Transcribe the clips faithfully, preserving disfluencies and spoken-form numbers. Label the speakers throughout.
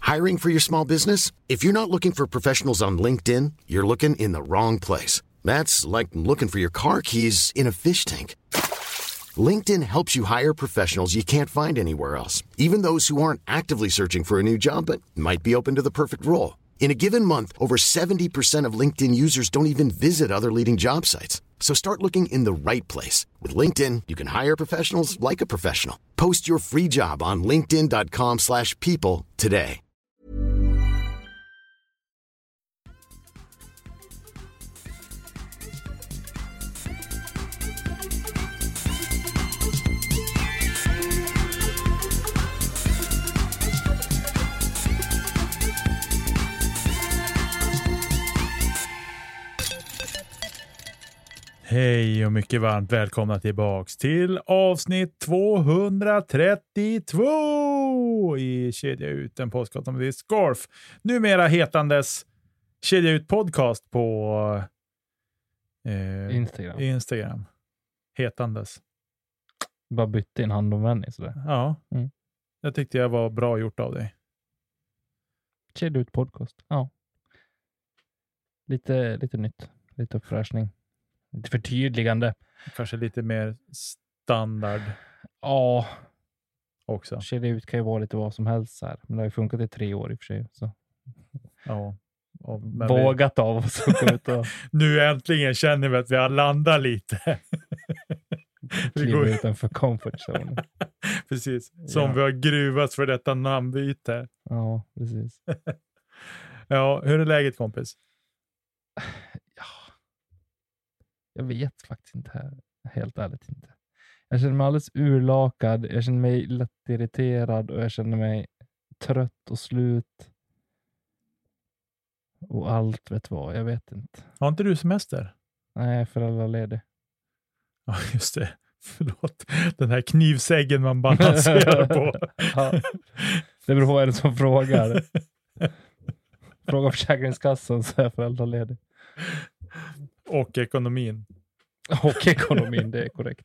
Speaker 1: Hiring for your small business? If you're not looking for professionals on LinkedIn, you're looking in the wrong place. That's like looking for your car keys in a fish tank. LinkedIn helps you hire professionals you can't find anywhere else, even those who aren't actively searching for a new job but might be open to the perfect role. In a given month, over seventy percent of LinkedIn users don't even visit other leading job sites. So start looking in the right place. With LinkedIn, you can hire professionals like a professional. Post your free job on linkedin dot com slash people today.
Speaker 2: Hej och mycket varmt välkomna tillbaks till avsnitt tvåhundratrettiotvå i Kedja ut, en podcast om disc golf. Numera hetandes Kedja ut podcast på eh,
Speaker 3: Instagram.
Speaker 2: Instagram. Hetandes.
Speaker 3: Bara bytte in handomvändning sådär.
Speaker 2: Ja,
Speaker 3: mm.
Speaker 2: Jag tyckte jag var bra gjort av dig.
Speaker 3: Kedja ut podcast, ja. Lite, lite nytt, lite uppfräschning. Lite förtydligande.
Speaker 2: Kanske lite mer standard.
Speaker 3: Ja.
Speaker 2: Också.
Speaker 3: Kedja ut kan ju vara lite vad som helst här. Men det har ju funkat i tre år i och för sig. Så.
Speaker 2: Ja. Och,
Speaker 3: Vågat vi... av oss att gå ut och...
Speaker 2: Nu äntligen känner vi att vi har landat lite.
Speaker 3: Vi går utanför comfort zone.
Speaker 2: Precis. Som
Speaker 3: ja.
Speaker 2: vi har gruvats för detta namnbyte.
Speaker 3: Ja, precis.
Speaker 2: Ja, hur är läget, kompis?
Speaker 3: Ja. Jag vet faktiskt inte här. Helt ärligt inte. Jag känner mig alldeles urlakad. Jag känner mig lätt irriterad. Och jag känner mig trött och slut. Och allt, vet vad. Jag vet inte.
Speaker 2: Har inte du semester?
Speaker 3: Nej, jag är föräldraledig.
Speaker 2: Ja, just det. Förlåt. Den här knivsäggen man balanserar på.
Speaker 3: Ja. Det beror på vad det är som frågar. Fråga Försäkringskassan så är jag föräldraledig.
Speaker 2: Och ekonomin.
Speaker 3: Och ekonomin, det är korrekt.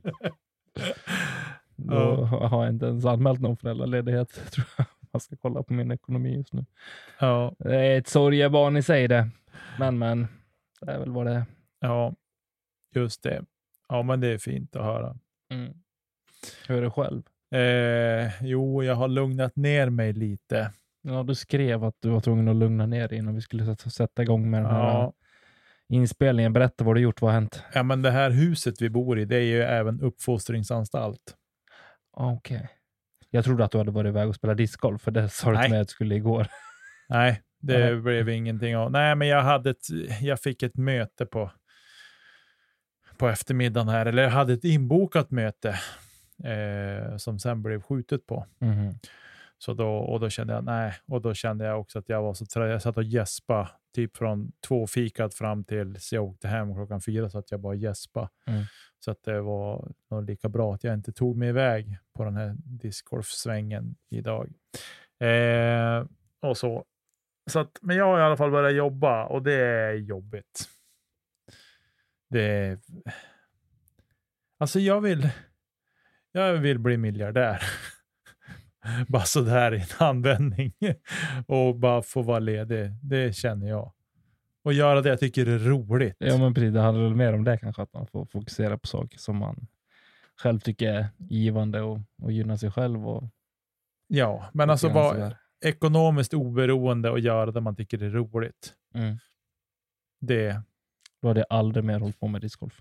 Speaker 3: Då
Speaker 2: Ja.
Speaker 3: har jag inte ens anmält någon föräldraledighet. Tror jag. Man ska kolla på min ekonomi just nu.
Speaker 2: Ja.
Speaker 3: Det är ett sorgebarn i sig det. Men, men. Det är väl vad det är.
Speaker 2: Ja, just det. Ja, men det är fint att höra.
Speaker 3: Mm. Hur är det själv?
Speaker 2: Eh, jo, jag har lugnat ner mig lite.
Speaker 3: Ja, du skrev att du var tvungen att lugna ner dig innan vi skulle sätta igång med den här
Speaker 2: Ja.
Speaker 3: inspelningen. Berätta vad du gjort, vad har hänt?
Speaker 2: Ja, men det här huset vi bor i, det är ju även uppfostringsanstalt.
Speaker 3: Okej. Okay. Jag trodde att du hade varit iväg och spela discgolf, för det sa du till mig att du skulle igår.
Speaker 2: Nej, det
Speaker 3: Nej.
Speaker 2: blev ingenting av. Nej, men jag hade ett, jag fick ett möte på på eftermiddagen här, eller jag hade ett inbokat möte eh, som sen blev skjutet på.
Speaker 3: Mm.
Speaker 2: Så då, och då kände jag, nej, och då kände jag också att jag var så trött. Jag satt och gäspa typ från två fikat fram till så jag åkte hem klockan fyra, så att jag bara gäspa.
Speaker 3: Mm.
Speaker 2: Så att det var nog lika bra att jag inte tog mig iväg på den här discgolfsvängen idag. Eh, och så. Så att, men jag har i alla fall börjat jobba, och det är jobbigt. Det är... Alltså jag vill jag vill bli miljardär. Bara så där i en användning. Och bara få vara ledig. Det känner jag. Och göra det jag tycker är roligt.
Speaker 3: Ja, men precis. Det handlar väl mer om det kanske. Att man får fokusera på saker som man själv tycker är givande. Och, och gynna sig själv. Och,
Speaker 2: ja, men alltså vara ekonomiskt oberoende och göra det man tycker är roligt.
Speaker 3: Mm.
Speaker 2: Det...
Speaker 3: Då hade jag aldrig mer hållit på med discgolf.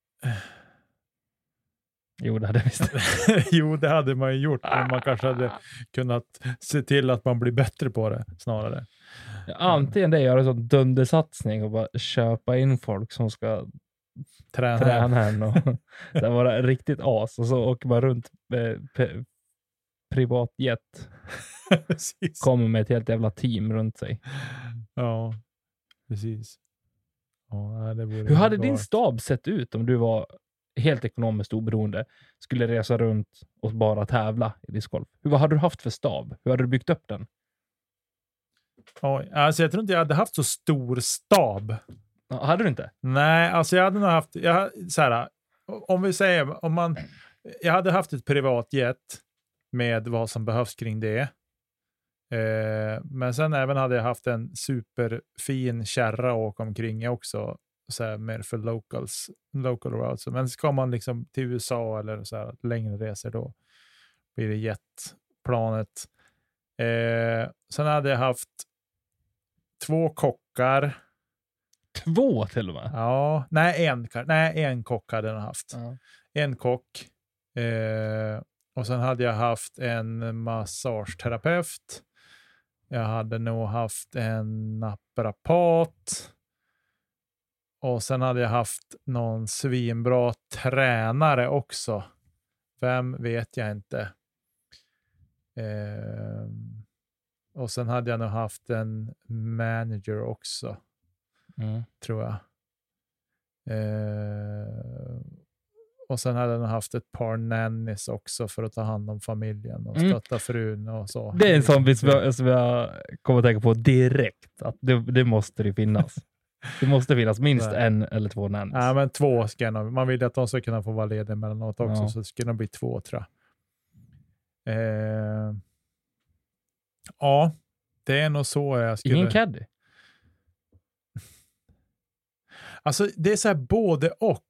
Speaker 3: Jo, det hade jag visst.
Speaker 2: Jo, det hade man ju gjort. Men man kanske hade kunnat se till att man blir bättre på det snarare.
Speaker 3: Ja, antingen det, göra en sån dundersatsning och bara köpa in folk som ska
Speaker 2: träna,
Speaker 3: träna en och det var riktigt as. Och så åker man runt med p- privatjet. Kommer med ett helt jävla team runt sig.
Speaker 2: Ja, precis. Ja, det
Speaker 3: Hur hade din stab sett ut om du var helt ekonomiskt oberoende, skulle resa runt och bara tävla i discgolf? Hur, vad hade du haft för stab? Hur hade du byggt upp den?
Speaker 2: Oj, alltså jag tror inte jag hade haft så stor stab.
Speaker 3: Ja, hade du inte?
Speaker 2: Nej, alltså jag hade nog haft, jag, så här, om vi säger, om man, jag hade haft ett privatjet med vad som behövs kring det. Eh, men sen även hade jag haft en superfin kärra att åka omkring också. Så här, mer för locals, local routes. Men ska man liksom till U S A eller så här, längre resor då blir det jetplanet. Eh, sen hade jag haft två kockar.
Speaker 3: Två till och med?
Speaker 2: Ja, nej en, nej, en kock hade jag haft.
Speaker 3: Ja.
Speaker 2: En kock. Eh, och sen hade jag haft en massageterapeut. Jag hade nog haft en naprapat. Och sen hade jag haft någon svinbra tränare också. Vem vet jag inte. Eh, och sen hade jag nog haft en manager också.
Speaker 3: Mm.
Speaker 2: Tror jag. Eh, och sen hade jag nog haft ett par nannies också för att ta hand om familjen och stötta mm. frun och så.
Speaker 3: Det är en sån bit som jag, som jag kommer att tänka på direkt. Att det, det måste det finnas. Det måste finnas minst Nej. en eller två nannies.
Speaker 2: Ja, men två ska nog, man vill att de ska kunna få vara lediga mellanåt också,
Speaker 3: ja.
Speaker 2: så det ska nog bli två, tror jag. Eh, ja, det är nog så jag skulle...
Speaker 3: Ingen caddy?
Speaker 2: Alltså, det är så här både och.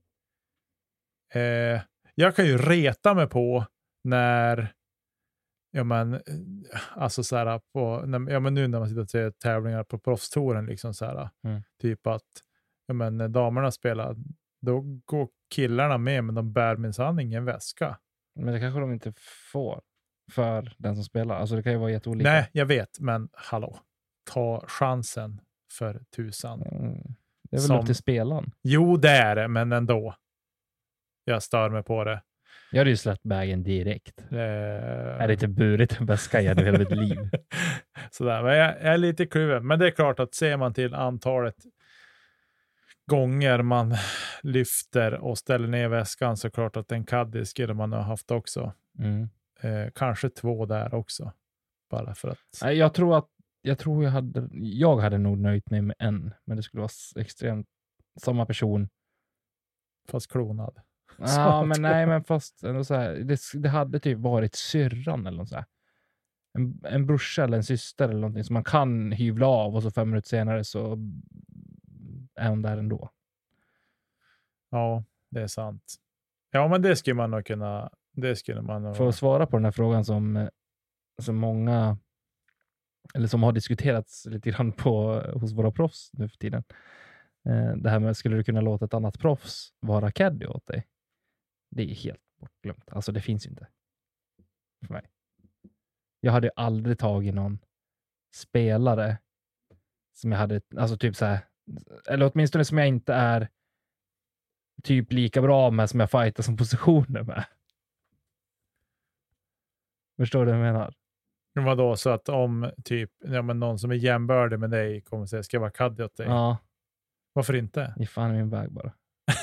Speaker 2: Eh, jag kan ju reta mig på när ja men alltså så här på när, ja men nu när man sitter och ser tävlingar på proffstouren liksom så här
Speaker 3: mm.
Speaker 2: typ att ja men när damerna spelar då går killarna med men de bär minsann ingen väska.
Speaker 3: Men det kanske de inte får för den som spelar. Alltså det kan ju vara jätteolika.
Speaker 2: Nej, jag vet, men hallå. Ta chansen för tusan.
Speaker 3: Mm. Det är väl
Speaker 2: som,
Speaker 3: upp till spelaren.
Speaker 2: Jo, det är det, men ändå. Jag stör mig på det.
Speaker 3: Jag hade ju släppt bagen direkt.
Speaker 2: Eh...
Speaker 3: Jag hade inte burit en väska genom hela mitt liv.
Speaker 2: Sådär, men jag, jag är lite kluven. Men det är klart att ser man till antalet gånger man lyfter och ställer ner väskan så klart att en caddy skulle man ha haft också.
Speaker 3: Mm.
Speaker 2: Eh, kanske två där också. Bara för att...
Speaker 3: Nej, jag tror att jag tror jag hade jag hade nog nöjt mig med en, men det skulle vara extremt samma person.
Speaker 2: Fast klonad.
Speaker 3: Ja, men nej, men fast ändå så här, det, det hade typ varit syrran eller något så här. En, en brorsa eller en syster eller någonting som man kan hyvla av och så fem minuter senare så är hon där ändå.
Speaker 2: Ja, det är sant. Ja, men det skulle man nog kunna det skulle man nog...
Speaker 3: För att svara på den här frågan som, som många eller som har diskuterats lite grann på, hos våra proffs nu för tiden. Eh, det här med, skulle du kunna låta ett annat proffs vara caddy åt dig? Det är helt bortglömt. Alltså det finns inte. För mig. Jag hade aldrig tagit någon spelare som jag hade, alltså typ så här, eller åtminstone som jag inte är typ lika bra med som jag fightar som positioner med. Förstår du vad jag menar?
Speaker 2: Vadå, så att om typ ja, men någon som är jämbördig med dig kommer säga ska jag vara caddy åt dig?
Speaker 3: Ja.
Speaker 2: Varför inte?
Speaker 3: Ge fan i min väg bara.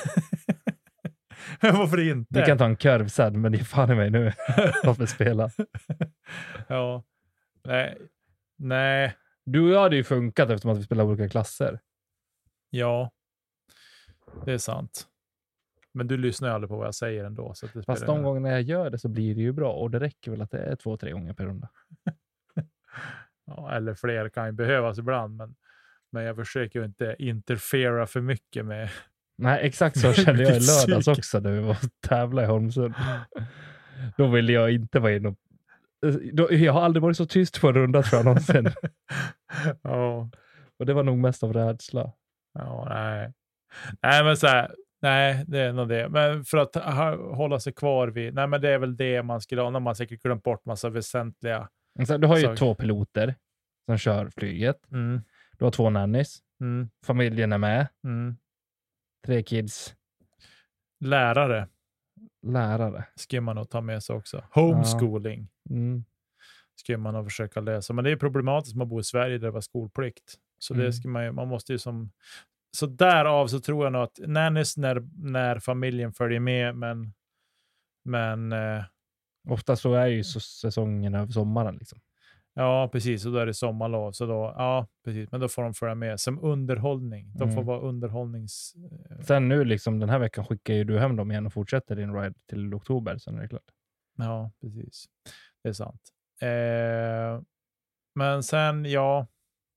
Speaker 2: Varför inte?
Speaker 3: Vi kan ta en kurv sen, men det är fan i mig nu. Låt mig spela.
Speaker 2: Ja. Nej. Nej.
Speaker 3: Du och jag hade ju funkat eftersom att vi spelar olika klasser.
Speaker 2: Ja. Det är sant. Men du lyssnar ju aldrig på vad jag säger ändå. Så att det
Speaker 3: Fast de gånger jag gör det så blir det ju bra. Och det räcker väl att det är två, tre gånger per runda.
Speaker 2: Ja, eller fler kan ju behövas ibland. Men, men jag försöker ju inte interfera för mycket med...
Speaker 3: Nej, exakt så kände jag i lördags också när vi var och tävla i Holmsund. Då ville jag inte vara in och... Då, jag har aldrig varit så tyst på en runda tror jag någonsin.
Speaker 2: Ja.
Speaker 3: Och det var nog mest av rädsla.
Speaker 2: Ja, nej. Nej, men så här... Nej, det är nog det. Men för att ha, hålla sig kvar vid... Nej, men det är väl det man skulle ha när man säkert glömt bort massa väsentliga...
Speaker 3: Så du har ju
Speaker 2: så...
Speaker 3: två piloter som kör flyget.
Speaker 2: Mm.
Speaker 3: Du har två nannies.
Speaker 2: Mm.
Speaker 3: Familjen är med.
Speaker 2: Mm.
Speaker 3: Tre kids.
Speaker 2: Lärare.
Speaker 3: Lärare.
Speaker 2: Ska man nog ta med sig också. Homeschooling.
Speaker 3: Ja. Mm.
Speaker 2: Ska man nog försöka läsa. Men det är problematiskt att man bor i Sverige där det var skolplikt. Så mm. det ska man ju... Man måste ju som... Så därav så tror jag nog att nannies när, när familjen följer med, men men eh,
Speaker 3: ofta så är ju så säsongen över sommaren liksom.
Speaker 2: Ja, precis. Och då är det sommarlov. Så då, ja, precis. Men då får de följa med som underhållning. De får
Speaker 3: Mm.
Speaker 2: vara underhållnings... Eh,
Speaker 3: Sen nu liksom den här veckan skickar ju du hem dem igen och fortsätter din ride till oktober. Sen är det klart.
Speaker 2: ja, precis. Det är sant. Eh, Men sen, ja.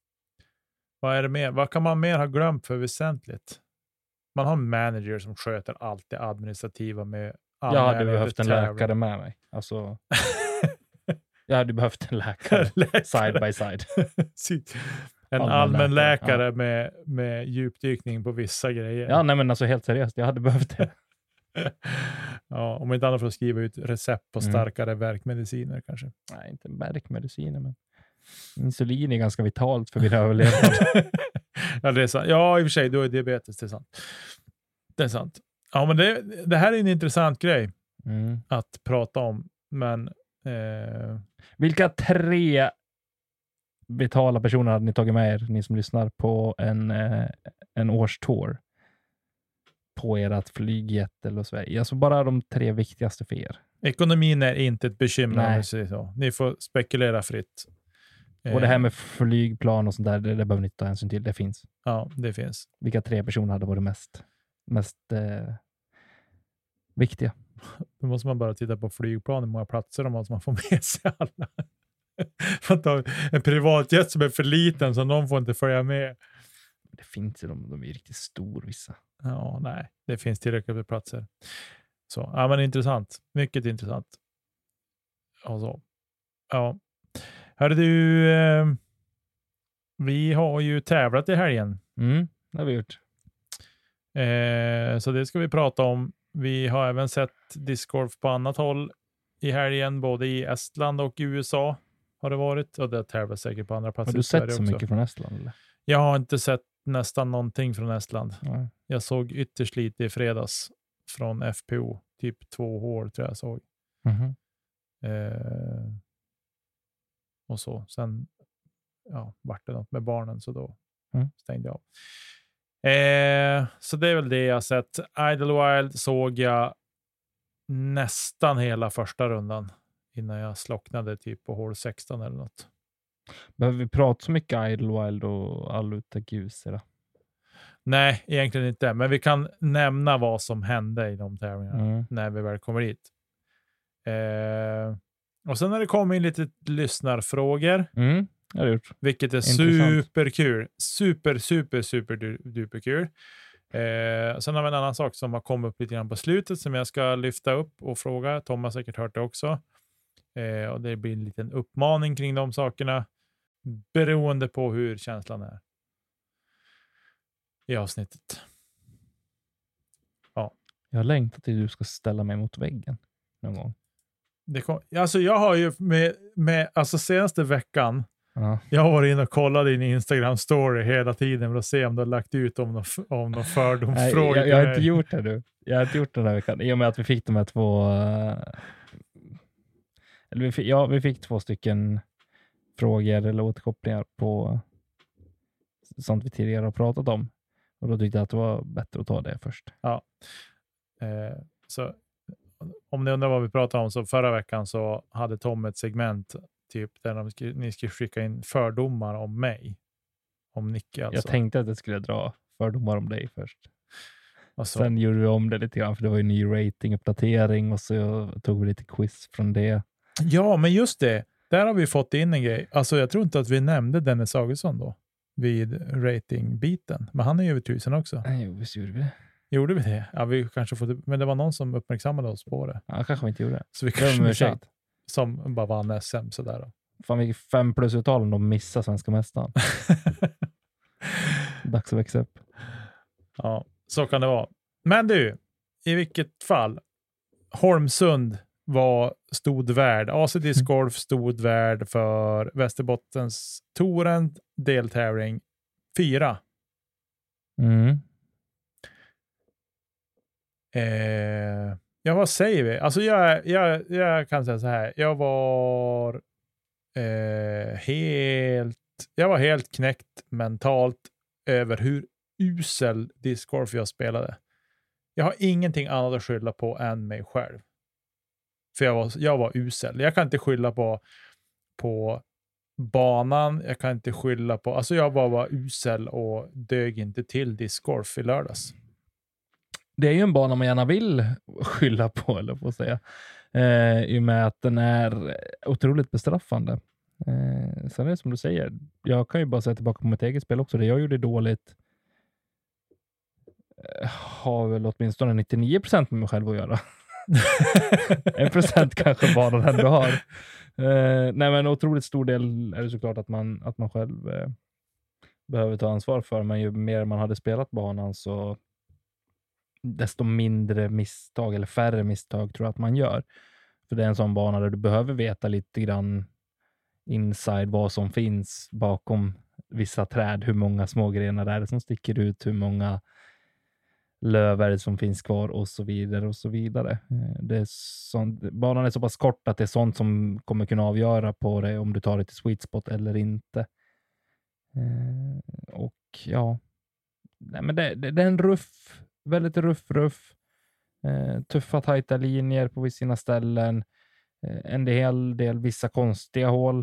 Speaker 2: Vad är det mer? Vad kan man mer ha glömt för väsentligt? Man har en manager som sköter allt det administrativa med
Speaker 3: Jag hade behövt en läkare med mig. Alltså, jag hade behövt en läkare,
Speaker 2: läkare.
Speaker 3: side by side.
Speaker 2: En
Speaker 3: Allmän
Speaker 2: allmän läkare,
Speaker 3: läkare,
Speaker 2: ja. med, med djupdykning på vissa grejer.
Speaker 3: Ja, nej men alltså helt seriöst, jag hade behövt det.
Speaker 2: Ja, om inte annat för att skriva ut recept på
Speaker 3: Mm.
Speaker 2: starkare värkmediciner kanske.
Speaker 3: Nej, inte värkmediciner, men insulin är ganska vitalt för min överlevnad.
Speaker 2: Ja, det är sant. Ja, i och för sig, du har diabetes, det är sant. Det är sant. Ja, men det, det här är en intressant grej
Speaker 3: Mm.
Speaker 2: att prata om, men eh...
Speaker 3: vilka tre vitala personer hade ni tagit med er, ni som lyssnar på en, eh, en årstour på ert flygjet eller Sverige? Alltså bara de tre viktigaste för er.
Speaker 2: Ekonomin är inte ett bekymmer.
Speaker 3: Nej.
Speaker 2: Om vi säger så. Ni får spekulera fritt.
Speaker 3: Och det här med flygplan och sånt där, det, det behöver ni inte ta hänsyn till. Det finns.
Speaker 2: Ja, det finns.
Speaker 3: Vilka tre personer hade varit mest, mest eh, viktiga?
Speaker 2: Då måste man bara titta på flygplan, hur många platser de har så man får med sig alla. För att ha en privatjet som är för liten så någon får inte följa med.
Speaker 3: Det finns ju, de, de är riktigt stor vissa.
Speaker 2: Ja, nej. Det finns tillräckligt med platser. Så, ja men intressant. Mycket intressant. Och så. Ja. Hörde du, eh, vi har ju tävlat i helgen.
Speaker 3: Mm, det har vi gjort.
Speaker 2: Eh, så det ska vi prata om. Vi har även sett discgolf på annat håll i helgen, både i Estland och i U S A har det varit. Och det tävlas säkert på andra platser.
Speaker 3: Har du sett så
Speaker 2: också.
Speaker 3: mycket från Estland? Eller?
Speaker 2: Jag har inte sett nästan någonting från Estland.
Speaker 3: Ja.
Speaker 2: Jag såg ytterst lite i fredags från F P O. Typ två hål tror jag såg.
Speaker 3: Mm-hmm.
Speaker 2: Eh, och så. Sen ja, vart det något med barnen så då
Speaker 3: Mm.
Speaker 2: stängde jag av. Eh, så det är väl det jag har sett. Idlewild såg jag nästan hela första rundan innan jag slocknade typ på hål sexton eller något.
Speaker 3: Behöver vi prata så mycket Idlewild och Alutta Guse då?
Speaker 2: Nej, egentligen inte. Men vi kan nämna vad som hände i de tävlingarna
Speaker 3: Mm.
Speaker 2: när vi väl kommer dit. Eh, och sen har det kommit in lite lyssnarfrågor.
Speaker 3: Mm, det har det gjort.
Speaker 2: Vilket är
Speaker 3: Intressant.
Speaker 2: superkul. Super, super, super du, duperkul. Eh, sen har vi en annan sak som har kommit upp lite grann på slutet som jag ska lyfta upp och fråga. Tom har säkert hört det också. Eh, och det blir en liten uppmaning kring de sakerna. Beroende på hur känslan är. I avsnittet. Ja.
Speaker 3: Jag längtar till du ska ställa mig mot väggen någon gång.
Speaker 2: Det kom, alltså jag har ju med, med alltså senaste veckan
Speaker 3: Ja.
Speaker 2: jag har varit inne och kollat din Instagram-story hela tiden för att se om du har lagt ut om någon, om någon fördomsfrågor.
Speaker 3: Nej, jag, jag har inte gjort det nu. Jag har inte gjort det den här veckan. I och med att vi fick de här två... Uh, eller vi fick, ja, vi fick två stycken frågor eller återkopplingar på sånt vi tidigare har pratat om. Och då tyckte jag att det var bättre att ta det först.
Speaker 2: Ja. Eh, så om ni undrar vad vi pratade om så förra veckan så hade Tom ett segment typ där de skri, ni skulle skicka in fördomar om mig. Om Nicke alltså.
Speaker 3: Jag tänkte att jag skulle dra fördomar om dig först.
Speaker 2: Alltså,
Speaker 3: Sen gjorde vi om det lite grann för det var ju ny rating-uppdatering och så tog vi lite quiz från det.
Speaker 2: ja, men just det. Där har vi fått in en grej. Alltså jag tror inte att vi nämnde Dennis Augustsson då vid rating-biten. Men han är ju över tusen också.
Speaker 3: Jo, visst gjorde vi det.
Speaker 2: Gjorde vi det? Ja, vi kanske får, men det var någon som uppmärksammade oss på det.
Speaker 3: Ja, kanske vi inte gjorde det.
Speaker 2: Så vi
Speaker 3: Det var
Speaker 2: kanske
Speaker 3: med
Speaker 2: missade,
Speaker 3: ursäkt.
Speaker 2: som bara vann S M sådär då.
Speaker 3: Fan, vi fick fem plus uttal om de missar svenska mästaren. Dags att växa upp.
Speaker 2: Ja, så kan det vara. Men du, i vilket fall Holmsund var stod värd. A C Disc Golf stod värd för Västerbottens touren deltävling fyra.
Speaker 3: Mm.
Speaker 2: Eh, ja, vad säger vi? Alltså jag, jag, jag kan säga så här. Jag var eh, helt jag var helt knäckt mentalt över hur usel discgolf jag spelade. Jag har ingenting annat att skylla på än mig själv. För jag var, jag var usel. Jag kan inte skylla på på banan. Jag kan inte skylla på... Alltså jag var bara usel och dög inte till discgolf i lördags.
Speaker 3: Det är ju en bana man gärna vill skylla på, eller på att säga. Eh, I och med att den är otroligt bestraffande. Eh, sen är det som du säger, jag kan ju bara säga tillbaka på mitt eget spel också. Det jag gjorde dåligt eh, har väl åtminstone nittionio procent med mig själv att göra. En procent kanske bara den du har. Eh, nej men otroligt stor del är det såklart att man, att man själv eh, behöver ta ansvar för. Men ju mer man hade spelat banan så desto mindre misstag eller färre misstag tror jag att man gör. För det är en sån bana där du behöver veta lite grann inside vad som finns bakom vissa träd. Hur många små grenar är det som sticker ut, hur många löv är det som finns kvar och så vidare och så vidare. Det är sånt, banan är så pass kort att det är sånt som kommer kunna avgöra på det om du tar det till sweet spot eller inte. Och ja, nej men det, det, det är en ruff, väldigt ruff ruff. Tuffa tajta linjer på sina ställen. En hel del vissa konstiga hål.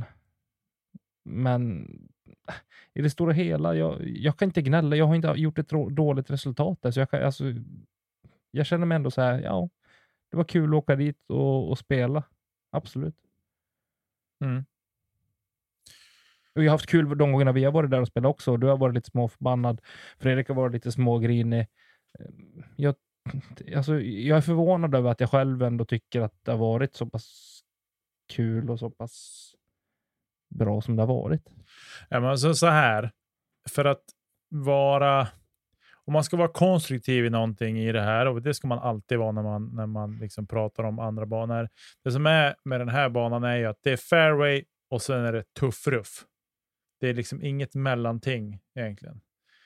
Speaker 3: Men i det stora hela, jag, jag kan inte gnälla. Jag har inte gjort ett dåligt resultat där. Så jag, kan, alltså, jag känner mig ändå så här, ja, det var kul att åka dit och, och spela. Absolut.
Speaker 2: Mm.
Speaker 3: Och jag har haft kul de gångerna vi har varit där och spelat också. Du har varit lite småförbannad. Fredrik har varit lite smågrinig. Jag, alltså, jag är förvånad över att jag själv ändå tycker att det har varit så pass kul och så pass bra som det har varit.
Speaker 2: Ja, men alltså så här, för att vara, om man ska vara konstruktiv i någonting i det här, och det ska man alltid vara när man, när man liksom pratar om andra banor. Det som är med den här banan är ju att det är fairway och sen är det tuff ruff. Det är liksom inget mellanting egentligen.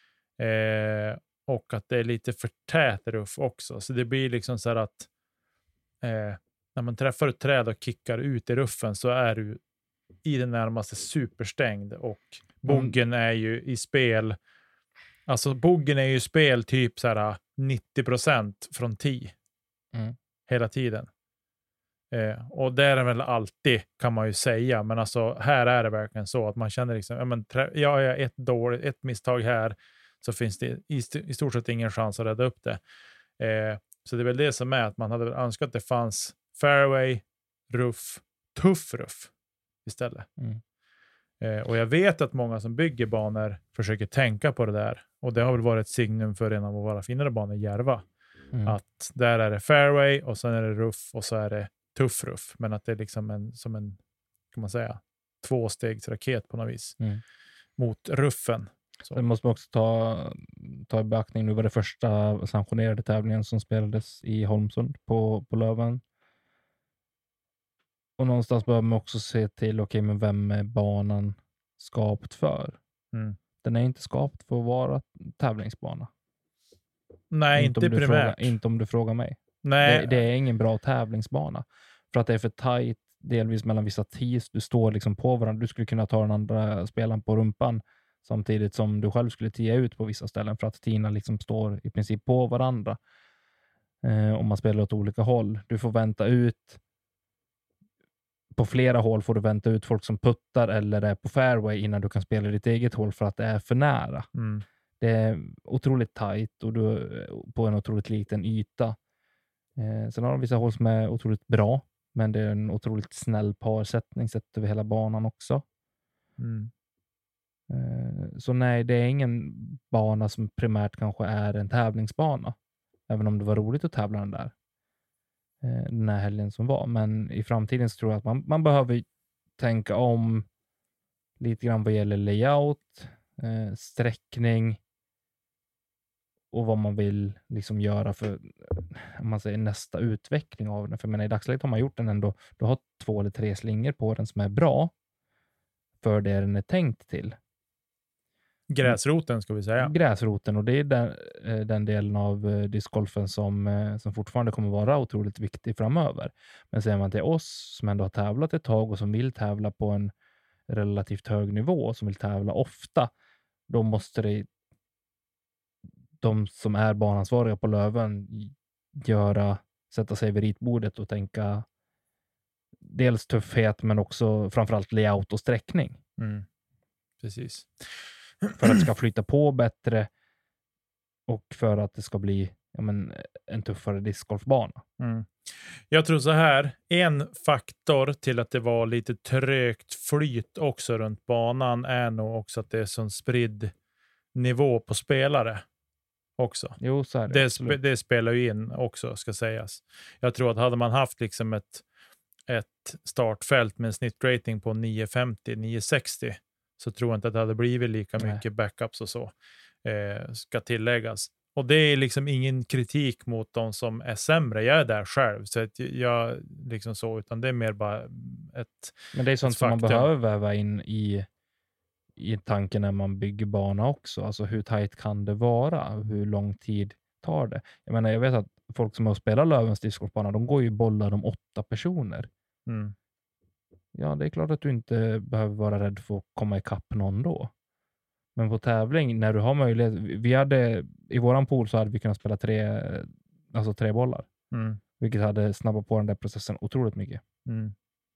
Speaker 2: Eh, och att det är lite för tät ruff också. Så det blir liksom så här att eh, när man träffar ett träd och kickar ut i ruffen så är du i det närmaste superstängd och boggen är ju i spel, alltså boggen är ju i spel typ så här nittio procent från tio
Speaker 3: mm.
Speaker 2: hela tiden. Eh, och det är väl alltid, kan man ju säga, men alltså här är det verkligen så att man känner liksom, ja men trä- jag är ett dåligt, ett misstag här så finns det i, st- i stort sett ingen chans att rädda upp det. Eh, så det är väl det som är att man hade önskat att det fanns fairway, ruff, tuff ruff istället.
Speaker 3: Mm.
Speaker 2: Eh, och jag vet att många som bygger banor försöker tänka på det där. Och det har väl varit ett signum för en av våra finare banor, Järva.
Speaker 3: Mm.
Speaker 2: Att där är det fairway och sen är det ruff och så är det tuff ruff. Men att det är liksom en, som en, kan man säga, tvåstegsraket på något vis.
Speaker 3: Mm.
Speaker 2: Mot ruffen. Så.
Speaker 3: Det måste man också ta, ta i beaktning. Nu var det första sanktionerade tävlingen som spelades i Holmsund på, på Löven. Och någonstans behöver man också se till, okej, okay, men vem är banan skapt för?
Speaker 2: Mm.
Speaker 3: Den är inte skapt för att vara tävlingsbana.
Speaker 2: Nej, inte, inte primärt.
Speaker 3: Frågar, inte om du frågar mig.
Speaker 2: Nej.
Speaker 3: Det, det är ingen bra tävlingsbana. För att det är för tajt, delvis mellan vissa tees. Du står liksom på varandra. Du skulle kunna ta den andra spelaren på rumpan samtidigt som du själv skulle tia ut på vissa ställen för att teerna liksom står i princip på varandra. Eh, om man spelar åt olika håll. Du får vänta ut. På flera håll får du vänta ut folk som puttar eller är på fairway innan du kan spela ditt eget håll för att det är för nära.
Speaker 2: Mm.
Speaker 3: Det är otroligt tajt och du på en otroligt liten yta. Eh, sen har de vissa håll som är otroligt bra, men det är en otroligt snäll parsättning sett över hela banan också.
Speaker 2: Mm.
Speaker 3: Eh, så nej, det är ingen bana som primärt kanske är en tävlingsbana. Även om det var roligt att tävla den där. Den här helgen som var. Men i framtiden så tror jag att man, man behöver tänka om lite grann vad gäller layout, eh, sträckning och vad man vill liksom göra för om man säger, nästa utveckling av den. För jag menar, i dagsläget har man gjort den ändå, du har två eller tre slingor på den som är bra för det den är tänkt till.
Speaker 2: Gräsroten ska vi säga.
Speaker 3: Gräsroten, och det är den, den delen av discgolfen som, som fortfarande kommer vara otroligt viktig framöver. Men ser man till oss som ändå har tävlat ett tag och som vill tävla på en relativt hög nivå, som vill tävla ofta, då måste det de som är banansvariga på Löven göra, sätta sig vid ritbordet och tänka dels tuffhet men också framförallt layout och sträckning.
Speaker 2: Mm. Precis.
Speaker 3: För att det ska flytta på bättre och för att det ska bli ja, men, en tuffare discgolfbana.
Speaker 2: Mm. Jag tror så här, en faktor till att det var lite trögt flyt också runt banan är nog också att det är sån spridd nivå på spelare också.
Speaker 3: Jo, så är det.
Speaker 2: Det, sp- det spelar ju in också, ska sägas. Jag tror att hade man haft liksom ett, ett startfält med en snittrating på nio femtio nio sextio så tror jag inte att det hade blivit lika
Speaker 3: Nej.
Speaker 2: mycket backups och så. Eh, ska tilläggas. Och det är liksom ingen kritik mot de som är sämre. Jag är där själv. Så att jag liksom så, utan det är mer bara ett
Speaker 3: Men det är sånt
Speaker 2: ett
Speaker 3: som man
Speaker 2: faktum.
Speaker 3: behöver väva in i, i tanken när man bygger bana också. Alltså hur tajt kan det vara? Hur lång tid tar det? Jag menar, jag vet att folk som har spelat Lövens discgolfbana, de går ju bollar om åtta personer.
Speaker 2: Mm.
Speaker 3: Ja, det är klart att du inte behöver vara rädd för att komma ikapp någon då. Men på tävling, när du har möjlighet, vi hade, i våran pool så hade vi kunnat spela tre, alltså tre bollar.
Speaker 2: Mm.
Speaker 3: Vilket hade snabbat på den där processen otroligt mycket.
Speaker 2: Mm.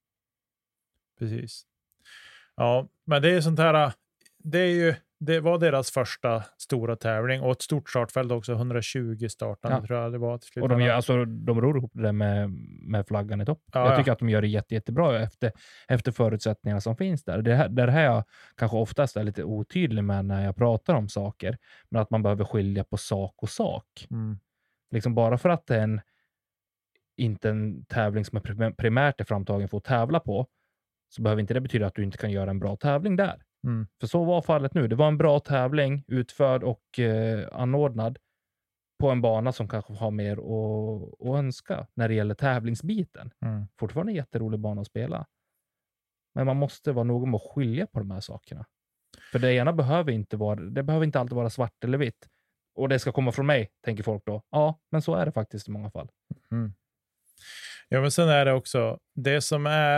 Speaker 2: Precis. Ja, men det är sånt här, det är ju, det var deras första stora tävling och ett stort startfält också, hundratjugo startande
Speaker 3: Ja.
Speaker 2: tror jag det var till slut.
Speaker 3: Och de, gör, alltså, de ror ihop det där med, med flaggan i topp.
Speaker 2: Ja,
Speaker 3: jag tycker
Speaker 2: ja.
Speaker 3: att de gör det jätte, jättebra efter, efter förutsättningarna som finns där. Det här, det är det här jag kanske oftast är lite otydlig med när jag pratar om saker. Men att man behöver skilja på sak och sak.
Speaker 2: Mm.
Speaker 3: Liksom bara för att det är en, inte en tävling som är prim- primärt är framtagen för att tävla på, så behöver inte det betyda att du inte kan göra en bra tävling där.
Speaker 2: Mm.
Speaker 3: För så var fallet nu. Det var en bra tävling, utförd och eh, anordnad på en bana som kanske har mer att, att önska när det gäller tävlingsbiten.
Speaker 2: Mm.
Speaker 3: Fortfarande en jätterolig bana att spela. Men man måste vara noga med att skilja på de här sakerna. För det ena behöver inte vara, det behöver inte alltid vara svart eller vitt. Och det ska komma från mig, tänker folk då. Ja, men så är det faktiskt i många fall.
Speaker 2: Mm. Ja, men sen är det också det som är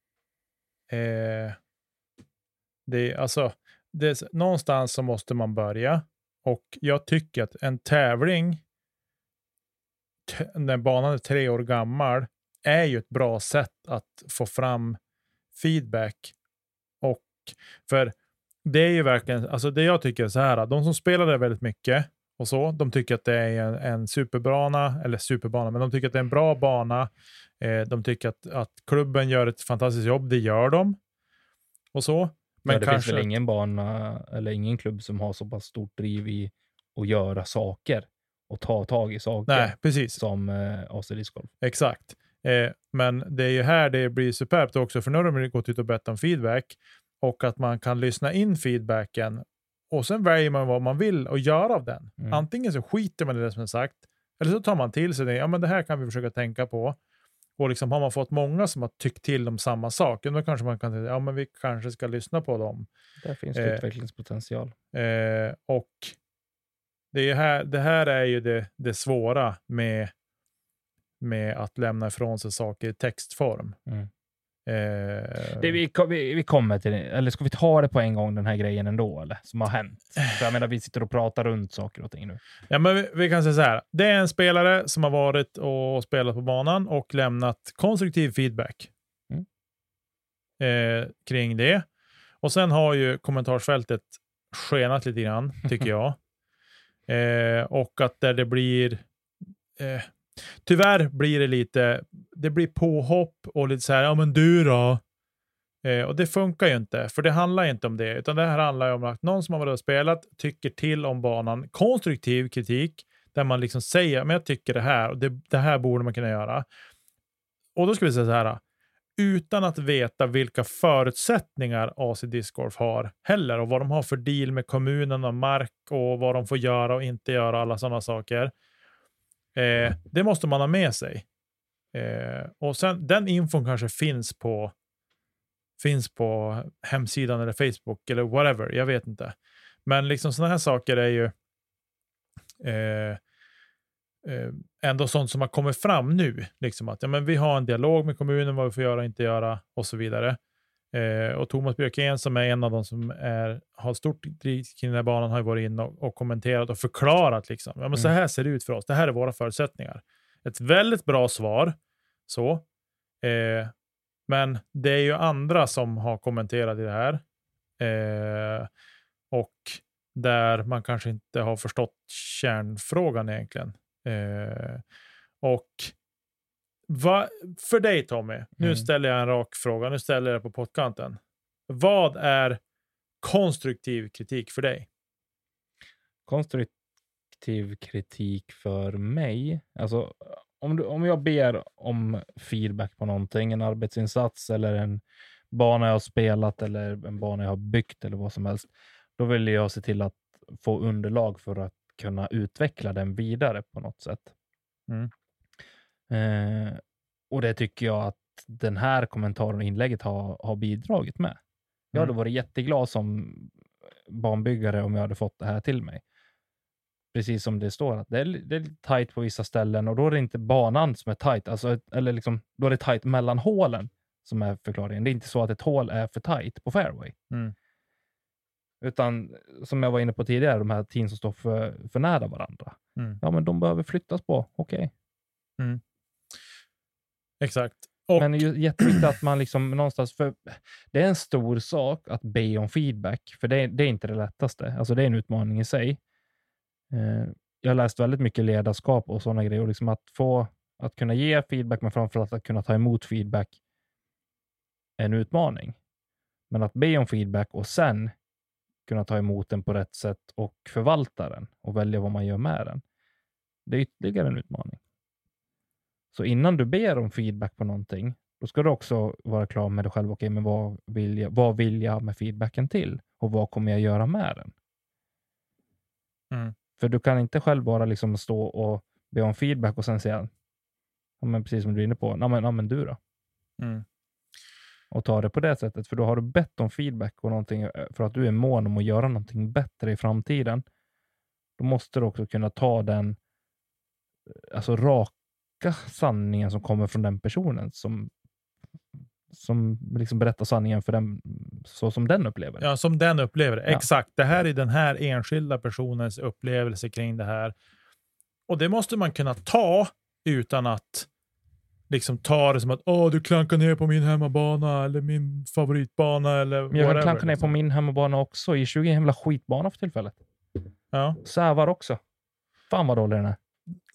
Speaker 2: eh, det, alltså, det, någonstans så måste man börja och jag tycker att en tävling t- när banan är tre år gammal är ju ett bra sätt att få fram feedback och för det är ju verkligen, alltså det jag tycker är så här, de som spelar det väldigt mycket och så, de tycker att det är en, en superbana, eller superbana, men de tycker att det är en bra bana. Eh, de tycker att, att klubben gör ett fantastiskt jobb, det gör de. Och så. Men
Speaker 3: ja, det
Speaker 2: kanske
Speaker 3: finns väl ingen bana eller ingen klubb som har så pass stort driv i att göra saker och ta tag i saker.
Speaker 2: Nej, precis.
Speaker 3: Som eh, A C Discgolf.
Speaker 2: Exakt. Eh, men det är ju här det blir superbt också, för nu har de gått ut och bett om feedback och att man kan lyssna in feedbacken och sen väljer man vad man vill och göra av den.
Speaker 3: Mm.
Speaker 2: Antingen så skiter man i det som är sagt eller så tar man till sig det. Ja, men det här kan vi försöka tänka på. Och liksom har man fått många som har tyckt till om samma sak, då kanske man kan säga, ja men vi kanske ska lyssna på dem.
Speaker 3: Där finns
Speaker 2: Eh,
Speaker 3: utvecklingspotential.
Speaker 2: Eh, och det, är här, det här är ju det, det svåra med, med att lämna ifrån sig saker i textform.
Speaker 3: Mm.
Speaker 2: Eh,
Speaker 3: Det, vi, vi, vi kommer till det. Eller ska vi ta det på en gång, den här grejen ändå, eller? Som har hänt. För jag menar, vi sitter och pratar runt saker och ting nu.
Speaker 2: Ja, men vi, vi kan säga så här. Det är en spelare som har varit och spelat på banan och lämnat konstruktiv feedback
Speaker 3: Mm.
Speaker 2: eh, kring det. Och sen har ju kommentarsfältet skenat lite grann, tycker jag. Eh, och att där det blir... Eh, tyvärr blir det lite... Det blir påhopp och lite så här, ja men du då? Eh, och det funkar ju inte, för det handlar inte om det, utan det här handlar ju om att någon som har varit och spelat tycker till om banan, konstruktiv kritik, där man liksom säger, men jag tycker det här, och det, det här borde man kunna göra. Och då ska vi säga så här, utan att veta vilka förutsättningar A C Discgolf har heller, och vad de har för deal med kommunen och mark, och vad de får göra och inte göra, alla sådana saker. Eh, det måste man ha med sig. Eh, och sen, den infon kanske finns på finns på hemsidan eller Facebook eller whatever, jag vet inte. Men liksom sådana här saker är ju eh, eh, ändå sånt som har kommit fram nu. Liksom att ja, men vi har en dialog med kommunen, vad vi får göra och inte göra och så vidare. Eh, och Thomas Björkén som är en av de som är, har stort driv kring den här banan har ju varit in och, och kommenterat och förklarat liksom. Ja, men så här ser det ut för oss. Det här är våra förutsättningar. Ett väldigt bra svar. Så. Eh, Men det är ju andra som har kommenterat i det här. Eh, och där man kanske inte har förstått kärnfrågan egentligen. Eh, och va, för dig Tommy, nu
Speaker 3: Mm.
Speaker 2: ställer jag en rak fråga. Nu ställer jag det på pottkanten. Vad är konstruktiv kritik för dig?
Speaker 3: Konstruktiv kritik för mig, alltså om, du, om jag ber om feedback på någonting, en arbetsinsats eller en bana jag har spelat eller en bana jag har byggt eller vad som helst, då vill jag se till att få underlag för att kunna utveckla den vidare på något sätt.
Speaker 2: Mm.
Speaker 3: Eh, och det tycker jag att den här kommentaren och inlägget har, har bidragit med. Jag hade
Speaker 2: Mm.
Speaker 3: varit jätteglad som banbyggare om jag hade fått det här till mig. Precis som det står att det är, det är tajt på vissa ställen och då är det inte banan som är tajt, alltså, eller liksom, då är det tajt mellan hålen som är förklaringen. Det är inte så att ett hål är för tajt på fairway.
Speaker 2: Mm.
Speaker 3: Utan som jag var inne på tidigare, de här team som står för, för nära varandra.
Speaker 2: Mm.
Speaker 3: Ja, men de behöver flyttas på. Okej. Okay.
Speaker 2: Mm. Exakt. Och...
Speaker 3: Men det är ju jätteviktigt att man liksom någonstans, för det är en stor sak att be om feedback, för det är, det är inte det lättaste. Alltså det är en utmaning i sig. Eh, jag har läst väldigt mycket ledarskap och sådana grejer, och liksom att få, att kunna ge feedback, men framförallt att kunna ta emot feedback är en utmaning. Men att be om feedback och sen kunna ta emot den på rätt sätt och förvalta den och välja vad man gör med den, det är ytterligare en utmaning. Så innan du ber om feedback på någonting, då ska du också vara klar med dig själv. Okej, men vad vill jag, vad vill jag med feedbacken till? Och vad kommer jag göra med den?
Speaker 2: Mm.
Speaker 3: För du kan inte själv bara liksom stå och be om feedback och sen säga, ja, men precis som du är inne på, ja men, ja, men du då?
Speaker 2: Mm.
Speaker 3: Och ta det på det sättet, för då har du bett om feedback och någonting för att du är mån om att göra någonting bättre i framtiden. Då måste du också kunna ta den, alltså raka sanningen som kommer från den personen som som liksom berättar sanningen för den, så som den upplever det.
Speaker 2: Ja, som den upplever det.
Speaker 3: Ja.
Speaker 2: Exakt. Det här är den här enskilda personens upplevelse kring det här. Och det måste man kunna ta utan att liksom ta det som att åh, du klankar ner på min hemmabana eller min favoritbana eller
Speaker 3: Men jag
Speaker 2: whatever,
Speaker 3: kan klanka ner
Speaker 2: liksom.
Speaker 3: på min hemmabana också i tjugo himla skitbana för tillfället.
Speaker 2: Ja.
Speaker 3: Sävar också. Fan vad dålig den är.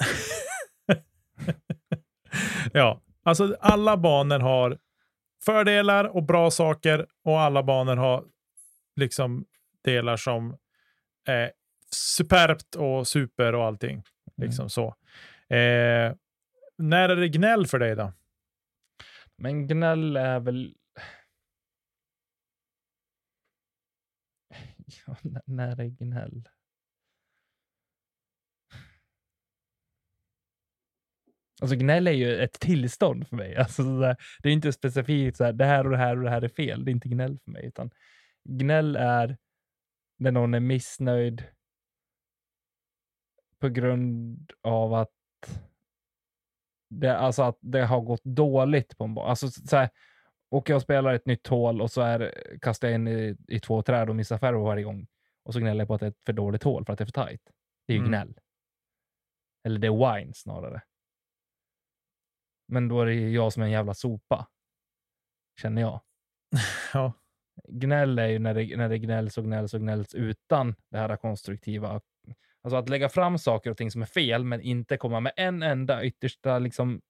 Speaker 2: Ja, alltså alla banor har fördelar och bra saker, och alla banor har liksom delar som är superbt och super och allting. Liksom
Speaker 3: Mm.
Speaker 2: så. Eh, när är det gnäll för dig då?
Speaker 3: Men gnäll är väl... Ja, n- när är gnäll? Alltså gnäll är ju ett tillstånd för mig. Alltså, sådär, det är inte specifikt så här, det här och det här och det här är fel. Det är inte gnäll för mig. Utan gnäll är när någon är missnöjd på grund av att det, alltså att det har gått dåligt på en bana. Alltså så här, åker jag och spelar ett nytt hål och så är, kastar jag in i, i två träd och missar fairway varje gång. Och så gnäller jag på att det är ett för dåligt hål för att det är för tajt. Det är ju
Speaker 2: Mm.
Speaker 3: gnäll. Eller det är whine snarare. Men då är det jag som är en jävla sopa. Känner jag.
Speaker 2: Ja.
Speaker 3: Gnäll är ju när det, när det gnälls och gnälls och gnälls utan det här konstruktiva. Alltså att lägga fram saker och ting som är fel, men inte komma med en enda yttersta liksom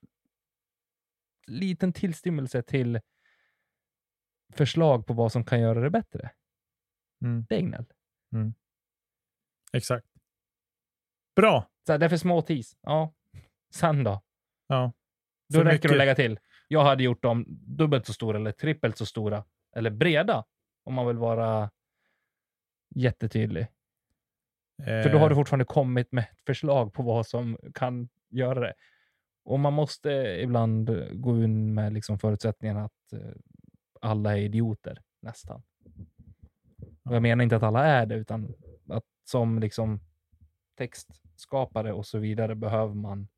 Speaker 3: liten tillstymmelse till förslag på vad som kan göra det bättre.
Speaker 2: Mm.
Speaker 3: Det är gnäll.
Speaker 2: Mm. Exakt. Bra.
Speaker 3: Så här, det är för små tis. Ja. Sen då?
Speaker 2: Ja.
Speaker 3: Då
Speaker 2: För
Speaker 3: räcker
Speaker 2: mycket-
Speaker 3: det att lägga till. Jag hade gjort dem dubbelt så stora eller trippelt så stora. Eller breda. Om man vill vara jättetydlig. För då har du fortfarande kommit med ett förslag på vad som kan göra det. Och man måste ibland gå in med liksom förutsättningen att eh, alla är idioter. Nästan. Och jag menar inte att alla är det, utan att som liksom textskapare och så vidare behöver man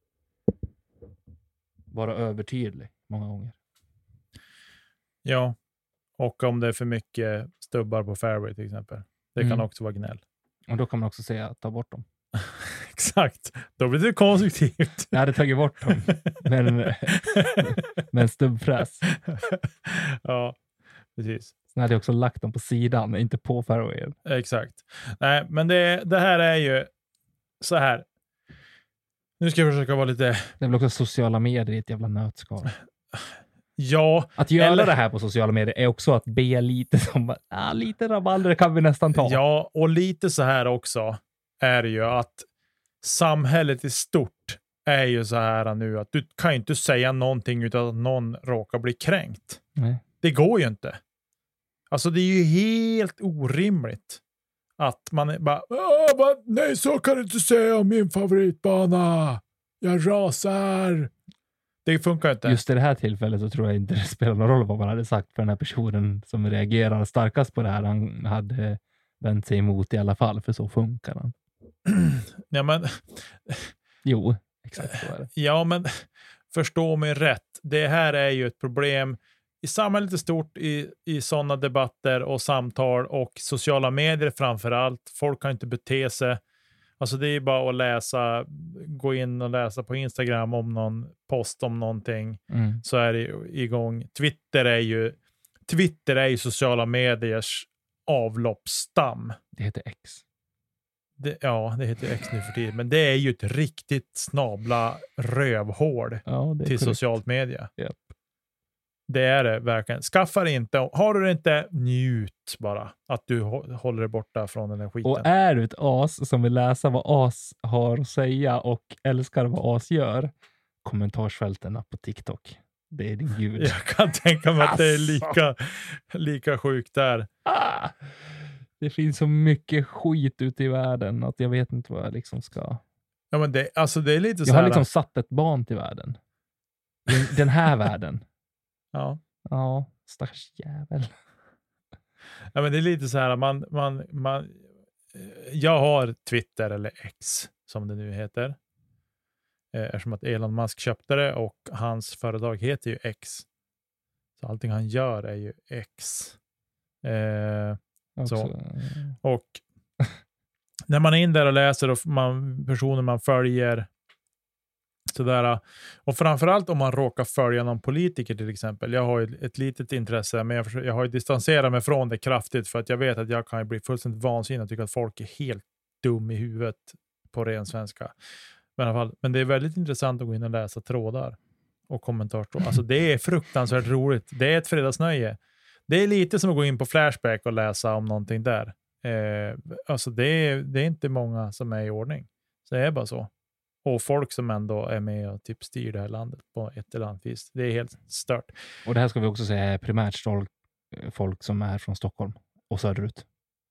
Speaker 3: vara övertydlig många gånger.
Speaker 2: Ja. Och om det är för mycket stubbar på fairway till exempel. Det kan
Speaker 3: Mm.
Speaker 2: också vara gnäll.
Speaker 3: Och då kan man också säga att ta bort dem.
Speaker 2: Exakt. Då blir det konstruktivt.
Speaker 3: Jag hade tagit bort dem. Men med en stubbfräs.
Speaker 2: Ja, precis.
Speaker 3: Sen hade jag också lagt dem på sidan, inte på fairwayen.
Speaker 2: Exakt. Nej, men det, det här är ju så här. Nu ska jag försöka vara lite...
Speaker 3: Det är väl också sociala medier i ett jävla nötskal.
Speaker 2: Ja.
Speaker 3: Att göra
Speaker 2: eller...
Speaker 3: det här på sociala medier är också att be lite som... Ah, lite rabalder kan vi nästan ta.
Speaker 2: Ja, och lite så här också är det ju att samhället i stort är ju så här nu att du kan ju inte säga någonting utan att någon råkar bli kränkt.
Speaker 3: Nej.
Speaker 2: Det går ju inte. Alltså det är ju helt orimligt att man är bara vad? Nej, så kan du inte säga om min favoritbana. Jag rasar. Det funkar inte.
Speaker 3: Just i det här tillfället så tror jag inte det spelar någon roll vad man hade sagt, för den här personen som reagerar starkast på det här, han hade vänt sig emot i alla fall, för så funkar han.
Speaker 2: Ja, men...
Speaker 3: Jo, exakt så är det.
Speaker 2: Ja, men förstå mig rätt. Det här är ju ett problem i samhället i stort, i, i sådana debatter och samtal och sociala medier framför allt. Folk kan inte bete sig. Alltså det är bara att läsa, gå in och läsa på Instagram om någon post om någonting,
Speaker 3: Mm.
Speaker 2: så är det igång. Twitter är ju Twitter är ju sociala mediers avloppsstam.
Speaker 3: Det heter X.
Speaker 2: Det, ja, det heter X nu för tiden. Men det är ju ett riktigt snabla rövhål
Speaker 3: Ja, det är
Speaker 2: till
Speaker 3: korrekt.
Speaker 2: socialt media.
Speaker 3: Japp.
Speaker 2: Det är det verkligen. Skaffa det inte. Har du det inte, njut bara. Att du håller dig borta från den här skiten.
Speaker 3: Och är du ett as som vill läsa vad as har att säga och älskar vad as gör, kommentarsfälten på TikTok. Det är din gud.
Speaker 2: Jag kan tänka mig att det är
Speaker 3: Alltså.
Speaker 2: lika, lika sjukt där.
Speaker 3: Ah! Det finns så mycket skit ute i världen att jag vet inte vad jag liksom ska...
Speaker 2: Ja, men det, alltså det är lite så
Speaker 3: Jag
Speaker 2: här...
Speaker 3: har liksom satt ett barn till världen. Den, den här världen.
Speaker 2: Ja.
Speaker 3: Ja, stackars jävel.
Speaker 2: Ja, men det är lite så här, man, man, man, jag har Twitter eller X som det nu heter. Eh, eftersom att Elon Musk köpte det och hans företag heter ju X. Så allting han gör är ju X. Eh,
Speaker 3: Också,
Speaker 2: så. Och när man är in där och läser och man, personer man följer sådär, och framförallt om man råkar följa någon politiker till exempel. Jag har ju ett litet intresse, men jag, försöker, jag har ju distanserat mig från det kraftigt för att jag vet att jag kan ju bli fullständigt vansinnig och tycka att folk är helt dum i huvudet på ren svenska. Men, i alla fall, men det är väldigt intressant att gå in och läsa trådar och kommentarer. Alltså det är fruktansvärt roligt. Det är ett fredagsnöje. Det är lite som att gå in på Flashback och läsa om någonting där. Eh, alltså det är, det är inte många som är i ordning. Så det är bara så. Och folk som ändå är med och typ styr det här landet på ett eller annat vis. Det är helt stört.
Speaker 3: Och det här ska vi också säga är primärt stolk, folk som är från Stockholm och söderut.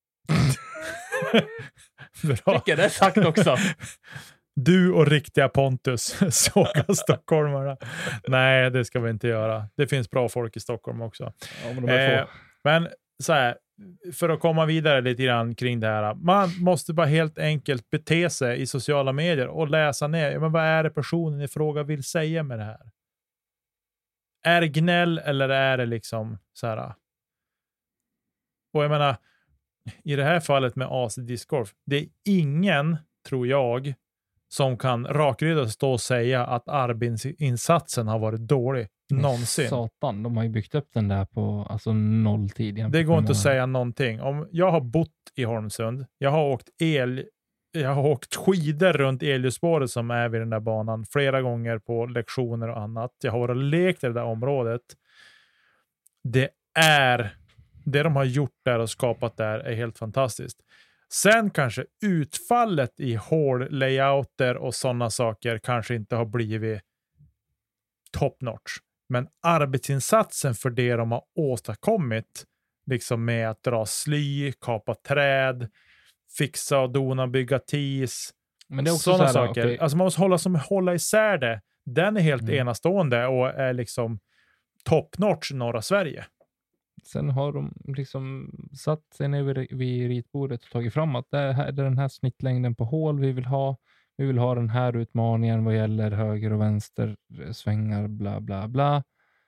Speaker 2: Bra.
Speaker 3: Tycker det är sagt också.
Speaker 2: Du och riktiga Pontus sågar stockholmarna. Nej, det ska vi inte göra. Det finns bra folk i Stockholm också.
Speaker 3: Ja, men, de är
Speaker 2: eh, men så här, för att komma vidare lite grann kring det här. Man måste bara helt enkelt bete sig i sociala medier och läsa ner. Men vad är det personen i fråga vill säga med det här? Är det gnäll eller är det liksom så här? Och jag menar, i det här fallet med A C Discgolf, det är ingen, tror jag, som kan rakryggat stå och säga att arbetsinsatsen har varit dålig någonsin.
Speaker 3: Satan, de har ju byggt upp den där på alltså nolltid.
Speaker 2: Det går inte att säga någonting. Om jag har bott i Holmsund, jag har åkt el, jag har åkt skidor runt Elljusspåret som är vid den där banan flera gånger på lektioner och annat. Jag har varit och lekt i det där området. Det är det de har gjort där och skapat där är helt fantastiskt. Sen kanske utfallet i hål-layouter och sådana saker kanske inte har blivit top notch. Men arbetsinsatsen för det de har åstadkommit, liksom med att dra sly, kapa träd, fixa och dona, bygga tis,
Speaker 3: men det är också
Speaker 2: sådana
Speaker 3: så här,
Speaker 2: saker.
Speaker 3: okay.
Speaker 2: Alltså man måste hålla, som, hålla isär det. Den är helt mm. enastående och är liksom top notch i norra Sverige.
Speaker 3: Sen har de liksom satt sig ner vid, vid ritbordet och tagit fram att det är, det är den här snittlängden på hål vi vill ha. Vi vill ha den här utmaningen vad gäller höger och vänster svängar, bla bla bla.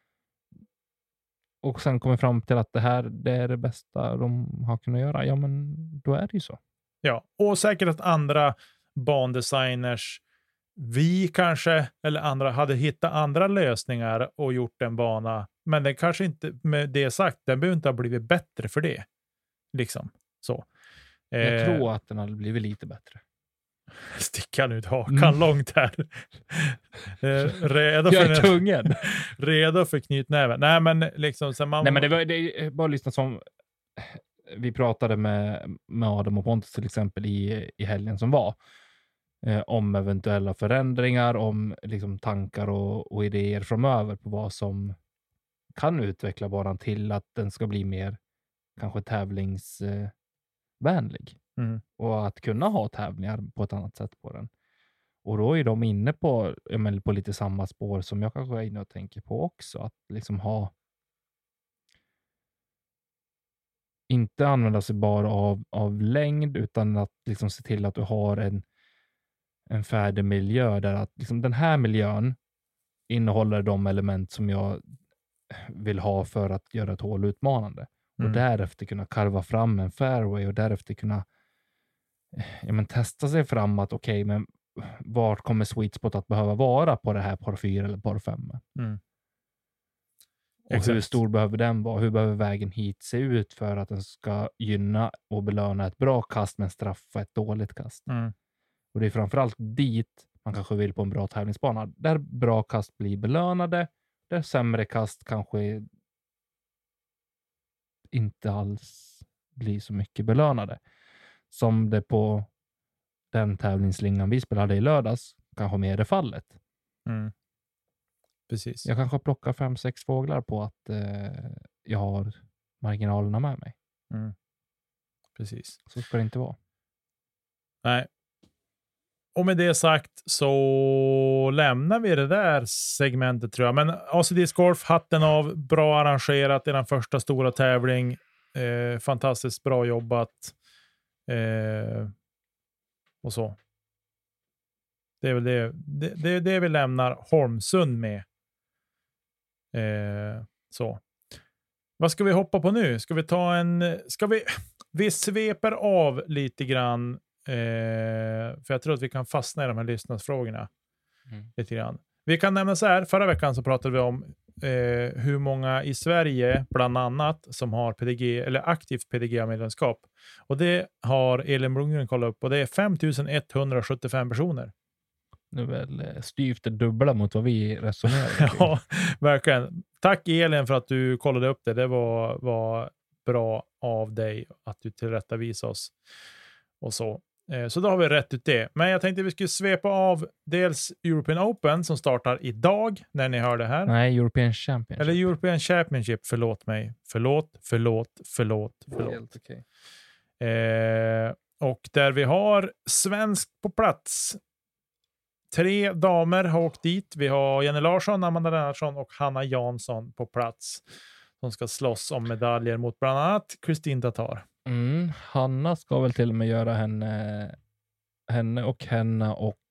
Speaker 3: Och sen kommer fram till att det här det är det bästa de har kunnat göra. Ja, men då är det ju så.
Speaker 2: Ja, och säkert att andra bandesigners, vi kanske, eller andra, hade hittat andra lösningar och gjort en bana. Men den kanske inte, med det sagt, den behöver inte ha blivit bättre för det. Liksom, så.
Speaker 3: Jag
Speaker 2: eh,
Speaker 3: tror att den hade blivit lite bättre.
Speaker 2: Sticker han ut hakan
Speaker 3: Mm.
Speaker 2: långt här. Eh, redo,
Speaker 3: Jag är
Speaker 2: för,
Speaker 3: tvungen.
Speaker 2: redo för knytnäven. Nej, men liksom så man...
Speaker 3: Nej, men det var det är bara att lyssna som vi pratade med, med Adam och Pontus till exempel i, i helgen som var. Eh, om eventuella förändringar, om liksom tankar och, och idéer framöver på vad som kan utveckla banan till att den ska bli mer kanske tävlingsvänlig.
Speaker 2: Mm.
Speaker 3: Och att kunna ha tävlingar på ett annat sätt på den. Och då är de inne på, jag menar, på lite samma spår som jag kanske är inne och tänker på också. Att liksom ha inte använda sig bara av, av längd, utan att liksom se till att du har en, en färdig miljö där att liksom den här miljön innehåller de element som jag vill ha för att göra ett hål utmanande.
Speaker 2: Mm.
Speaker 3: Och därefter kunna karva fram en fairway och därefter kunna ja, men testa sig fram att okej, okay, men vart kommer sweet spot att behöva vara på det här par fyra eller par fem?
Speaker 2: Mm.
Speaker 3: Och
Speaker 2: Exakt.
Speaker 3: hur stor behöver den vara? Hur behöver vägen hit se ut för att den ska gynna och belöna ett bra kast men straffa ett dåligt kast?
Speaker 2: Mm.
Speaker 3: Och det är framförallt dit man kanske vill på en bra tävlingsbana. Där bra kast blir belönade, där sämre kast kanske inte alls blir så mycket belönade. Som det på den tävlingsslingan vi spelade i lördags kanske mer är fallet.
Speaker 2: Mm. Precis.
Speaker 3: Jag kanske plockar fem, sex fåglar på att eh, jag har marginalerna med mig.
Speaker 2: Mm. Precis.
Speaker 3: Så ska det inte vara.
Speaker 2: Nej. Och med det sagt så lämnar vi det där segmentet tror jag. Men A C Disc Golf, hatten av, bra arrangerat i den första stora tävling. Eh, fantastiskt bra jobbat. Eh, och så. Det är väl det, det, det, det vi lämnar Holmsund med. Eh, så. Vad ska vi hoppa på nu? Ska vi ta en... Ska vi... Vi sveper av lite grann. Eh, för jag tror att vi kan fastna i de här lyssnarsfrågorna.
Speaker 3: Mm.
Speaker 2: Lite grann. Vi kan nämna så här. Förra veckan så pratade vi om eh, hur många i Sverige bland annat som har P D G eller aktivt P D G-medlemskap. Och det har Elin Blomgren kollat upp. Och det är fem tusen etthundrasjuttiofem personer.
Speaker 3: Nu är väl styvt det dubbla mot vad vi resonerar.
Speaker 2: Ja, verkligen. Tack Elin för att du kollade upp det. Det var, var bra av dig att du tillrättavisade oss. Och så. Eh, så då har vi rätt ut det. Men jag tänkte att vi skulle svepa av dels European Open som startar idag när ni hör det här.
Speaker 3: Nej, European Championship.
Speaker 2: Eller European Championship, förlåt mig. Förlåt, förlåt, förlåt, förlåt.
Speaker 3: Helt okej.
Speaker 2: Eh, och där vi har svensk på plats. Tre damer har åkt dit. Vi har Jenny Larsson, Amanda Lennartsson och Hanna Jansson på plats. De ska slåss om medaljer mot bland annat Kristin Tatar.
Speaker 3: Mm, Hanna ska väl till och med göra henne, henne och henne och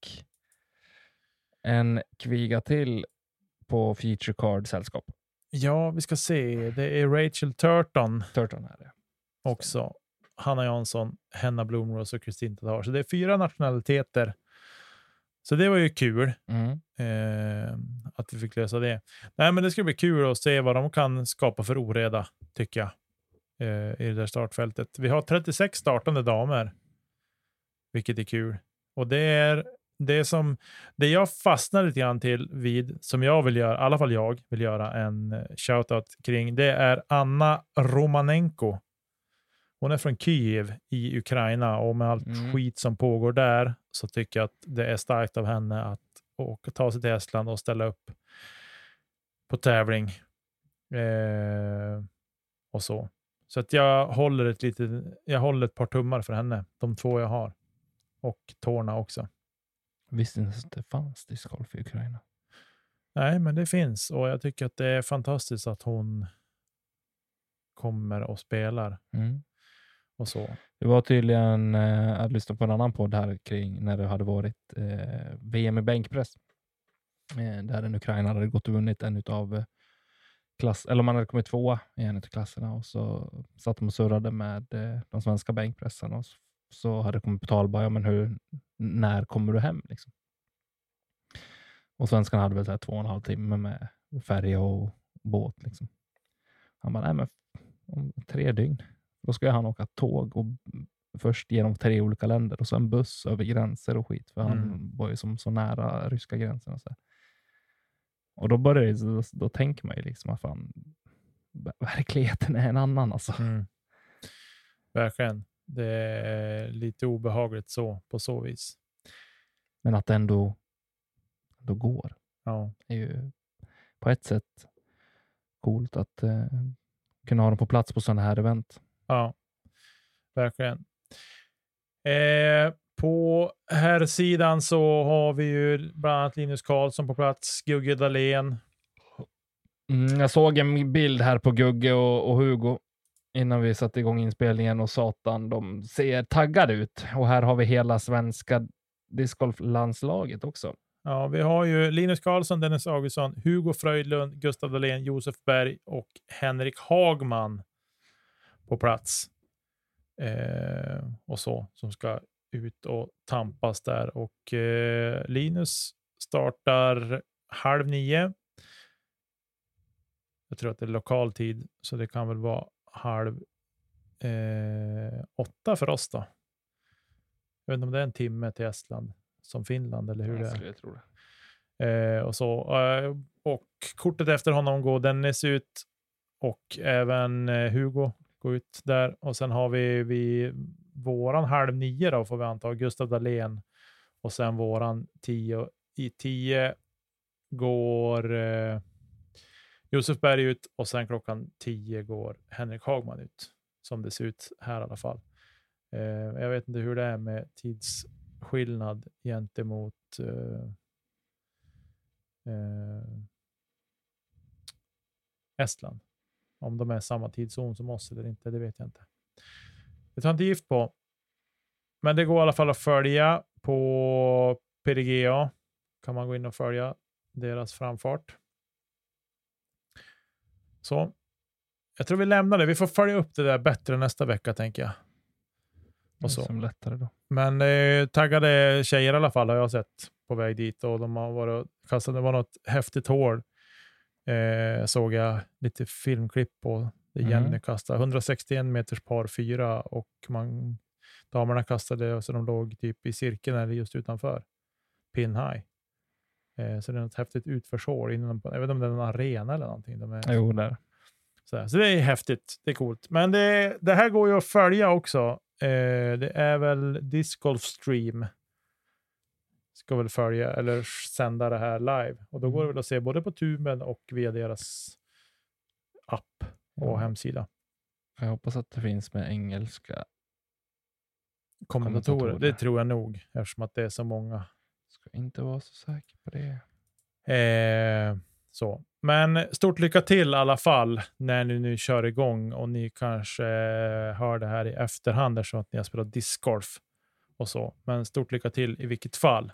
Speaker 3: en kviga till på Feature Card-sällskap.
Speaker 2: Ja, vi ska se. Det är Rachel Turton.
Speaker 3: Turton är det.
Speaker 2: Också. Hanna Jansson, Henna Blomros och Kristin Tatar. Så det är fyra nationaliteter. Så det var ju kul
Speaker 3: Mm.
Speaker 2: eh, att vi fick lösa det. Nej, men det ska bli kul att se vad de kan skapa för oreda, tycker jag, eh, i det där startfältet. Vi har trettiosex startande damer, vilket är kul. Och det är det som det jag fastnar lite grann till vid, som jag vill göra, i alla fall jag vill göra en shoutout kring, det är Anna Romanenko. Hon är från Kyiv i Ukraina och med allt
Speaker 3: Mm.
Speaker 2: skit som pågår där så tycker jag att det är starkt av henne att åka, ta sig till Estland och ställa upp på tävling. Eh, och så. Så att jag håller ett litet, jag håller ett par tummar för henne. De två jag har. Och tårna också.
Speaker 3: Visste inte att det fanns discgolf i Ukraina.
Speaker 2: Nej, men det finns. Och jag tycker att det är fantastiskt att hon kommer och spelar.
Speaker 3: Mm.
Speaker 2: Och så.
Speaker 3: Det var tydligen eh, att lyssna på en annan podd här kring när det hade varit eh, V M i bänkpress. Eh, där en Ukraina hade gått och vunnit en utav eh, klass, eller man hade kommit tvåa i en av klasserna och så satt de och surrade med eh, de svenska bänkpressarna och så, så hade det kommit på tal bara, ja, men hur, när kommer du hem liksom? Och svenskarna hade väl så här två och en halv timme med färja och båt liksom. Han bara, nej men om tre dygn. Då ska han åka tåg och först genom tre olika länder och så en buss över gränser och skit. För
Speaker 2: Mm.
Speaker 3: han var ju som så nära ryska gränsen. Och, så. och då börjar det, då, då tänker man ju liksom att fan, verkligheten är en annan alltså.
Speaker 2: Mm. Verkligen. Det är lite obehagligt så på så vis.
Speaker 3: Men att det ändå, ändå går.
Speaker 2: Ja.
Speaker 3: Det är ju på ett sätt coolt att eh, kunna ha dem på plats på sådana här event.
Speaker 2: Ja, verkligen. Eh, på här sidan så har vi ju bland annat Linus Karlsson på plats, Gugge Dahlén.
Speaker 3: Mm, jag såg en bild här på Gugge och, och Hugo innan vi satte igång inspelningen och satan, de ser taggade ut. Och här har vi hela svenska discgolflandslaget också.
Speaker 2: Ja, vi har ju Linus Karlsson, Dennis Augustsson, Hugo Fröjdlund, Gustav Dahlén, Josef Berg och Henrik Hagman på plats. Eh, och så, som ska ut och tampas där. Och eh, Linus startar halv nio. Jag tror att det är lokal tid, så det kan väl vara halv eh, åtta för oss då. Jag vet inte om det är en timme till Estland som Finland eller hur det är.
Speaker 3: Jag tror det.
Speaker 2: Eh, och, så, eh, och kortet efter honom går Dennis ut och även eh, Hugo går ut där. Och sen har vi, vi våran halv nio då, får vi anta, Gustav Dahlén. Och sen våran tio. I tio går eh, Josef Berg ut och sen klockan tio går Henrik Hagman ut. Som det ser ut här i alla fall. Eh, jag vet inte hur det är med tidsskillnad gentemot eh, eh, Estland. Om de är samma tidszon som oss eller inte, det vet jag inte. Det tar inte gift på. Men det går i alla fall att följa på P D G A. Kan man gå in och följa deras framfart. Så. Jag tror vi lämnar det. Vi får följa upp det där bättre nästa vecka, tänker jag. Och så.
Speaker 3: Som lättare då.
Speaker 2: Men eh, taggade tjejer i alla fall har jag sett på väg dit. Och de har varit kastat. Det var något häftigt hål. Eh, såg jag lite filmklipp på. Det
Speaker 3: Mm.
Speaker 2: Jenny kastade. hundrasextioen meters par fyra. Och man, damerna kastade så de låg typ i cirkeln eller just utanför. Pin high. Eh, så det är något häftigt utförshål. Innan, jag vet inte om det är en arena eller någonting. De är,
Speaker 3: Jo, där.
Speaker 2: så, här. Så det är häftigt. Det är coolt. Men det, det här går ju att följa också. Eh, det är väl Disc Golf Stream. Ska väl följa eller sända det här live. Och då går det väl att se både på tuben och via deras app och
Speaker 3: Ja.
Speaker 2: hemsida.
Speaker 3: Jag hoppas att det finns med engelska
Speaker 2: Kommentatorer.
Speaker 3: kommentatorer.
Speaker 2: Det tror jag nog. Eftersom att det är så många.
Speaker 3: Ska inte vara så säker på det.
Speaker 2: Eh, så. Men stort lycka till i alla fall när ni nu kör igång och ni kanske eh, hör det här i efterhand så att ni har spelat discgolf och så. Men stort lycka till i vilket fall.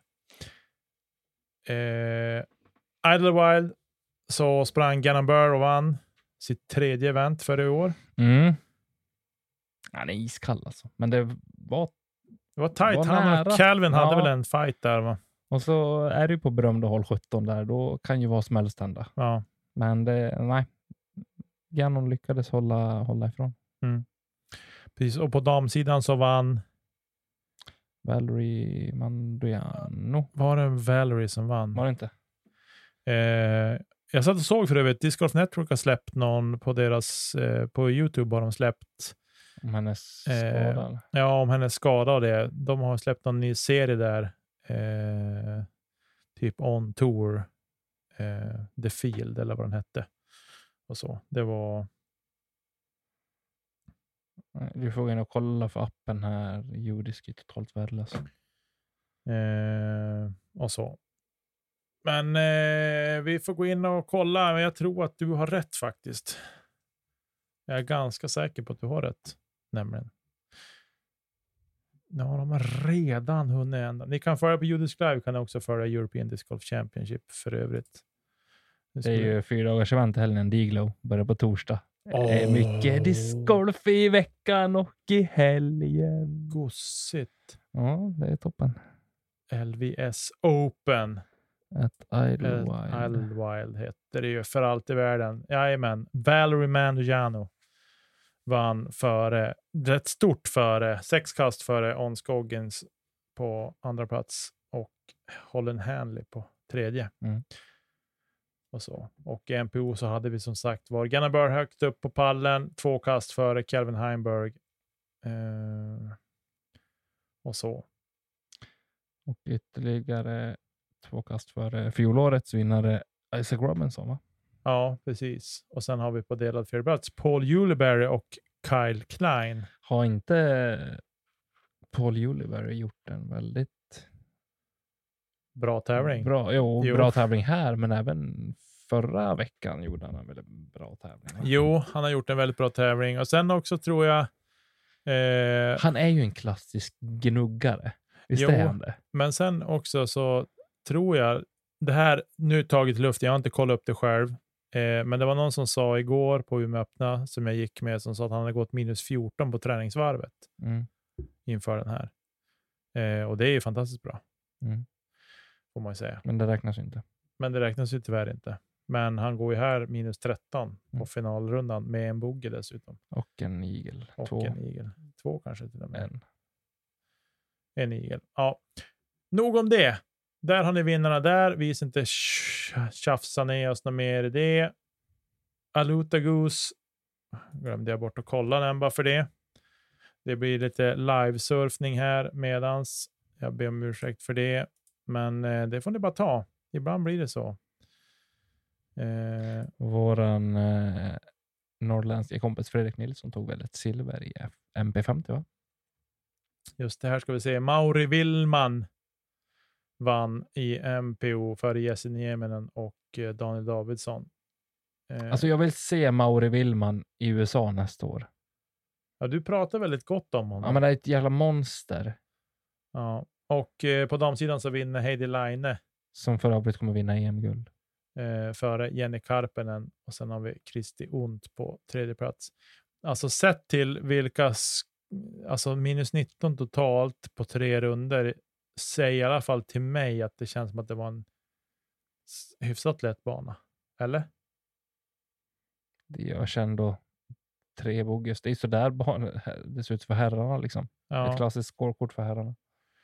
Speaker 2: Eh, Idlewild så sprang Gannon Burr och vann sitt tredje event för i år.
Speaker 3: Mm. Han är iskall alltså. Men det var...
Speaker 2: Det var tajt.
Speaker 3: Var
Speaker 2: Han och
Speaker 3: nära.
Speaker 2: Calvin hade
Speaker 3: Ja.
Speaker 2: väl en fight där, va?
Speaker 3: Och så är det ju på berömda håll sjutton där. Då kan ju vad som helst hända.
Speaker 2: Ja.
Speaker 3: Men det, nej. Gannon lyckades hålla, hålla ifrån.
Speaker 2: Precis. Och på damsidan så vann...
Speaker 3: Valerie Manduiano.
Speaker 2: Var det Valerie som vann?
Speaker 3: Var det inte?
Speaker 2: Eh, jag satt och såg för övrigt. Disc Golf Network har släppt någon på deras... Eh, på YouTube har de släppt...
Speaker 3: Om hennes
Speaker 2: Eh,
Speaker 3: skada.
Speaker 2: Ja, om hennes skada och det. De har släppt någon ny serie där. Eh, typ On Tour. Eh, The Field eller vad den hette. Och så. Det var...
Speaker 3: Du får gå in och kolla för appen här. Judisk är totalt värdelös.
Speaker 2: Eh, och så. Men eh, vi får gå in och kolla. Men jag tror att du har rätt faktiskt. Jag är ganska säker på att du har rätt. Nämligen. Ja, de har redan hunnit ända. Ni kan följa på Judisk Live. Kan ni också följa European Disc Golf Championship för övrigt.
Speaker 3: Det är ju fyra dagars event i helgen. Diglow börjar på torsdag. Det är
Speaker 2: Åh.
Speaker 3: mycket discgolf i veckan och i helgen.
Speaker 2: Gossigt.
Speaker 3: Ja, det är toppen.
Speaker 2: L V S Open.
Speaker 3: Ett Idlewild.
Speaker 2: Idlewild heter det ju för allt i världen. Jajamän. Valerie Manduiano vann före, rätt stort före, sex kast före On Scoggins på andra plats och Holden Hanley på tredje.
Speaker 3: Mm.
Speaker 2: Och så. Och i M P O så hade vi som sagt var Gunnar Burr högt upp på pallen, två kast före Kelvin Heimberg. Eh, och så.
Speaker 3: Och ytterligare två kast före fjolårets vinnare Isaac Robinson, va?
Speaker 2: Ja, precis. Och sen har vi på delad fjärde plats Paul Juleberry och Kyle Klein.
Speaker 3: Har inte Paul Juleberry gjort en väldigt
Speaker 2: bra tävling?
Speaker 3: Bra, jo,
Speaker 2: jo.
Speaker 3: bra tävling här, men även förra veckan gjorde han en väldigt bra tävling. Va?
Speaker 2: Jo, han har gjort en väldigt bra tävling. Och sen också tror jag... Eh,
Speaker 3: han är ju en klassisk gnuggare. Visst
Speaker 2: jo,
Speaker 3: är han det?
Speaker 2: Men sen också så tror jag... Det här, nu taget i luften, jag har inte kollat upp det själv. Eh, men det var någon som sa igår på Umeå öppna som jag gick med som sa att han hade gått minus fjorton på träningsvarvet
Speaker 3: Mm.
Speaker 2: inför den här. Eh, och det är ju fantastiskt bra.
Speaker 3: Mm.
Speaker 2: Får man ju säga.
Speaker 3: Men det räknas ju inte.
Speaker 2: Men det räknas ju tyvärr inte. Men han går ju här minus tretton på
Speaker 3: Mm.
Speaker 2: finalrundan med en bogey dessutom.
Speaker 3: Och en igel.
Speaker 2: Och
Speaker 3: Två.
Speaker 2: en igel. Två kanske till och med.
Speaker 3: En.
Speaker 2: En igel. Ja. Nog om det. Där har ni vinnarna där. Vi ska inte tjafsa ner oss något mer i det. Aluta Goose. Glömde jag bort att kolla den bara för det. Det blir lite live-surfning här medans. Jag ber om ursäkt för det. Men eh, det får ni bara ta. Ibland blir det så. Eh,
Speaker 3: Våran eh, norrländska kompis Fredrik Nilsson tog väl ett silver i F- M P femtio, va?
Speaker 2: just det här ska vi se. Mauri Willman vann i M P O för Jesse Nieminen och eh, Daniel Davidsson. Eh,
Speaker 3: Alltså jag vill se Mauri Willman i U S A nästa år.
Speaker 2: ja, du pratar väldigt gott om honom.
Speaker 3: Ja, men det är ett jävla monster.
Speaker 2: Ja. Och eh, på damsidan så vinner Heidi Laine
Speaker 3: Som för övrigt kommer vinna E M-guld.
Speaker 2: eh, före Jenny Karpenen. Och sen har vi Kristi Ont på tredje plats. Alltså sett till vilka sk- alltså minus nitton totalt på tre runder säger i alla fall till mig att det känns som att det var en s- hyfsat lätt bana. Eller?
Speaker 3: Det görs ändå tre bogeys. Det är så där barn, det ser ut för herrarna liksom. Ett
Speaker 2: Ja.
Speaker 3: klassiskt scorekort för herrarna.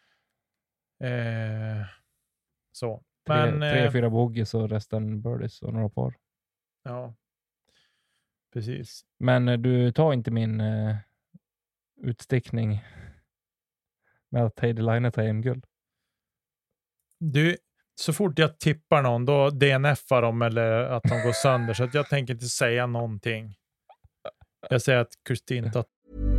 Speaker 2: Eh, så.
Speaker 3: Tre,
Speaker 2: Men,
Speaker 3: tre
Speaker 2: eh,
Speaker 3: fyra bogeys och resten birdies och några par.
Speaker 2: ja. Precis.
Speaker 3: Men eh, du tar inte min eh, utstickning med att Heidi Laine tar E M-guld.
Speaker 2: Du, så fort jag tippar någon då D N F-ar de eller att de går sönder så att jag tänker inte säga någonting. Jag säger att Kristin tar.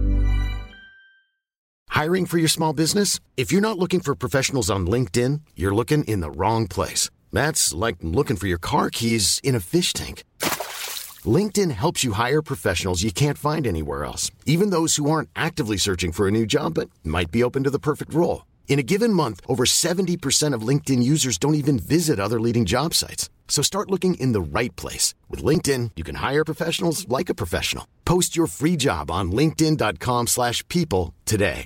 Speaker 1: Hiring for your small business? If you're not looking for professionals on LinkedIn, you're looking in the wrong place. That's like looking for your car keys in a fish tank. LinkedIn helps you hire professionals you can't find anywhere else, even those who aren't actively searching for a new job but might be open to the perfect role. In a given month, over seventy percent of LinkedIn users don't even visit other leading job sites. So start looking in the right place. With LinkedIn, you can hire professionals like a professional. Post your free job on linkedin dot com slash people today.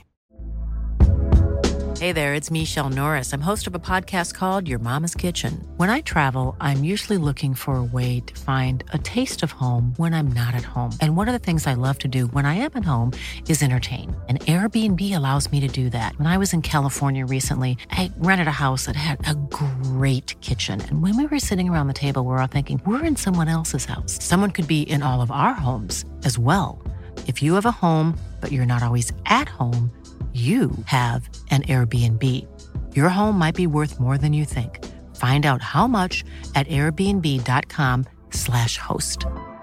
Speaker 4: Hey there, it's Michelle Norris. I'm host of a podcast called Your Mama's Kitchen. When I travel, I'm usually looking for a way to find a taste of home when I'm not at home. And one of the things I love to do when I am at home is entertain. And Airbnb allows me to do that. When I was in California recently, I rented a house that had a great kitchen. And when we were sitting around the table, we were all thinking, we're in someone else's house. Someone could be in all of our homes as well. If you have a home, but you're not always at home, you have an Airbnb. Your home might be worth more than you think. Find out how much at airbnb dot com slash host.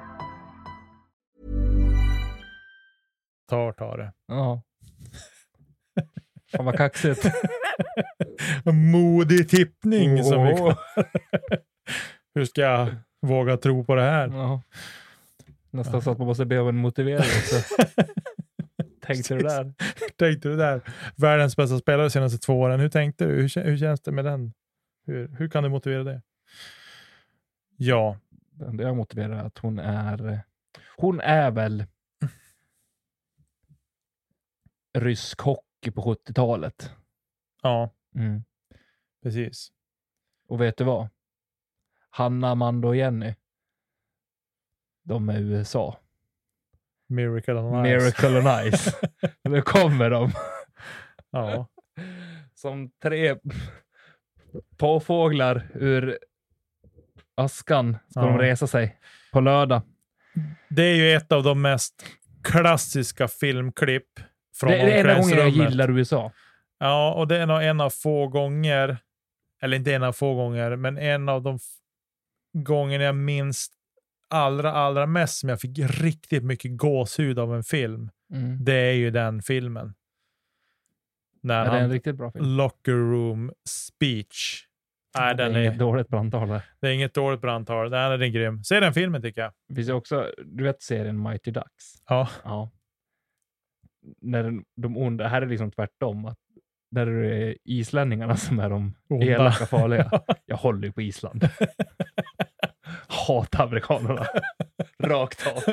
Speaker 2: Tar, tar det.
Speaker 3: Ja. Fan vad kaxigt.
Speaker 2: Modig tippning som vi
Speaker 3: Åh.
Speaker 2: kallar. Hur ska jag våga tro på det här?
Speaker 3: Ja. Nästan så att man måste be om en motivering också. Tänkte du där?
Speaker 2: Tänkte du där? Världens bästa spelare de senaste två åren. Hur tänkte du? Hur, kä- hur känns det med den? Hur, hur kan du motivera det? Ja.
Speaker 3: Det enda jag motiverar är att hon är hon är väl rysk hockey på sjuttiotalet.
Speaker 2: Ja,
Speaker 3: Mm.
Speaker 2: precis.
Speaker 3: Och vet du vad? Hanna, Amanda och Jenny, de är U S A.
Speaker 2: Miracle on Ice.
Speaker 3: Miracle on Ice. Nu kommer de.
Speaker 2: Ja.
Speaker 3: Som tre påfåglar ur askan ska
Speaker 2: Ja.
Speaker 3: de resa sig på lördag.
Speaker 2: Det är ju ett av de mest klassiska filmklipp från
Speaker 3: Det, det är en gång jag
Speaker 2: omklädningsrummet.
Speaker 3: gillar U S A.
Speaker 2: Ja, och det är nog en av få gånger, eller inte en av få gånger, men en av de f- gånger jag minns allra, allra mest som jag fick riktigt mycket gåshud av en film.
Speaker 3: Mm.
Speaker 2: Det är ju den filmen. När
Speaker 3: Ja, det är en
Speaker 2: han,
Speaker 3: riktigt bra film.
Speaker 2: Locker Room Speech. Nej,
Speaker 3: det är
Speaker 2: den
Speaker 3: inget
Speaker 2: är,
Speaker 3: dåligt brandtal där.
Speaker 2: det är inget dåligt brandtal. Den är grym. Se den filmen tycker jag.
Speaker 3: Det finns ju också, du vet serien Mighty Ducks?
Speaker 2: Ja.
Speaker 3: Ja. När de, de onda, här är liksom tvärtom. Att där är det islänningarna som är de
Speaker 2: Onda.
Speaker 3: elaka farliga. Jag håller ju på Island. Hatar amerikanerna. Rakt av.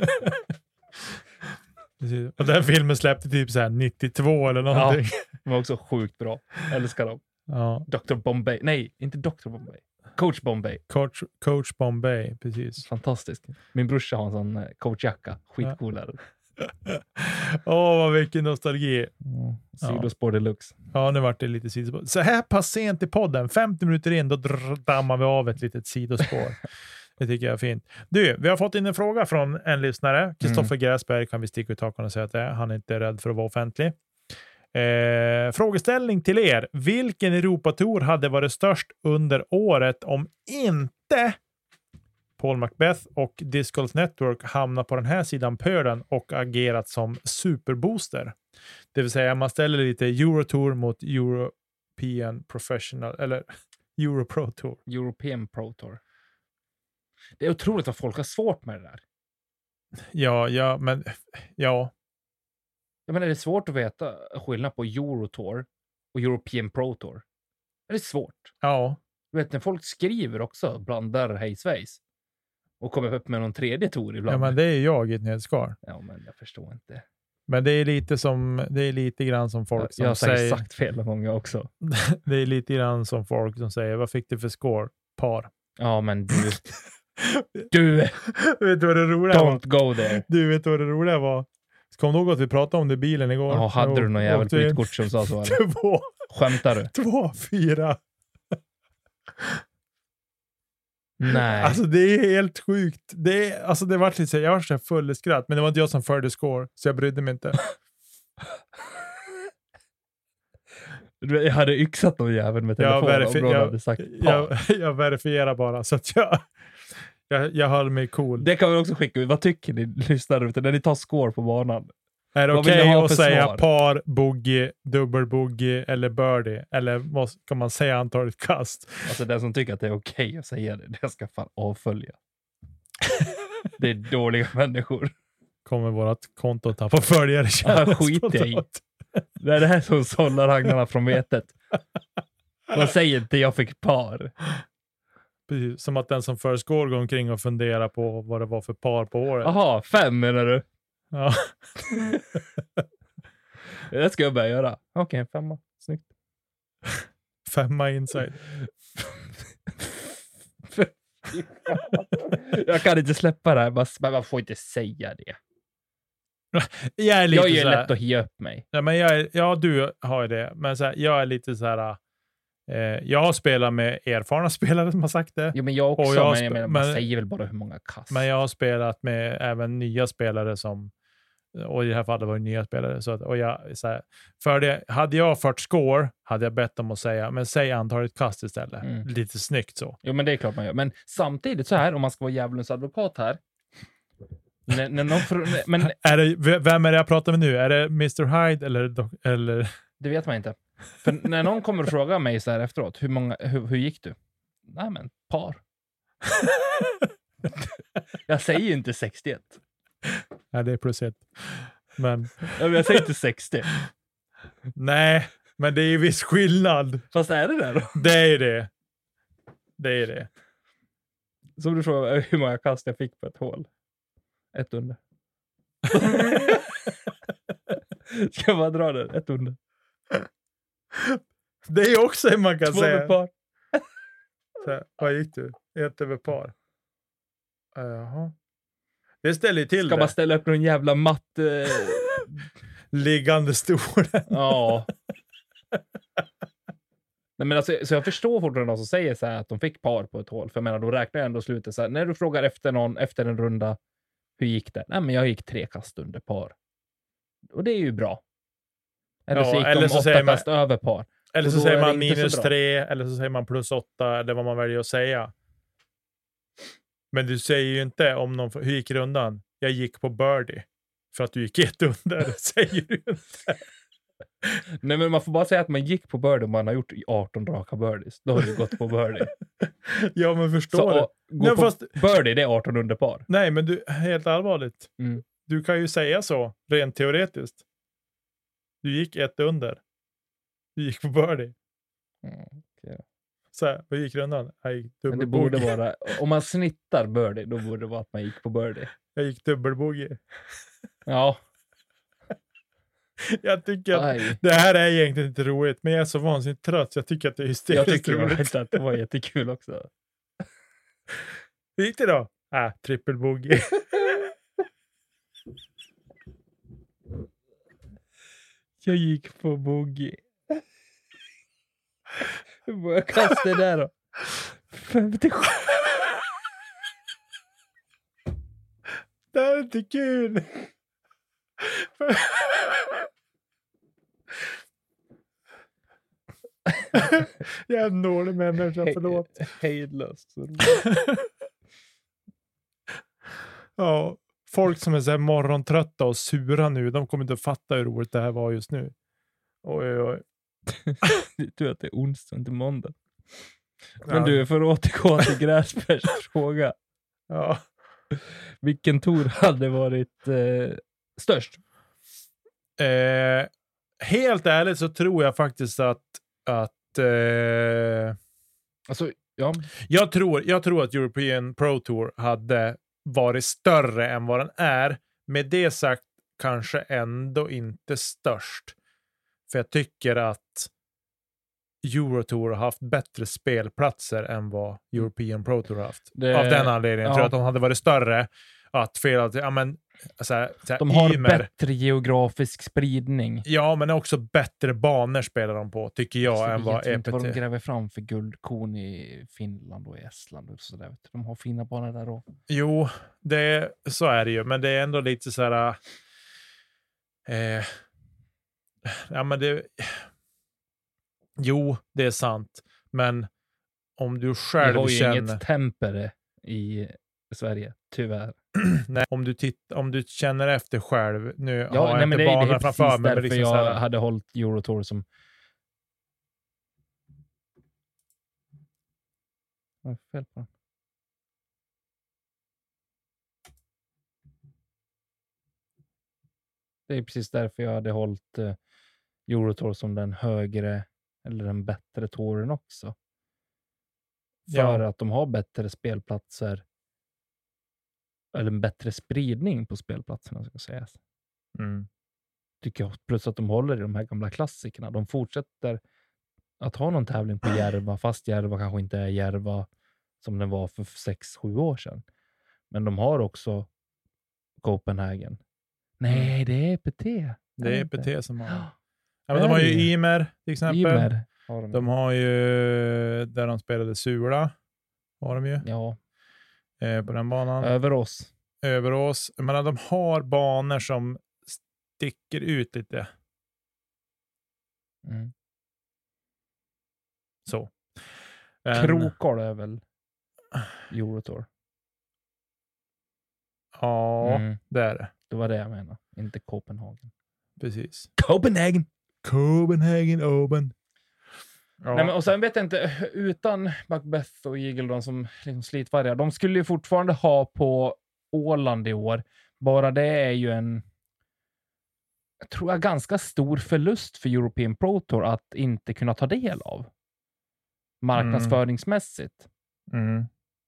Speaker 2: Precis. Och den filmen släppte typ så här nittiotvå eller någonting.
Speaker 3: De var också sjukt bra. Älskar dem.
Speaker 2: Ja.
Speaker 3: doktor Bombay. Nej, inte doktor Bombay. Coach Bombay.
Speaker 2: Coach, Coach Bombay, precis.
Speaker 3: Fantastisk. Min brorsa har en sån eh, coachjacka. Skitcoolare.
Speaker 2: Åh, vad mycket nostalgi.
Speaker 3: Mm. Sidospår deluxe.
Speaker 2: Ja, nu vart det lite sidospår. Så här pass sent i podden, femtio minuter in, då dr- dammar vi av ett litet sidospår. Det tycker jag är fint. Du, vi har fått in en fråga från en lyssnare. Kristoffer mm. Gräsberg kan vi sticka ut taken och säga att det är. Han är inte rädd för att vara offentlig. Eh, frågeställning till er. Vilken Europatour hade varit störst under året om inte Paul Macbeth och Disc Golf Network hamnar på den här sidan pölen och agerat som superbooster? Det vill säga man ställer lite Eurotour mot European Professional eller Europro Tour.
Speaker 3: European Pro Tour. Det är otroligt vad folk har svårt med det där.
Speaker 2: Ja, ja, men ja.
Speaker 3: Jag menar, är det svårt att veta skillnad på Eurotour och European Pro Tour? Är det svårt?
Speaker 2: Ja.
Speaker 3: Du vet, när folk skriver också, blandar hejsvejs och kommer upp med någon tredje tour ibland.
Speaker 2: Ja, men det är jag i ett nedskar.
Speaker 3: Ja, men jag förstår inte.
Speaker 2: Men det är lite som, det är lite grann som folk
Speaker 3: jag,
Speaker 2: som
Speaker 3: jag har
Speaker 2: säger...
Speaker 3: säkert sagt fel med många också.
Speaker 2: Det är lite grann som folk som säger, vad fick du för score? Par.
Speaker 3: Ja, men du... du...
Speaker 2: Vet du vad det roliga var?
Speaker 3: Don't go there.
Speaker 2: Du vet vad det roliga var? Kom du ihåg att vi pratade om det i bilen igår?
Speaker 3: Ja, hade du någon jävel på
Speaker 2: in-
Speaker 3: ditt kort som sa så? Eller?
Speaker 2: Två,
Speaker 3: Skämtar du?
Speaker 2: två, fyra.
Speaker 3: Nej.
Speaker 2: Alltså det är helt sjukt. Det är, alltså det var lite så jag var så full i skratt, men det var inte jag som förde score, så jag brydde mig inte.
Speaker 3: Du vet, jag hade yxat någon jävel med
Speaker 2: Jag,
Speaker 3: telefon
Speaker 2: verifi-
Speaker 3: om någon
Speaker 2: jag,
Speaker 3: hade sagt
Speaker 2: jag, jag verifierar bara, så att jag, jag, jag höll mig cool.
Speaker 3: Det kan vi också skicka ut. Vad tycker ni lyssnare ute när ni tar score på banan?
Speaker 2: Är det
Speaker 3: Vad vill
Speaker 2: okej
Speaker 3: ni ha
Speaker 2: att
Speaker 3: för
Speaker 2: säga
Speaker 3: svar?
Speaker 2: par, boogie, dubbel boogie eller birdie? Eller vad ska man säga antalet kast?
Speaker 3: Alltså den som tycker att det är okej att säga det, det ska fan avfölja. Det är dåliga människor.
Speaker 2: Kommer vårat konto tappa följare?
Speaker 3: Ja, skit i. Det är det här som sållar agnarna från vetet. Man säger inte jag fick par.
Speaker 2: Precis, som att den som för score går omkring och funderar på vad det var för par på året.
Speaker 3: Jaha, fem menar du?
Speaker 2: Ja.
Speaker 3: Det ska jag börja göra. Okej, okay, femma. Snyggt.
Speaker 2: Femma inside.
Speaker 3: Jag kan inte släppa det här. Men man får inte säga det.
Speaker 2: Jag är lite
Speaker 3: jag är ju
Speaker 2: så här,
Speaker 3: lätt att ge upp mig.
Speaker 2: Ja, men jag är, ja, du har ju det. Men så här, jag är lite så här... Eh, jag har spelat med erfarna spelare som har sagt det.
Speaker 3: Jo, men jag också.
Speaker 2: Och jag
Speaker 3: men jag
Speaker 2: sp-
Speaker 3: menar, man
Speaker 2: men-
Speaker 3: säger väl bara hur många kast.
Speaker 2: Men jag har spelat med även nya spelare som... Och i det här fallet var det nya spelare. Så att, och jag, så här, för det, hade jag fört score hade jag bett dem att säga, men säg antalet kast istället.
Speaker 3: Mm.
Speaker 2: Lite snyggt så.
Speaker 3: Jo, men det är klart man gör. Men samtidigt så här, om man ska vara djävulens advokat här. när, när någon fr- men
Speaker 2: Är det, v- vem är det jag pratar med nu? Är det mister Hyde eller... doc- eller...
Speaker 3: det vet man inte. För när någon kommer och frågar mig så här efteråt, hur, många, hur, hur gick du? Nej, men par. Jag säger ju inte sextioett.
Speaker 2: Ja, det är plus ett. Men...
Speaker 3: Ja, men jag säger inte sextio.
Speaker 2: Nej, men det är ju viss skillnad.
Speaker 3: Fast är det där då?
Speaker 2: Det är det. Det är det.
Speaker 3: Som du frågar hur många kast jag fick på ett hål. Ett under. Ska jag bara dra det? Ett under.
Speaker 2: Det är också en man kan
Speaker 3: Två
Speaker 2: säga.
Speaker 3: med par.
Speaker 2: Så här, vad gick du? Ett över par. Uh, jaha. Det ställer ju till
Speaker 3: Ska
Speaker 2: det.
Speaker 3: man ställa upp någon jävla matt... Eh...
Speaker 2: Liggande stolen.
Speaker 3: Ja. Nej, men alltså, så jag förstår fortfarande de som säger så här att de fick par på ett hål. För jag menar, då räknar jag ändå slutet så här. När du frågar efter någon, efter en runda, hur gick det? Nej, men jag gick tre kast under par. Och det är ju bra. Eller
Speaker 2: Ja,
Speaker 3: så gick
Speaker 2: eller
Speaker 3: de
Speaker 2: så
Speaker 3: åtta
Speaker 2: säger man-
Speaker 3: kast över par.
Speaker 2: Eller
Speaker 3: Och
Speaker 2: så
Speaker 3: då
Speaker 2: säger
Speaker 3: är det
Speaker 2: man
Speaker 3: inte så
Speaker 2: minus
Speaker 3: bra.
Speaker 2: tre, eller så säger man plus åtta, eller vad man väljer att säga. Men du säger ju inte om någon, hur gick rundan? Jag gick på birdie. För att du gick ett under, säger du inte.
Speaker 3: Nej, men man får bara säga att man gick på birdie om man har gjort arton raka birdies. Då har du gått på birdie.
Speaker 2: Ja, men förstår
Speaker 3: Så
Speaker 2: du?
Speaker 3: och, gå
Speaker 2: Nej,
Speaker 3: på
Speaker 2: fast-
Speaker 3: birdie, det är arton under par.
Speaker 2: Nej, men du, helt allvarligt.
Speaker 3: Mm.
Speaker 2: Du kan ju säga så, rent teoretiskt. Du gick ett under. Du gick på birdie.
Speaker 3: Mm, okay.
Speaker 2: Så här, vad gick rundan? Jag gick
Speaker 3: Men det borde
Speaker 2: dubbelbogey.
Speaker 3: vara, om man snittar birdie, då borde det vara att man gick på birdie.
Speaker 2: Jag gick dubbelbogey.
Speaker 3: Ja.
Speaker 2: Jag tycker att
Speaker 3: Aj.
Speaker 2: det här är egentligen inte roligt, men jag är så vansinnigt trött så jag tycker att det är
Speaker 3: Jag
Speaker 2: hysteriskt
Speaker 3: tycker
Speaker 2: roligt.
Speaker 3: inte att det var jättekul också.
Speaker 2: Hur gick det då? Äh, trippelbogey.
Speaker 3: Jag gick på bogey. Hur många kast är det då? femtiosju.
Speaker 2: Det här är inte kul. Jag är en dålig människa, förlåt.
Speaker 3: Hejdlöst.
Speaker 2: Ja, folk som är så här morgontrötta och sura nu, de kommer inte att fatta hur roligt det här var just nu. Oj, oj, oj.
Speaker 3: Du att det är onsdag, inte måndag.
Speaker 2: Ja.
Speaker 3: Men du, för att återgå till Gräsbergs fråga.
Speaker 2: Ja.
Speaker 3: Vilken tour hade varit eh, störst?
Speaker 2: Eh, helt ärligt så tror jag faktiskt att, att eh,
Speaker 3: Alltså, ja.
Speaker 2: jag, tror, jag tror att European Pro Tour hade varit större än vad den är. Med det sagt kanske ändå inte störst. För jag tycker att Eurotour har haft bättre spelplatser än vad European Pro Tour har haft.
Speaker 3: Det-
Speaker 2: Av den anledningen
Speaker 3: ja.
Speaker 2: tror jag att de hade varit större. Att fel att, ja men, så här, så här,
Speaker 3: De har
Speaker 2: Ymer,
Speaker 3: bättre geografisk spridning.
Speaker 2: ja, men också bättre banor spelar de på, tycker jag,
Speaker 3: Så
Speaker 2: än
Speaker 3: vet
Speaker 2: vad
Speaker 3: vi inte vad de
Speaker 2: E P T.
Speaker 3: gräver fram för guldkorn i Finland och i Estland och sådär. De har fina banor där då.
Speaker 2: Jo, det, så är det ju. Men det är ändå lite så här... Eh, ja, men det... Jo, det är sant. Men om du
Speaker 3: Vi
Speaker 2: själv
Speaker 3: har ju
Speaker 2: känner...
Speaker 3: inget tempere i Sverige, tyvärr.
Speaker 2: Nej, om, du titt, om du känner efter själv... Nu
Speaker 3: Ja,
Speaker 2: har jag
Speaker 3: nej, men
Speaker 2: inte
Speaker 3: det, är- det
Speaker 2: banan
Speaker 3: är
Speaker 2: framför
Speaker 3: precis
Speaker 2: mig. Men
Speaker 3: därför
Speaker 2: liksom så
Speaker 3: jag
Speaker 2: här,
Speaker 3: hade hållit Eurotour som... Vad är det fel på den? Det är precis därför jag hade hållit eh, Eurotour som den högre eller den bättre touren också. För
Speaker 2: Ja.
Speaker 3: att de har bättre spelplatser eller en bättre spridning på spelplatserna, ska sägas.
Speaker 2: mm.
Speaker 3: Tycker jag. Plus att de håller i de här gamla klassikerna. De fortsätter att ha någon tävling på Järva, fast Järva kanske inte är Järva som den var för sex sju år sedan. Men de har också Copenhagen. Nej, det är E P T.
Speaker 2: Det är E
Speaker 3: inte.
Speaker 2: P T som har...
Speaker 3: Ja,
Speaker 2: Ja, men de har ju
Speaker 3: det är det.
Speaker 2: Ymer, till exempel.
Speaker 3: Ymer har de.
Speaker 2: De har ju... Där de spelade Sula. Har de ju.
Speaker 3: Ja,
Speaker 2: Eh, på den banan.
Speaker 3: över oss.
Speaker 2: Överås. Jag menar, de har banor som sticker ut lite.
Speaker 3: Mm.
Speaker 2: Så. Men,
Speaker 3: Krokar är väl Eurotour.
Speaker 2: Ja,
Speaker 3: Mm.
Speaker 2: det är det.
Speaker 3: Det var det jag menade. Inte Copenhagen.
Speaker 2: Precis.
Speaker 3: Copenhagen!
Speaker 2: Copenhagen Open. Ja.
Speaker 3: Nej, men, och sen vet jag inte, utan Macbeth och Eagle, de som liksom slitvargar, de skulle ju fortfarande ha på Åland i år. Bara det är ju en, jag tror jag, ganska stor förlust för European Pro Tour att inte kunna ta del av. Marknadsföringsmässigt.
Speaker 2: Mm.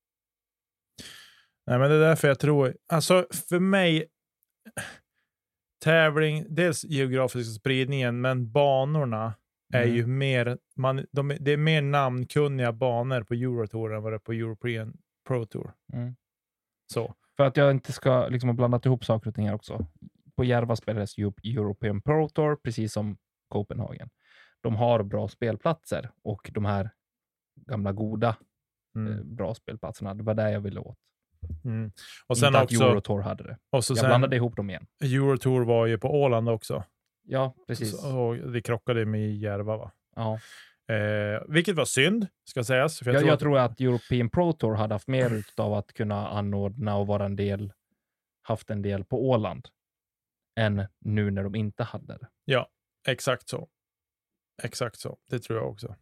Speaker 2: Nej, men det är därför jag tror... Alltså, för mig... Tävling, dels geografiska spridningen, men banorna är
Speaker 3: Mm.
Speaker 2: ju mer... Man, de, det är mer namnkunniga banor på Eurotour än vad det är på European Pro Tour.
Speaker 3: Mm.
Speaker 2: Så.
Speaker 3: För För att jag inte ska liksom ha blandat ihop saker och ting här också. På Järva spelades European Pro Tour, precis som Copenhagen. De har bra spelplatser och de här gamla goda mm. eh, bra spelplatserna. Det var där jag ville åt.
Speaker 2: Mm. Och sen
Speaker 3: inte
Speaker 2: också,
Speaker 3: att Eurotour hade det.
Speaker 2: Och så
Speaker 3: jag
Speaker 2: sen,
Speaker 3: blandade ihop dem igen.
Speaker 2: Eurotour var ju på Åland också.
Speaker 3: Ja, precis.
Speaker 2: Så, och det krockade med Järva, va?
Speaker 3: Ja.
Speaker 2: Eh, vilket var synd, ska sägas. För jag,
Speaker 3: jag,
Speaker 2: tror,
Speaker 3: jag
Speaker 2: att...
Speaker 3: tror att European Pro Tour hade haft mer av att kunna anordna och vara en del, haft en del på Åland än nu när de inte hade det.
Speaker 2: Ja, exakt så. Exakt så. Det tror jag också.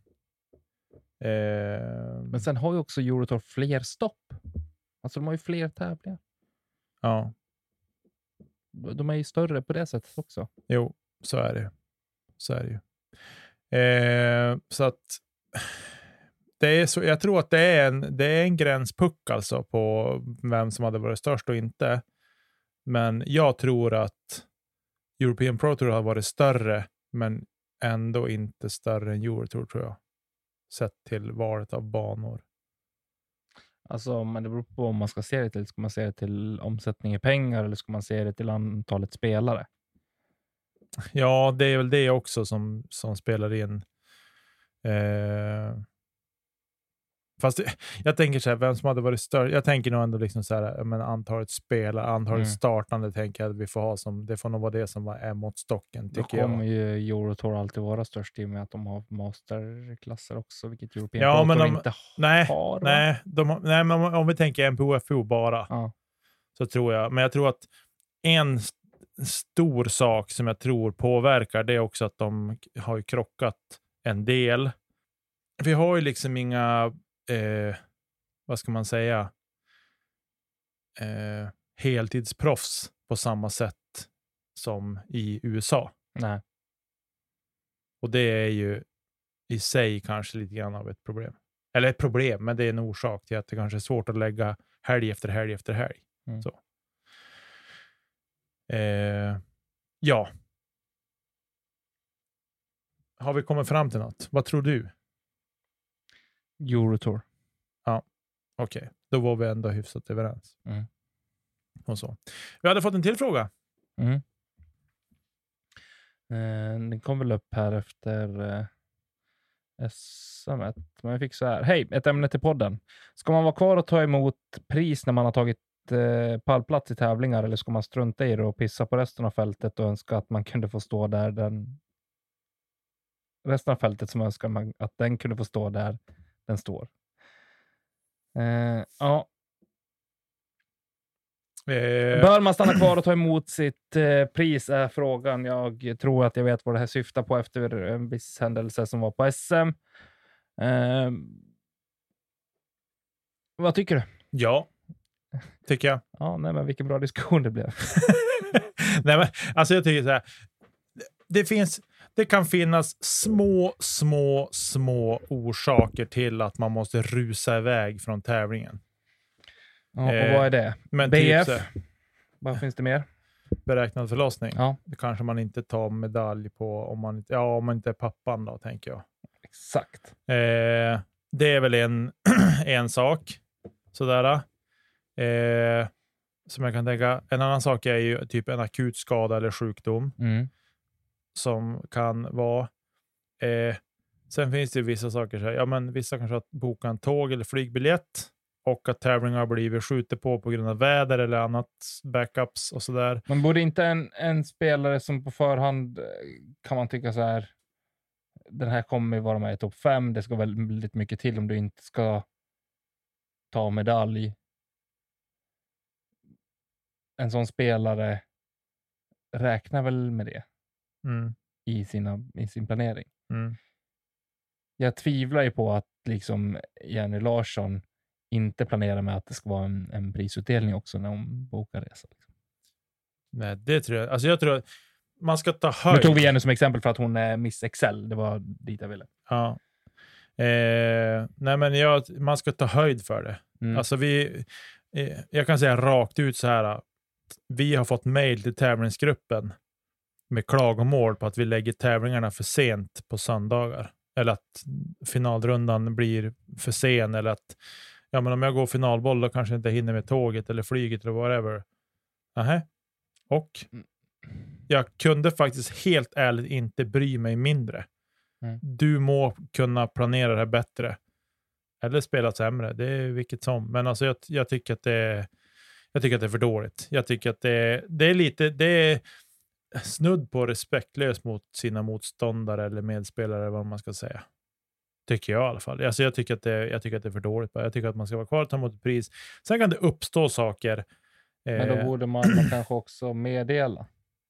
Speaker 2: Eh...
Speaker 3: Men sen har ju också Eurotour fler stopp. Alltså de har ju fler tävlingar.
Speaker 2: Ja.
Speaker 3: De är ju större på det sättet också.
Speaker 2: Jo, så är det. Så är det ju. Eh, så att det är så, jag tror att det är en, det är en gränspuck alltså på vem som hade varit störst och inte. Men jag tror att European Pro Tour har varit större, men ändå inte större än Eurotour, tror jag. Sett till valet av banor.
Speaker 3: Alltså, men det beror på om man ska se det till. Ska man se det till omsättning i pengar eller ska man se det till antalet spelare?
Speaker 2: Ja, det är väl det också som, som spelar in. Eh, fast jag tänker så här, vem som hade varit större. Jag tänker nog ändå liksom så här, men antalet spelare, antalet mm. startande tänker jag att vi får ha som, det får nog vara det som är måttstocken, tycker jag. Då
Speaker 3: kommer ju Eurotour alltid vara störst i och med att de har masterklasser också, vilket European
Speaker 2: ja,
Speaker 3: men
Speaker 2: de,
Speaker 3: inte
Speaker 2: nej,
Speaker 3: har.
Speaker 2: Nej, de, nej, men om, om vi tänker M P O F O bara,
Speaker 3: ja. Så
Speaker 2: tror jag, men jag tror att en stor sak som jag tror påverkar, det är också att de har ju krockat en del. Vi har ju liksom inga eh, vad ska man säga eh, heltidsproffs på samma sätt som i U S A.
Speaker 3: Nej.
Speaker 2: Och det är ju i sig kanske lite grann av ett problem. Eller ett problem, men det är en orsak till att det kanske är svårt att lägga helg efter helg efter helg. Mm. Så. Eh, ja. Har vi kommit fram till något? Vad tror du?
Speaker 3: Eurotour.
Speaker 2: Ja, okej. Okay. Då var vi ändå hyfsat överens.
Speaker 3: Mm.
Speaker 2: Och så. Vi hade fått en till fråga.
Speaker 3: Mm. Eh, den kom väl upp här efter eh, S M ett. Men jag fick så här. Hej, ett ämne till podden. Ska man vara kvar och ta emot pris när man har tagit pallplats i tävlingar eller ska man strunta i det och pissa på resten av fältet och önska att man kunde få stå där den resten av fältet som önskar man att den kunde få stå där den står. Eh, ja. Eh. Bör man stanna kvar och ta emot sitt eh, pris är frågan. Jag tror att jag vet vad det här syftar på efter en viss händelse som var på S M. Eh, vad tycker du?
Speaker 2: Ja. Tycker jag.
Speaker 3: Ja, nej, men vilken bra diskussion det blev.
Speaker 2: Nej, men alltså jag tycker så här. Det finns, det kan finnas små, små, små orsaker till att man måste rusa iväg från tävlingen.
Speaker 3: Ja, och eh, vad är det?
Speaker 2: Men
Speaker 3: B F?
Speaker 2: Typ så,
Speaker 3: vad finns det mer?
Speaker 2: Beräknad förlossning.
Speaker 3: Ja.
Speaker 2: Det kanske man inte tar medalj på om man, ja, om man inte är pappan då, tänker jag.
Speaker 3: Exakt.
Speaker 2: Eh, det är väl en, en sak. Sådär. Eh, som jag kan tänka. En annan sak är ju typ en akut skada eller sjukdom.
Speaker 3: Mm.
Speaker 2: Som kan vara. Eh, sen finns det vissa saker. Så här, ja, men vissa kanske att boka en tåg eller flygbiljett. Och att tävlingar har blivit skjutit på på grund av väder eller annat. Backups och sådär.
Speaker 3: Men borde inte en, en spelare som på förhand kan man tycka så här. Den här kommer vara med i topp fem. Det ska väldigt mycket till om du inte ska ta medalj. En sån spelare räknar väl med det
Speaker 2: mm.
Speaker 3: i, sina, i sin planering.
Speaker 2: Mm.
Speaker 3: Jag tvivlar ju på att liksom Jenny Larsson inte planerar med att det ska vara en, en prisutdelning också när hon bokar resa. Liksom.
Speaker 2: Nej, det tror jag. Alltså jag tror att man ska ta höjd.
Speaker 3: Nu tog vi Jenny som exempel för att hon är Miss Excel. Det var dit jag ville.
Speaker 2: Ja. Eh, nej, men jag, man ska ta höjd för det. Mm. Alltså vi, eh, jag kan säga rakt ut så här. Vi har fått mejl till tävlingsgruppen med klagomål på att vi lägger tävlingarna för sent på söndagar. Eller att finalrundan blir för sen. Eller att Ja, men om jag går finalboll då kanske jag inte hinner med tåget eller flyget eller whatever. Nähä. Och jag kunde faktiskt helt ärligt inte bry mig mindre.
Speaker 3: Mm.
Speaker 2: Du må kunna planera det här bättre. Eller spela sämre. Det är vilket som. Men alltså jag, jag tycker att det är jag tycker att det är för dåligt. Jag tycker att det är, det är lite det är snudd på respektlöst mot sina motståndare eller medspelare, vad man ska säga. Tycker jag i alla fall. Alltså jag tycker att det, jag tycker att det är för dåligt. Jag tycker att man ska vara kvar och ta emot ett pris. Sen kan det uppstå saker.
Speaker 3: Men då borde man, man kanske också meddela.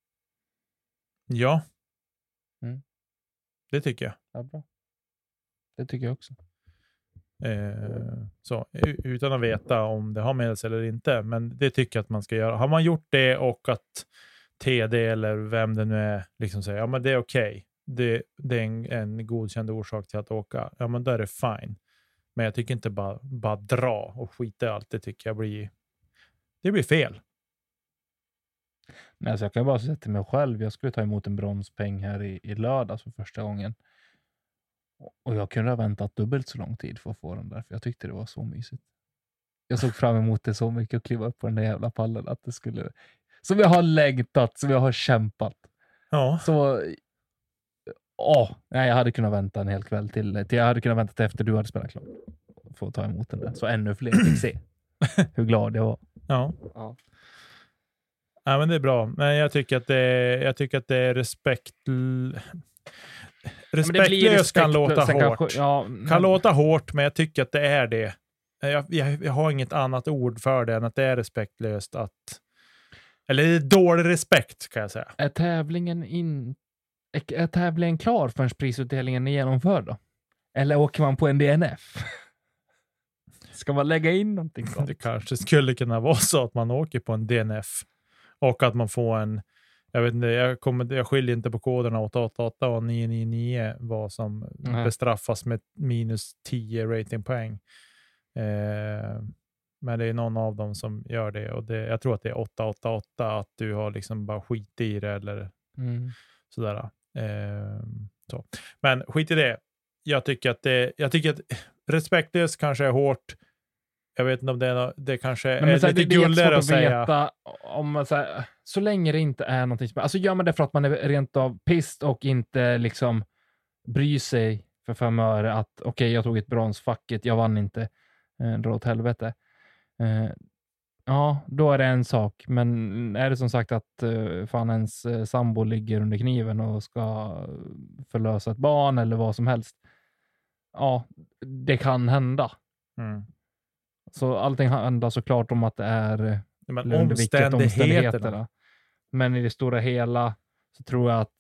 Speaker 2: Ja.
Speaker 3: Mm.
Speaker 2: Det tycker jag.
Speaker 3: Ja, bra. Det tycker jag också.
Speaker 2: Eh, så, utan att veta om det har medels eller inte. Men det tycker jag att man ska göra. Har man gjort det och att T D eller vem det nu är liksom säger, ja men det är okej. Okay. Det, det är en, en godkänd orsak till att åka. Ja men då är det fine. Men jag tycker inte bara, bara dra och skita i allt. Det tycker jag blir det blir fel.
Speaker 3: Nej, så jag kan bara säga till mig själv. Jag skulle ta emot en bronspeng här i, i lördags för första gången. Och jag kunde ha väntat dubbelt så lång tid för att få den där. För jag tyckte det var så mysigt. Jag såg fram emot det så mycket och kliva upp på den där jävla pallen. Att det skulle... Som jag har längtat, som jag har kämpat.
Speaker 2: Ja.
Speaker 3: Så... Åh, nej, jag hade kunnat vänta en hel kväll till. till jag hade kunnat vänta till efter du hade spelat klart. För att ta emot den där. Så ännu fler fick se hur glad jag var.
Speaker 2: Ja.
Speaker 3: Ja.
Speaker 2: Ja, men det är bra. Men jag tycker att det är, jag tycker att det är respekt... Respektlöst kan låta hårt.
Speaker 3: Kanske, ja, men...
Speaker 2: Kan låta hårt, men jag tycker att det är det. Jag, jag, jag har inget annat ord för det än att det är respektlöst att... Eller det är dålig respekt, kan jag säga.
Speaker 3: Är tävlingen in... Är, är tävlingen klar förrän prisutdelningen är genomförd då? Eller åker man på en D N F? Ska man lägga in någonting sånt?
Speaker 2: Det kanske skulle kunna vara så att man åker på en D N F. Och att man får en... Jag vet inte, jag, kommer, jag skiljer inte på koderna åtta åtta åtta och nio nio nio vad som
Speaker 3: Nej.
Speaker 2: bestraffas med minus tio ratingpoäng. Eh, men det är någon av dem som gör det. Och det, jag tror att det är åtta åtta åtta att du har liksom bara skit i det eller
Speaker 3: Mm.
Speaker 2: sådär. Eh, så. Men skit i det. Jag tycker att det, jag tycker att respektlöst kanske är hårt. Jag vet inte om det är, det kanske är
Speaker 3: men, men,
Speaker 2: lite gulligare att säga.
Speaker 3: Veta om, så, här, så länge det inte är någonting som... Alltså gör man det för att man är rent av pissed och inte liksom bryr sig för fem öre att okej, okay, jag tog ett brons, fuck it, jag vann inte. Eh, dra åt helvete. Eh, ja, då är det en sak. Men är det som sagt att eh, fan ens eh, sambo ligger under kniven och ska förlösa ett barn eller vad som helst. Ja, det kan hända.
Speaker 2: Mm.
Speaker 3: Så allting handlar såklart om att det är
Speaker 2: men
Speaker 3: under vilket
Speaker 2: omständigheterna.
Speaker 3: omständigheterna. Men i det stora hela så tror jag att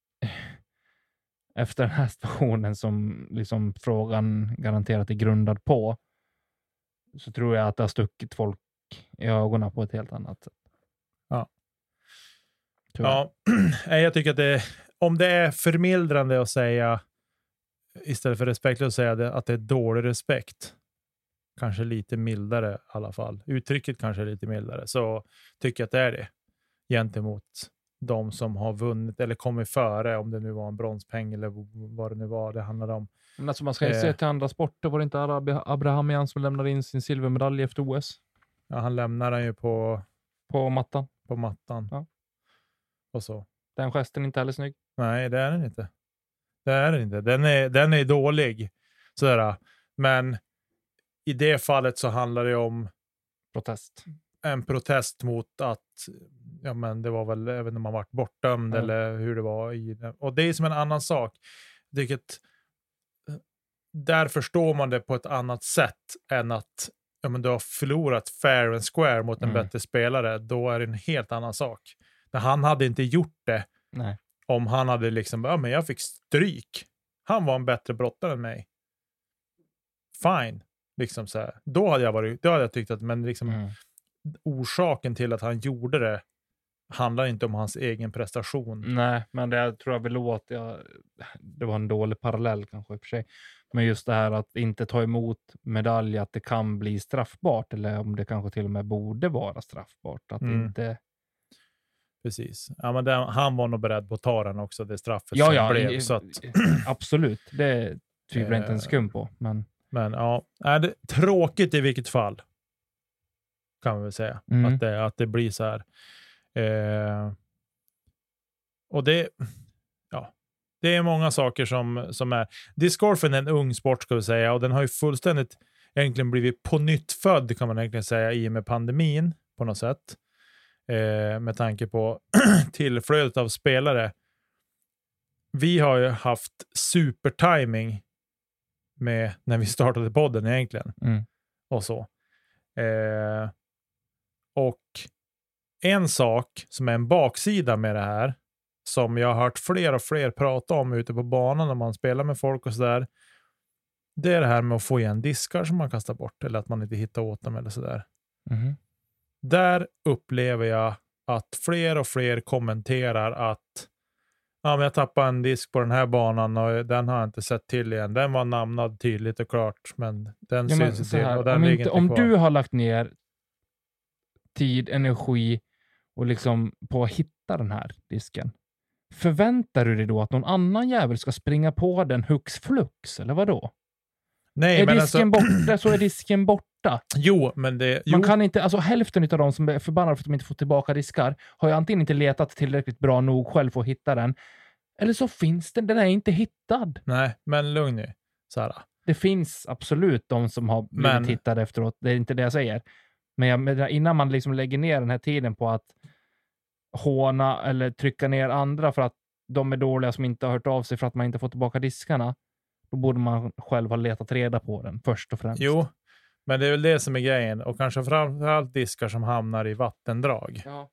Speaker 3: efter den här stationen som liksom frågan garanterat är grundad på, så tror jag att det har stuckit folk i ögonen på ett helt annat sätt.
Speaker 2: Ja.
Speaker 3: Tror jag.
Speaker 2: Ja, jag tycker att det, om det är förmildrande att säga istället för respektlöst att säga det, att det är dålig respekt, kanske lite mildare i alla fall. Uttrycket kanske är lite mildare. Så tycker jag att det är det. Gentemot de som har vunnit eller kommit före, om det nu var en bronspeng eller vad det nu var det handlade om.
Speaker 3: Men alltså man ska ju
Speaker 2: eh,
Speaker 3: se till andra sporter. Var det inte Arab- Abrahamian som lämnade in sin silvermedalj efter O S?
Speaker 2: Ja, han lämnar den ju på,
Speaker 3: På mattan.
Speaker 2: på mattan.
Speaker 3: Ja.
Speaker 2: Och så.
Speaker 3: Den gesten är inte heller snygg.
Speaker 2: Nej, det är den inte. Det är den inte. Den är, den är dålig. Sådär. Men i det fallet så handlar det om
Speaker 3: Protest.
Speaker 2: en protest mot att ja, men det var väl även om man varit bortdömd
Speaker 3: Ja.
Speaker 2: eller hur det var i, och det är som en annan sak. Det är ett, där förstår man det på ett annat sätt än att ja, men du har förlorat fair and square mot en
Speaker 3: Mm.
Speaker 2: bättre spelare. Då är det en helt annan sak. Men han hade inte gjort det
Speaker 3: Nej.
Speaker 2: om han hade liksom, ja men jag fick stryk. Han var en bättre brottare än mig. Fine. Liksom så här. Då hade jag varit, då hade jag tyckt att, men liksom
Speaker 3: Mm.
Speaker 2: orsaken till att han gjorde det handlar inte om hans egen prestation.
Speaker 3: Nej, men det jag tror jag vill åt, jag, det var en dålig parallell kanske i och för sig. Men just det här att inte ta emot medalj, att det kan bli straffbart, eller om det kanske till och med borde vara straffbart. Att
Speaker 2: Mm.
Speaker 3: inte...
Speaker 2: Precis. Ja, men den, han var nog beredd på att ta den också, det straffet
Speaker 3: Ja,
Speaker 2: som
Speaker 3: ja,
Speaker 2: blev.
Speaker 3: i-
Speaker 2: Så att,
Speaker 3: absolut. Det tvivlar jag inte en skum på. Men,
Speaker 2: Men ja, är det tråkigt i vilket fall. Kan man väl säga.
Speaker 3: Mm.
Speaker 2: Att, det, att det blir så här. Eh, och det, ja, det är många saker som, som är. Discgolfen är en ung sport ska vi säga. Och den har ju fullständigt egentligen blivit på nytt född kan man egentligen säga i och med pandemin på något sätt. Eh, med tanke på tillflödet av spelare. Vi har ju haft supertiming med när vi startade podden egentligen.
Speaker 3: Mm.
Speaker 2: Och så. Eh, och en sak som är en baksida med det här som jag har hört fler och fler prata om ute på banan när man spelar med folk och sådär. Det är det här med att få igen diskar som man kastar bort eller att man inte hittar åt dem eller sådär.
Speaker 3: Mm.
Speaker 2: Där upplever jag att fler och fler kommenterar att ja, men jag tappade en disk på den här banan och den har jag inte sett till igen. Den var namnad tydligt och klart, men den
Speaker 3: Ja, men
Speaker 2: syns
Speaker 3: så
Speaker 2: till
Speaker 3: här,
Speaker 2: och den
Speaker 3: om
Speaker 2: ligger
Speaker 3: inte,
Speaker 2: inte
Speaker 3: om
Speaker 2: kvar.
Speaker 3: du har lagt ner tid, energi och liksom på att hitta den här disken, förväntar du dig då att någon annan jävel ska springa på den hux flux, eller vad då?
Speaker 2: Nej,
Speaker 3: Är
Speaker 2: men
Speaker 3: disken
Speaker 2: alltså,
Speaker 3: borta så är disken borta.
Speaker 2: jo, men det... Jo.
Speaker 3: Man kan inte, alltså hälften av de som är förbannade för att de inte får tillbaka diskar har ju antingen inte letat tillräckligt bra nog själv för att hitta den, eller så finns den, den är inte hittad.
Speaker 2: Nej, men lugn nu. Så här.
Speaker 3: Det finns absolut de som har blivit
Speaker 2: Men-
Speaker 3: hittade efteråt, det är inte det jag säger. Men jag menar, innan man liksom lägger ner den här tiden på att håna eller trycka ner andra för att de är dåliga som inte har hört av sig för att man inte får tillbaka diskarna, då borde man själv ha letat reda på den först och främst.
Speaker 2: Jo, men det är väl det som är grejen. Och kanske framförallt diskar som hamnar i vattendrag.
Speaker 3: Ja.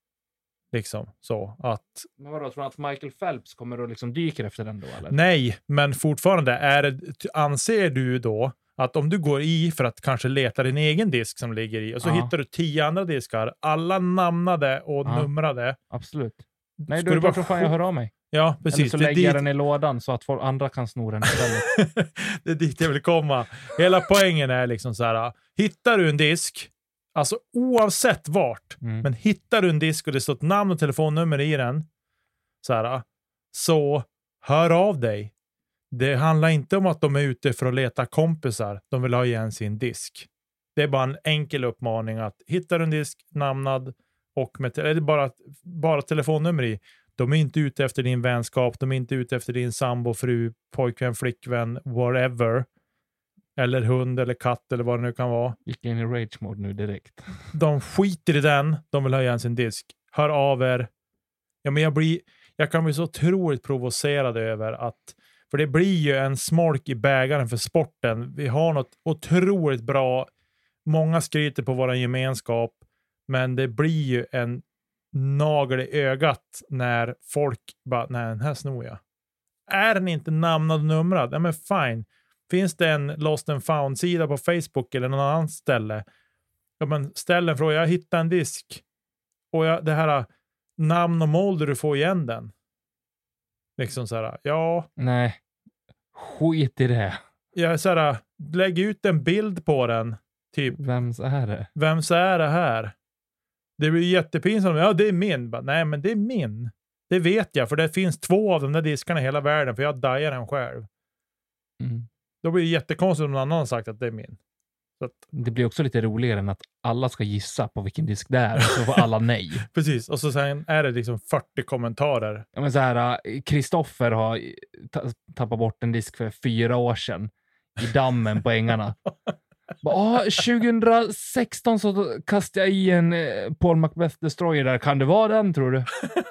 Speaker 2: Liksom så att...
Speaker 3: Men vadå, tror du att Michael Phelps kommer och liksom dyker efter den då, eller?
Speaker 2: Nej, men fortfarande är det, anser du då att om du går i för att kanske leta din egen disk som ligger i och så
Speaker 3: Ja.
Speaker 2: hittar du tio andra diskar, alla namnade och
Speaker 3: Ja.
Speaker 2: numrade.
Speaker 3: Absolut. Nej,
Speaker 2: Ska
Speaker 3: då
Speaker 2: du
Speaker 3: är det
Speaker 2: bara
Speaker 3: bara fan jag hör av mig.
Speaker 2: Ja,
Speaker 3: Eller
Speaker 2: precis.
Speaker 3: så
Speaker 2: Det är,
Speaker 3: lägger jag
Speaker 2: dit,
Speaker 3: den i lådan så att folk andra kan sno den istället.
Speaker 2: det är dit jag vill komma. Hela poängen är liksom så här, hittar du en disk, alltså oavsett vart,
Speaker 3: Mm.
Speaker 2: men hittar du en disk och det står ett namn och telefonnummer i den, så här, så hör av dig. Det handlar inte om att de är ute för att leta kompisar. De vill ha igen sin disk. Det är bara en enkel uppmaning att hittar du en disk namnad och med te- eller bara, bara telefonnummer i. De är inte ute efter din vänskap. De är inte ute efter din sambo, fru, pojkvän, flickvän, whatever. Eller hund eller katt eller vad det nu kan vara.
Speaker 3: Gick in i rage mode nu direkt.
Speaker 2: De skiter i den. De vill ha igen sin disk. Hör av er. Ja, men jag, blir, jag kan bli så otroligt provocerad över att... För det blir ju en smolk i bägaren för sporten. Vi har något otroligt bra. Många skryter på vår gemenskap. Men det blir ju en nagel i ögat när folk bara, nej, den här snor jag. Är den inte namnad och numrad? Ja, men fine. Finns det en Lost and Found-sida på Facebook eller någon annan ställe? Ja, men ställ en fråga. Jag hittar en disk. Och jag, det här namn och mål du får igen den. Liksom så här, ja.
Speaker 3: Nej, skit i det.
Speaker 2: Jag är så här, lägg ut en bild på den. Typ,
Speaker 3: Vems är det?
Speaker 2: vems är det här? Det blir jättepinsamt. Ja, det är min. Bara, nej, men det är min. Det vet jag, för det finns två av de där diskarna i hela världen, för jag dajar den själv.
Speaker 3: Mm.
Speaker 2: Då blir det jättekonstigt om någon annan har sagt att det är min. Så att,
Speaker 3: Det blir också lite roligare än att alla ska gissa på vilken disk det är och så får alla nej.
Speaker 2: precis, och så sen är det liksom fyrtio kommentarer.
Speaker 3: Ja, men så här, Kristoffer har ta- tappat bort en disk för fyra år sedan i dammen på ängarna. Bara, tjugohundrasexton så kastade jag i en eh, Paul Macbeth Destroyer där. Kan det vara den, tror du?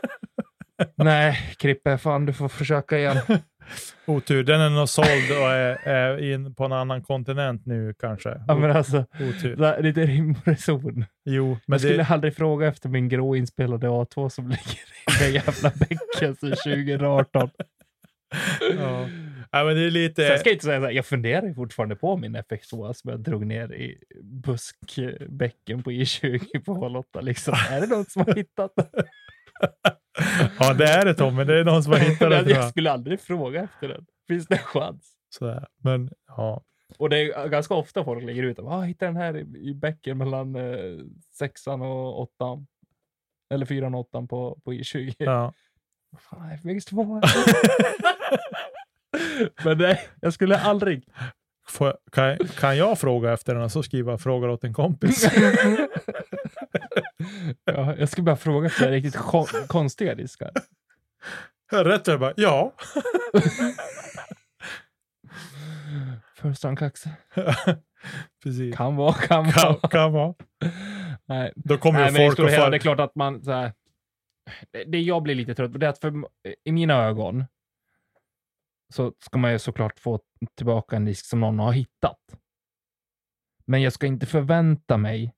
Speaker 3: Nej, Krippe, fan, du får försöka igen.
Speaker 2: Otur, den är nog såld och är, är in på en annan kontinent nu kanske.
Speaker 3: Ja, men alltså,
Speaker 2: Otur.
Speaker 3: så här, lite rim och reson.
Speaker 2: Jo, men
Speaker 3: Jag skulle
Speaker 2: det,
Speaker 3: aldrig fråga efter min grå inspelade A två som ligger i den jävla bäcken sedan tjugoarton.
Speaker 2: ja. Ja, men det är lite...
Speaker 3: Så jag ska inte säga så här, jag funderar ju fortfarande på min F X två som jag drog ner i buskbäcken på I tjugo på håll åtta. Liksom. Är det någon som har hittat den?
Speaker 2: Ja, det är det, Tommy. Det är någon som har hittat det, tror
Speaker 3: Jag
Speaker 2: jag.
Speaker 3: skulle aldrig fråga efter den. Finns det en chans?
Speaker 2: Sådär. Men, ja.
Speaker 3: Och det är ganska ofta folk lägger ut ah, hittar den här i, i bäcken mellan eh, sexan och åttan. Eller fyran och åttan på, på I tjugo.
Speaker 2: ja.
Speaker 3: Fan, F X två. Men nej, jag skulle aldrig.
Speaker 2: Får, kan, kan jag fråga efter den och så skriva frågar åt en kompis?
Speaker 3: Ja, jag ska bara fråga efter riktigt ko- konstiga diskar.
Speaker 2: Rätt är bara, ja.
Speaker 3: Första kaxe.
Speaker 2: Precis.
Speaker 3: Kan vara, kan
Speaker 2: Kan,
Speaker 3: vara.
Speaker 2: kan vara.
Speaker 3: Nej.
Speaker 2: Då kommer
Speaker 3: Nej,
Speaker 2: ju
Speaker 3: men
Speaker 2: folk och
Speaker 3: hela,
Speaker 2: för...
Speaker 3: det är klart att man så här, det, det jag blir lite trött på det är att för, i mina ögon så ska man ju såklart få tillbaka en disk som någon har hittat. Men jag ska inte förvänta mig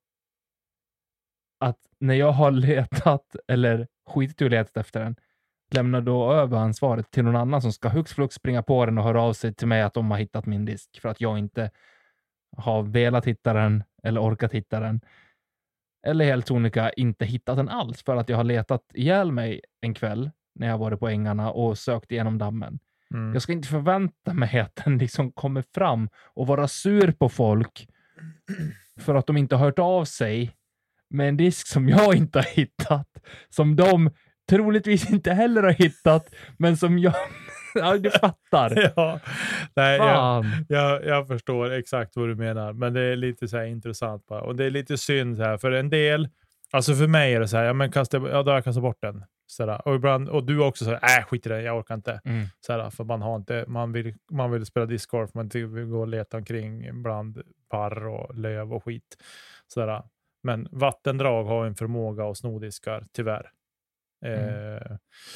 Speaker 3: att när jag har letat eller skitit och letat efter den, lämna då över ansvaret till någon annan som ska hux flux springa på den och höra av sig till mig att de har hittat min disk för att jag inte har velat hitta den eller orkat hitta den. Eller helt sonika inte hittat den alls för att jag har letat ihjäl mig en kväll när jag varit på ängarna och sökt igenom dammen.
Speaker 2: Mm.
Speaker 3: Jag ska inte förvänta mig att den liksom kommer fram och vara sur på folk för att de inte har hört av sig med en disk som jag inte har hittat. Som de troligtvis inte heller har hittat, men som jag... Ja, du fattar.
Speaker 2: Ja, nej, jag,
Speaker 3: Fan.
Speaker 2: jag, jag förstår exakt vad du menar, men det är lite så här intressant bara. Och det är lite synd så här, för en del, alltså för mig är det så här, ja men kasta, ja då har jag kastat bort den. Så där. Och ibland, och du också så här, äh skit i det, jag orkar inte.
Speaker 3: Mm.
Speaker 2: Så här, för man har inte, man vill, man vill spela discgolf, man vill gå och leta omkring bland barr och löv och skit. Så där. Men vattendrag har en förmåga att sno diskar, tyvärr.
Speaker 3: Mm.
Speaker 2: Eh,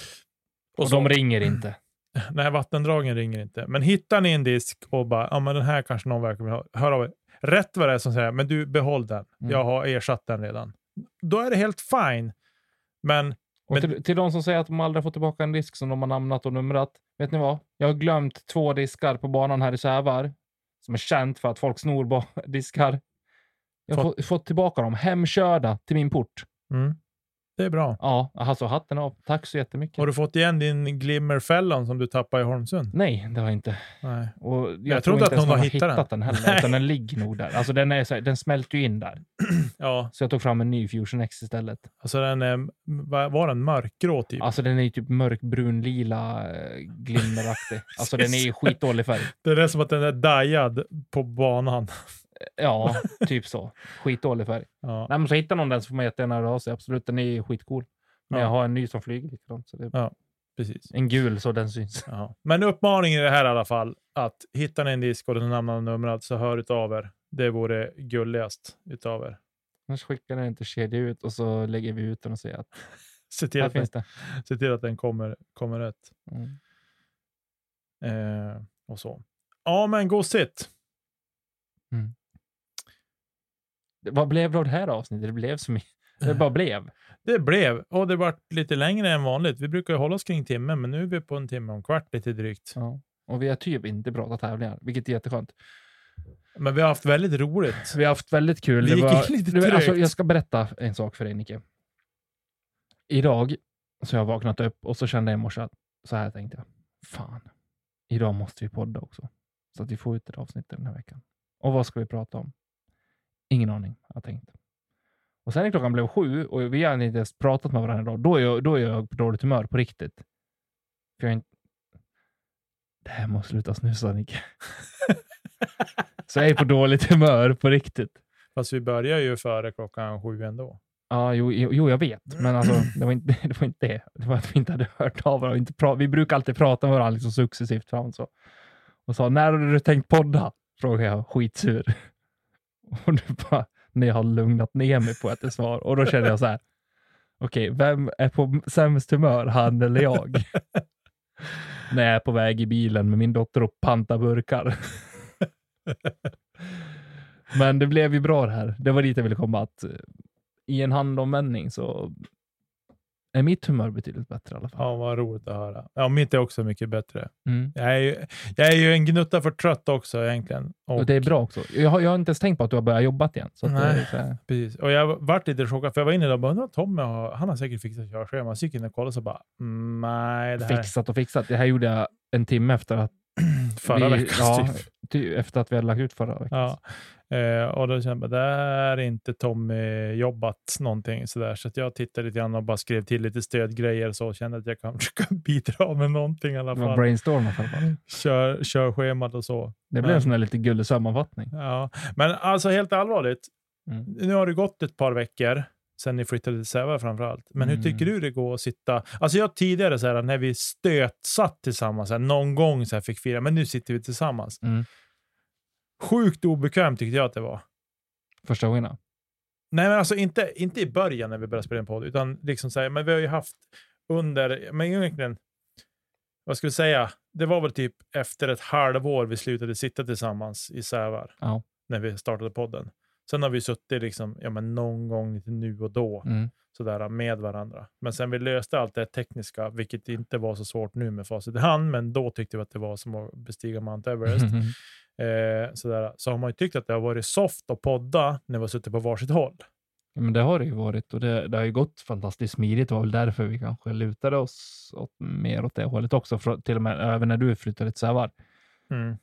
Speaker 3: Och,
Speaker 2: så,
Speaker 3: de ringer inte.
Speaker 2: nej, vattendragen ringer inte. Men hittar ni en disk och bara, ja men den här kanske någon verkar vill ha. Hör av er. Rätt vad det är som säger, men du behåll den.
Speaker 3: Mm.
Speaker 2: Jag har ersatt den redan. Då är det helt fine. Men,
Speaker 3: Och
Speaker 2: men
Speaker 3: till, till de som säger att de aldrig får tillbaka en disk som de har namnat och numrat. Vet ni vad? Jag har glömt två diskar på banan här i Sävar. Som är känt för att folk snor ba- diskar. Jag har
Speaker 2: Fått-
Speaker 3: fått, fått tillbaka dem. Hemkörda till min port.
Speaker 2: mm, det är bra.
Speaker 3: Ja, alltså hatten av. Tack så jättemycket.
Speaker 2: Har du fått igen din glimmerfällon som du tappade i Holmsund?
Speaker 3: Nej, det har jag inte.
Speaker 2: Nej.
Speaker 3: Och jag,
Speaker 2: Jag
Speaker 3: tror
Speaker 2: trodde
Speaker 3: inte
Speaker 2: att
Speaker 3: ens
Speaker 2: någon
Speaker 3: någon
Speaker 2: har
Speaker 3: har
Speaker 2: hittat
Speaker 3: hittat
Speaker 2: den.
Speaker 3: den, heller.
Speaker 2: Nej.
Speaker 3: Utan den ligger nog där. Alltså den, är så här, den smälter ju in där.
Speaker 2: Ja,
Speaker 3: Så jag tog fram en ny Fusion X istället.
Speaker 2: alltså den är, var var den mörkgrå typ?
Speaker 3: Alltså den är ju typ mörkbrun, lila, äh, glimmeraktig. Alltså den är ju skitdålig färg.
Speaker 2: Det är som att den är dajad på banan.
Speaker 3: Ja, typ så. Skitdålig färg.
Speaker 2: Ja.
Speaker 3: Nej, men så hittar någon den så får man jättegärna höra av sig. Absolut, den är skitcool. Men
Speaker 2: Ja.
Speaker 3: jag har en ny som flyger likadant. Så det är
Speaker 2: Ja, precis.
Speaker 3: en gul så den syns.
Speaker 2: Ja. Men uppmaningen är det här i alla fall, att hittar ni en disk och den är namnad och numrad så hör utav er. Det vore gulligast utav er.
Speaker 3: Annars skickar den inte kedja ut och så lägger vi ut den och säger att
Speaker 2: Se till,
Speaker 3: här
Speaker 2: att den,
Speaker 3: finns det.
Speaker 2: se till att den kommer, kommer rätt.
Speaker 3: Mm.
Speaker 2: Eh, och så. Ja, men gosigt.
Speaker 3: Det- Vad blev det av det här avsnittet? Det blev så mycket. Det bara blev.
Speaker 2: Det blev, och det var lite längre än vanligt. Vi brukar ju hålla oss kring timmen, men nu är vi på en timme och en kvart lite drygt.
Speaker 3: Ja. Och vi har typ inte pratat tävlingar, vilket är jätteskönt.
Speaker 2: Men vi har haft väldigt roligt.
Speaker 3: Vi har haft väldigt kul.
Speaker 2: Vi
Speaker 3: Det
Speaker 2: gick
Speaker 3: var,
Speaker 2: in lite
Speaker 3: det var- alltså,
Speaker 2: trögt.
Speaker 3: jag ska berätta en sak för dig, Nicke. Idag så har jag vaknat upp och så kände jag i morse att så här tänkte jag. Fan, idag måste vi podda också. Så att vi får ut ett avsnitt den här veckan. Och vad ska vi prata om? Ingen aning, har jag tänkt. Och sen när klockan blev sju och vi har inte ens pratat med varandra idag. Då är jag, då är jag på dåligt humör på riktigt. För jag är inte... Det här måste sluta snusa, Nicke. Så jag är på dåligt humör på riktigt.
Speaker 2: Fast vi börjar ju före klockan sju ändå.
Speaker 3: Ja, jo, jo, jo, jag vet. Men alltså, det var inte det. Var inte det. Det var att vi inte hade hört av varandra. Inte pra- vi brukar alltid prata med varandra liksom successivt fram. Så. Och sa, när har du tänkt podda? Frågade jag, skitsur. Och du bara, när jag har lugnat ner mig på ett svar. Och då kände jag så här, okej, okay, vem är på sämst humör, han eller jag? När jag är på väg i bilen med min dotter och panta burkar. Men det blev ju bra det här. Det var dit jag ville komma, att i en handomvändning så är mitt humör betydligt bättre i alla fall.
Speaker 2: Ja, vad roligt att höra. Ja, mitt är också mycket bättre.
Speaker 3: Mm.
Speaker 2: Jag är ju, jag är ju en gnutta för trött också egentligen. Och,
Speaker 3: Och det är bra också. Jag har, jag har inte ens tänkt på att du har börjat jobba igen. Så att det
Speaker 2: Nej.
Speaker 3: är så här.
Speaker 2: Precis. Och jag varit lite chockad, för jag var inne där och bara, undrar, Tommy har, han har säkert fixat körschema. Så gick in och kollade så bara, mm, nej, det här
Speaker 3: Fixat och fixat. Det här gjorde jag en timme efter att
Speaker 2: förra
Speaker 3: vi,
Speaker 2: veckan
Speaker 3: ja,
Speaker 2: typ.
Speaker 3: ty- efter att vi hade lagt ut förra veckan.
Speaker 2: Ja. Eh, och då kände jag, där är inte Tommy jobbat någonting sådär. Så att jag tittade lite grann och bara skrev till lite stödgrejer så kände att jag kanske kan bidra med någonting i alla
Speaker 3: Det var
Speaker 2: fall.
Speaker 3: brainstorm i alla fall.
Speaker 2: Kör, kör schemat och så.
Speaker 3: Det blev
Speaker 2: Men-
Speaker 3: en sån här lite gullig sammanfattning.
Speaker 2: Ja, men alltså helt allvarligt.
Speaker 3: Mm.
Speaker 2: Nu har det gått ett par veckor sen ni flyttade till Sävar framförallt. Men hur
Speaker 3: Mm.
Speaker 2: tycker du det går att sitta... Alltså jag tidigare så här, när vi stötsatt tillsammans, så här, någon gång så här, fick fira, men nu sitter vi tillsammans.
Speaker 3: Mm.
Speaker 2: Sjukt obekvämt tyckte jag att det var.
Speaker 3: Första gången.
Speaker 2: Nej, men alltså inte, inte i början när vi började spela en podd, utan liksom så här, men vi har ju haft under, men egentligen, vad ska vi säga, det var väl typ efter ett halvår vi slutade sitta tillsammans i Sävar,
Speaker 3: Ja.
Speaker 2: när vi startade podden. Sen har vi suttit liksom, ja men någon gång lite nu och då,
Speaker 3: Mm.
Speaker 2: sådär med varandra. Men sen vi löste allt det tekniska, vilket inte var så svårt nu med facit i hand, men då tyckte vi att det var som att bestiga Mount Everest. Eh, sådär, så har man ju tyckt att det har varit soft att podda när vi har suttit på varsitt håll.
Speaker 3: Ja, men det har det ju varit och det, det har ju gått fantastiskt smidigt. Det var väl därför vi kanske lutade oss åt, mer åt det hållet också. För, till och med även när du flyttade till Sävar.
Speaker 2: Mm.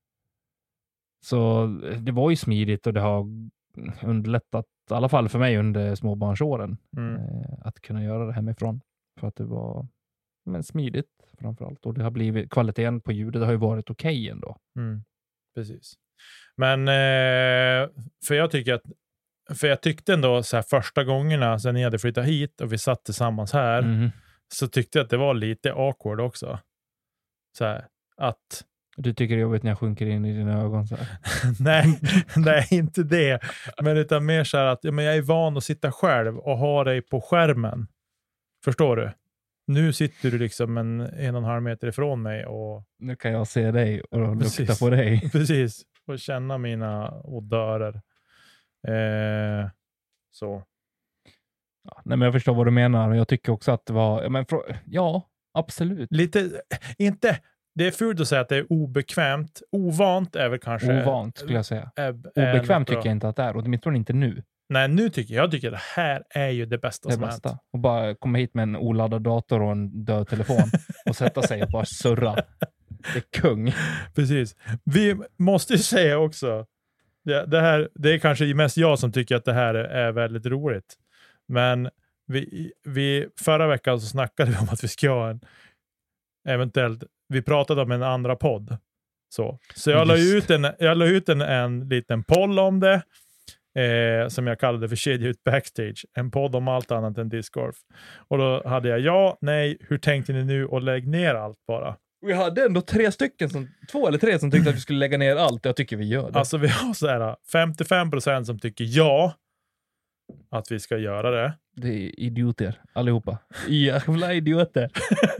Speaker 3: Så det var ju smidigt och det har underlättat, i alla fall för mig under småbarnsåren,
Speaker 2: Mm.
Speaker 3: eh, att kunna göra det hemifrån. För att det var men, smidigt framförallt. Och det har blivit, kvaliteten på ljudet har ju varit okej okay ändå.
Speaker 2: Mm. Precis. Men eh, för jag tycker att för jag tyckte ändå så här första gångerna sen ni hade flyttat hit och vi satt tillsammans här,
Speaker 3: Mm.
Speaker 2: så tyckte jag att det var lite awkward också. Så här, att
Speaker 3: Du tycker det är jobbigt när jag sjunker in i dina ögon så här.
Speaker 2: nej, nej, inte det. Men utan mer så här att ja, men jag är van att sitta själv och ha dig på skärmen. Förstår du? Nu sitter du liksom en en och en halv meter ifrån mig och
Speaker 3: Nu kan jag se dig och
Speaker 2: Precis.
Speaker 3: lukta på dig.
Speaker 2: precis, och känna mina odörer. Eh, så.
Speaker 3: Ja, nej, men jag förstår vad du menar. Jag tycker också att det var... Ja, men, frå- ja absolut.
Speaker 2: Lite, inte, det är fult att säga att det är obekvämt. Ovant är väl kanske...
Speaker 3: Ovant skulle jag säga.
Speaker 2: Är, är
Speaker 3: Obekvämt
Speaker 2: något bra.
Speaker 3: tycker jag inte att det är. Och åtminstone inte nu.
Speaker 2: Nej, nu tycker jag, jag tycker det här är ju det bästa
Speaker 3: Det
Speaker 2: som har
Speaker 3: bästa.
Speaker 2: hänt.
Speaker 3: Och bara komma hit med en oladdad dator och en död telefon. Och sätta sig och bara surra. Det är kung.
Speaker 2: Precis. Vi måste ju säga också, det, det, här, det är kanske mest jag som tycker att det här är väldigt roligt. Men vi, vi, förra veckan så snackade vi om att vi ska ha en eventuellt, vi pratade om en andra podd. Så, så jag la
Speaker 3: Just.
Speaker 2: ut, en, jag la ut en, en liten poll om det. Eh, som jag kallade för Kedja ut backstage. En podd om allt annat än discgolf. Och då hade jag ja, nej, hur tänkte ni nu och lägg ner allt bara.
Speaker 3: Vi hade ändå tre stycken, som, två eller tre som tyckte att vi skulle lägga ner allt. Jag tycker vi gör det.
Speaker 2: Alltså vi har så här femtiofem procent som tycker ja att vi ska göra det.
Speaker 3: Det är idioter, allihopa. Jävla idioter.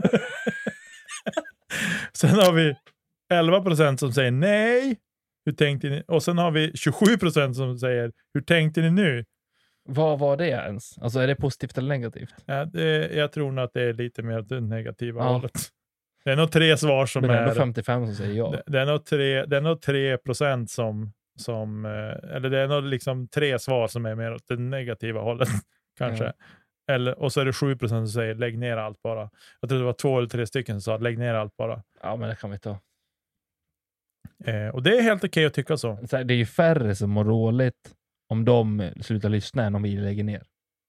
Speaker 2: Sen har vi elva procent som säger nej. Hur tänkte ni? Och sen har vi tjugosju procent som säger hur tänkte ni nu?
Speaker 3: Vad var det ens? Alltså är det positivt eller negativt?
Speaker 2: Ja, det, jag tror nog att det är lite mer det negativa
Speaker 3: Ja.
Speaker 2: hållet. Det är nog tre svar som
Speaker 3: Men det är ändå
Speaker 2: är...
Speaker 3: femtiofem som säger ja.
Speaker 2: Det, det är nog tre, det är nog tre procent som, som eh, eller det är nog liksom tre svar som är mer åt det negativa hållet kanske.
Speaker 3: Ja.
Speaker 2: Eller, och så är det sju procent som säger lägg ner allt bara. Jag tror det var två eller tre stycken som sa lägg ner allt bara.
Speaker 3: Ja, men det kan vi ta.
Speaker 2: Eh, och det är helt okej att tycka så.
Speaker 3: Så här, det är ju färre som mår dåligt om de slutar lyssna än om vi lägger ner.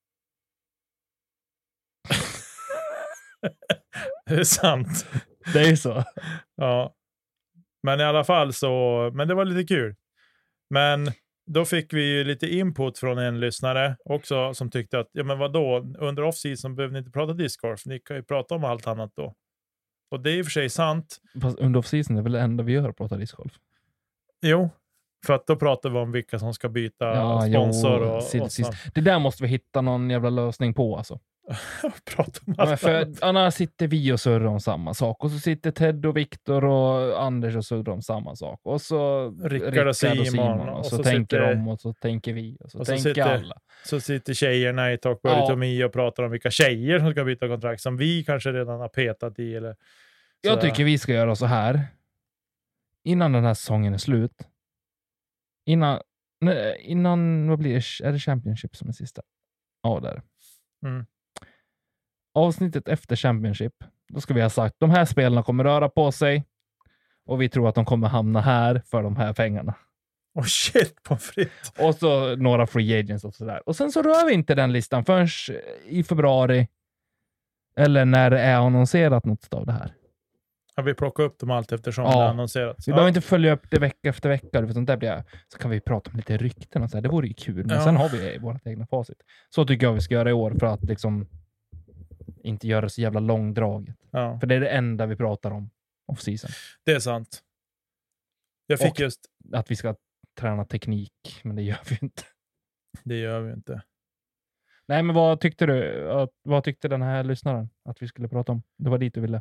Speaker 2: Det är sant.
Speaker 3: Det är ju så.
Speaker 2: Ja. Men i alla fall så, men det var lite kul. Men då fick vi ju lite input från en lyssnare också som tyckte att, ja men vadå, under off-season behöver ni inte prata discgolf, ni kan ju prata om allt annat då. Och det är i och för sig sant.
Speaker 3: Fast under off-season är väl det enda vi gör att prata discgolf.
Speaker 2: Jo, för att då pratar vi om vilka som ska byta
Speaker 3: Ja,
Speaker 2: sponsor
Speaker 3: jo,
Speaker 2: och,
Speaker 3: sil-
Speaker 2: och
Speaker 3: sil-
Speaker 2: sånt.
Speaker 3: Det där måste vi hitta någon jävla lösning på alltså.
Speaker 2: Prata om
Speaker 3: Ja, men
Speaker 2: allt
Speaker 3: för
Speaker 2: annat.
Speaker 3: annars sitter vi och surrar om samma sak. Och så sitter Ted och Viktor och Anders och surrar om samma sak. Och så
Speaker 2: Rickard och Simon.
Speaker 3: Och,
Speaker 2: Och
Speaker 3: så,
Speaker 2: så
Speaker 3: tänker
Speaker 2: sitter-
Speaker 3: de och så tänker vi. Och så
Speaker 2: och så
Speaker 3: tänker
Speaker 2: sitter-
Speaker 3: alla.
Speaker 2: Så sitter tjejerna i Talk
Speaker 3: Ja.
Speaker 2: Birdie to Me och pratar om vilka tjejer som ska byta kontrakt som vi kanske redan har petat i. Eller
Speaker 3: Jag
Speaker 2: sådär.
Speaker 3: tycker vi ska göra så här. Innan den här säsongen är slut. Innan, nej, innan vad blir det? Är det Championship som är sista? Ja, där.
Speaker 2: Mm.
Speaker 3: Avsnittet efter Championship. Då ska vi ha sagt, de här spelarna kommer röra på sig. Och vi tror att de kommer hamna här för de här pengarna.
Speaker 2: Oh shit, på fritt.
Speaker 3: Och så några free agents och sådär. Och sen så rör vi inte den listan förrän i februari. Eller när det är annonserat något av det här.
Speaker 2: Ja, vi plockar upp dem allt eftersom
Speaker 3: Ja.
Speaker 2: det är annonserat.
Speaker 3: Vi
Speaker 2: Ja.
Speaker 3: behöver inte följa upp det vecka efter vecka. För sånt där blir jag, så kan vi prata om lite rykten och så här. Det vore ju kul. Men
Speaker 2: Ja.
Speaker 3: sen har vi vårt egna facit. Så tycker jag vi ska göra i år för att liksom inte göra det så jävla långdraget.
Speaker 2: Ja,
Speaker 3: För det är det enda vi pratar om off-season.
Speaker 2: det är sant. Jag fick
Speaker 3: Och-
Speaker 2: just...
Speaker 3: Att vi ska träna teknik, men det gör vi inte.
Speaker 2: Det gör vi inte.
Speaker 3: Nej, men vad tyckte du? Att, vad tyckte den här lyssnaren att vi skulle prata om? Det var dit du ville.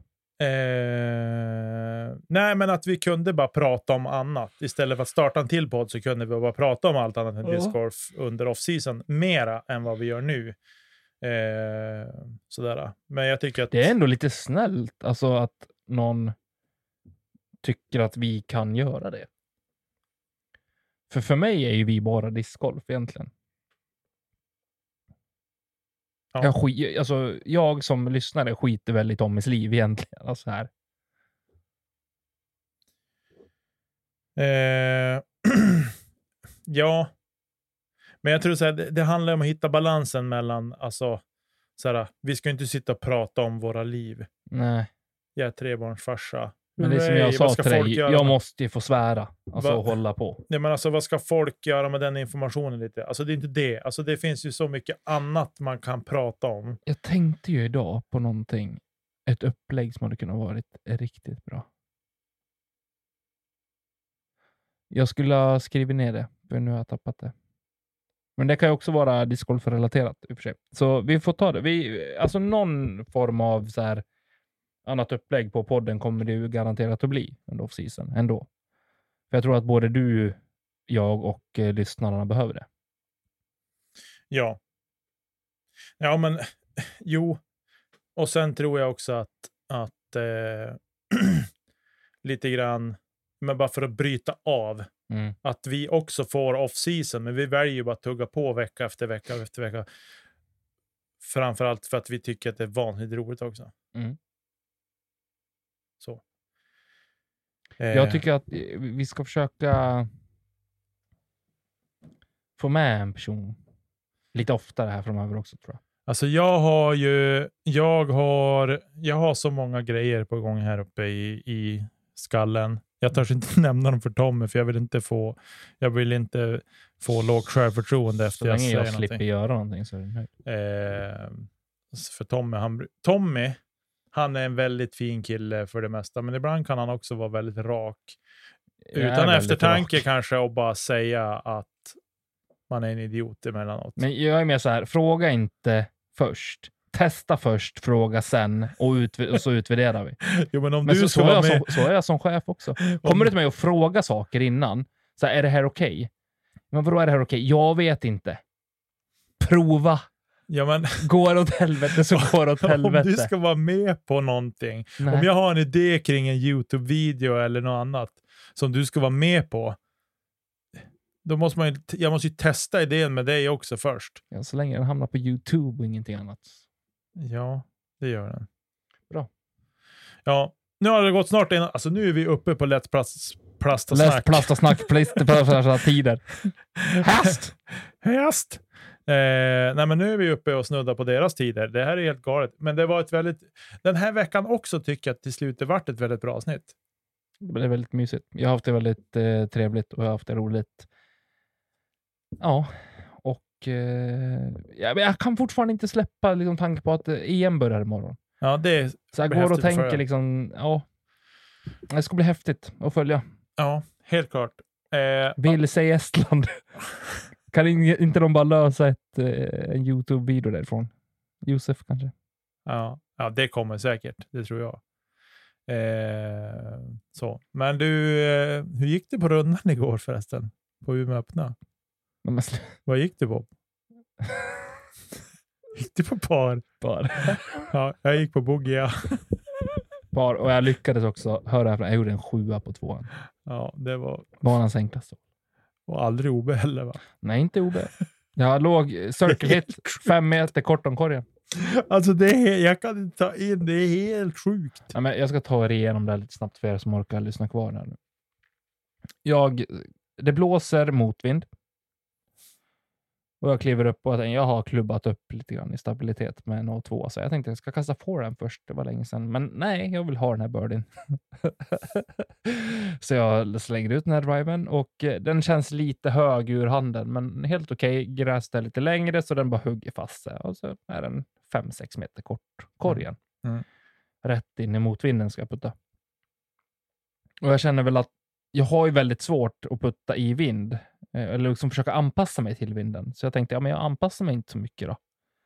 Speaker 2: Eh, nej, men att vi kunde bara prata om annat. Istället för att starta en till podd så kunde vi bara prata om allt annat än
Speaker 3: Ja.
Speaker 2: discgolf under off-season. Mera än vad vi gör nu. Eh, sådär. Men jag tycker att...
Speaker 3: Det är ändå lite snällt, alltså att någon tycker att vi kan göra det. För för mig är ju vi bara discgolf egentligen.
Speaker 2: Ja.
Speaker 3: Jag, skit, alltså, jag som lyssnare skiter väl i Tommys liv egentligen. Alltså här.
Speaker 2: Eh, ja. Men jag tror så här, det, det handlar om att hitta balansen mellan, alltså, så här, vi ska inte sitta och prata om våra liv.
Speaker 3: Nej.
Speaker 2: Jag är trebarnsfarsa.
Speaker 3: Men det är som
Speaker 2: Hurray,
Speaker 3: jag
Speaker 2: vad
Speaker 3: sa
Speaker 2: ska
Speaker 3: till
Speaker 2: folk
Speaker 3: dig,
Speaker 2: göra
Speaker 3: jag
Speaker 2: med-
Speaker 3: måste ju få svära. Alltså
Speaker 2: Va?
Speaker 3: och hålla på.
Speaker 2: Nej, men alltså, vad ska folk göra med den informationen lite? Alltså det är inte det. Alltså det finns ju så mycket annat man kan prata om.
Speaker 3: Jag tänkte ju idag på någonting. Ett upplägg som hade kunnat varit riktigt bra. Jag skulle ha skrivit ner det, för nu har jag tappat det. Men det kan ju också vara discgolf-relaterat i och för sig. Så vi får ta det. Vi, alltså någon form av så här annat upplägg på podden kommer det ju garanterat att bli under off-season ändå. För jag tror att både du, jag och eh, lyssnarna behöver det.
Speaker 2: Ja. Ja, men jo. Och sen tror jag också att, att eh, lite grann, men bara för att bryta av,
Speaker 3: Mm.
Speaker 2: att vi också får off-season, men vi väljer ju bara att tugga på vecka efter vecka efter vecka. Framförallt för att vi tycker att det är vanligt roligt också.
Speaker 3: Mm.
Speaker 2: Så.
Speaker 3: Jag
Speaker 2: Eh,
Speaker 3: tycker att eh, vi ska försöka få med en person lite oftare här framöver också, tror jag.
Speaker 2: Alltså jag har ju, jag har, jag har så många grejer på gång här uppe i, i skallen. Jag törs inte nämna dem för Tommy, för jag vill inte få, jag vill inte få lågt självförtroende efter
Speaker 3: Så
Speaker 2: jag
Speaker 3: länge
Speaker 2: säger
Speaker 3: jag slipper
Speaker 2: någonting.
Speaker 3: göra någonting så är det nöjd.
Speaker 2: Eh, för Tommy, han, Tommy, han är en väldigt fin kille för det mesta, men ibland kan han också vara väldigt rak.
Speaker 3: Jag är
Speaker 2: Utan
Speaker 3: väldigt
Speaker 2: eftertanke
Speaker 3: rak.
Speaker 2: kanske, och bara säga att man är en idiot emellanåt.
Speaker 3: Men jag är mer så här, fråga inte först. Testa först, fråga sen och, utv- och så utvärderar vi.
Speaker 2: Jo, men om
Speaker 3: Men
Speaker 2: du
Speaker 3: så,
Speaker 2: ska
Speaker 3: så, är
Speaker 2: vara
Speaker 3: jag
Speaker 2: med...
Speaker 3: som, så är jag som chef också. Kommer du till mig och fråga saker innan? Så här, är det här okej? Okay? Men vadå är det här okej? Okay? Jag vet inte. Prova.
Speaker 2: Ja, men...
Speaker 3: Går åt helvete så går åt helvete.
Speaker 2: Om du ska vara med på någonting.
Speaker 3: Nej.
Speaker 2: Om jag har en idé kring en YouTube-video eller något annat som du ska vara med på, då måste man ju, jag måste ju testa idén med dig också först.
Speaker 3: Ja, så länge den hamnar på YouTube och ingenting annat.
Speaker 2: Ja, det gör den.
Speaker 3: Bra.
Speaker 2: Ja, nu har det gått snart innan, alltså nu är vi uppe på lätt plast, plast och
Speaker 3: Läs
Speaker 2: snack.
Speaker 3: plast och snack, plast och tider. Häst!
Speaker 2: Häst! Eh, nej, men nu är vi uppe och snuddar på deras tider. Det här är helt galet. Men det var ett väldigt, den här veckan också tycker jag att till slut det varit ett väldigt bra avsnitt.
Speaker 3: Det blev väldigt mysigt. Jag har haft det väldigt eh, trevligt och jag har haft det roligt. Ja, och eh, ja, men jag kan fortfarande inte släppa liksom, tanke på att eh, E M börjar imorgon.
Speaker 2: Ja, det är,
Speaker 3: Så jag
Speaker 2: blir
Speaker 3: går och
Speaker 2: häftigt att
Speaker 3: tänker
Speaker 2: följa.
Speaker 3: liksom, ja, det ska bli häftigt att följa.
Speaker 2: ja, helt klart. Eh,
Speaker 3: Vilse i Estland. Kan in- inte de bara lösa ett, eh, en YouTube-video därifrån? Josef kanske?
Speaker 2: ja, ja, det kommer säkert. Det tror jag. Eh, så. Men du, eh, hur gick det på rundan igår förresten? På Umeå öppna?
Speaker 3: Men man sl-
Speaker 2: Vad gick det på? Gick det på par?
Speaker 3: bara.
Speaker 2: Ja, jag gick på boogie, ja.
Speaker 3: Par, och jag lyckades också höra, jag gjorde en sjua på tvåan.
Speaker 2: Ja, det var
Speaker 3: Banans enklaste.
Speaker 2: och aldrig O B heller, va?
Speaker 3: Nej, inte O B. Jag låg circle hit, fem meter kort om korgen.
Speaker 2: Alltså det är, jag kan inte ta in, det är helt sjukt.
Speaker 3: Ja, men jag ska ta er igenom det här lite snabbt för er som orkar lyssna kvar här nu. Jag, det blåser motvind. Och jag kliver upp och jag har klubbat upp lite grann i stabilitet med en noll två. Så jag tänkte jag ska kasta forehand först. Det var länge sedan. Men nej, jag vill ha den här birdien. Så jag slänger ut den här driven. Och den känns lite hög ur handen. Men helt okej. Okay. Gräset är lite längre så den bara hugger fast sig. Och så är den fem sex meter kort. Korgen.
Speaker 2: Mm. Mm.
Speaker 3: Rätt in i motvinden ska jag putta. Och jag känner väl att jag har ju väldigt svårt att putta i vind. Eller liksom försöka anpassa mig till vinden. Så jag tänkte, ja men jag anpassar mig inte så mycket då.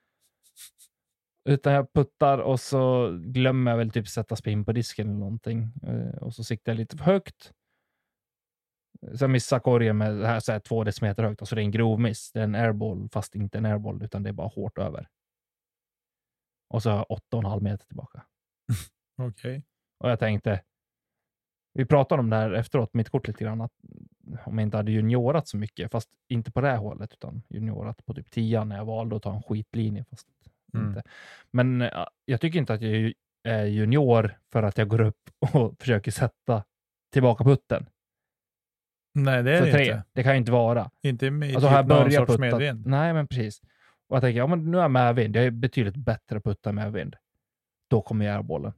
Speaker 3: Utan jag puttar och så glömmer jag väl typ sätta spin på disken eller någonting. Och så siktar jag lite för högt. Så jag missar korgen med det här, så här två decimeter högt. Och så det är en grov miss. Det är en airball fast inte en airball utan det är bara hårt över. Och så har jag åtta och en halv meter tillbaka.
Speaker 2: Okej. Okay.
Speaker 3: Och jag tänkte, vi pratade om det här efteråt, mitt kort lite grann, att om jag inte hade juniorat så mycket, fast inte på det här hållet, utan juniorat på typ tio när jag valde att ta en skitlinje. Fast mm. inte. Men äh, jag tycker inte att jag är junior för att jag går upp och försöker sätta tillbaka putten.
Speaker 2: Nej, det är det
Speaker 3: tre.
Speaker 2: inte.
Speaker 3: Det kan ju inte vara.
Speaker 2: Inte med
Speaker 3: alltså, har jag
Speaker 2: någon
Speaker 3: börjat
Speaker 2: sorts
Speaker 3: putta,
Speaker 2: medvind.
Speaker 3: Nej, men precis. Och jag tänker, ja men nu är jag med vind. Jag är betydligt bättre att putta med vind. Då kommer jag bollen.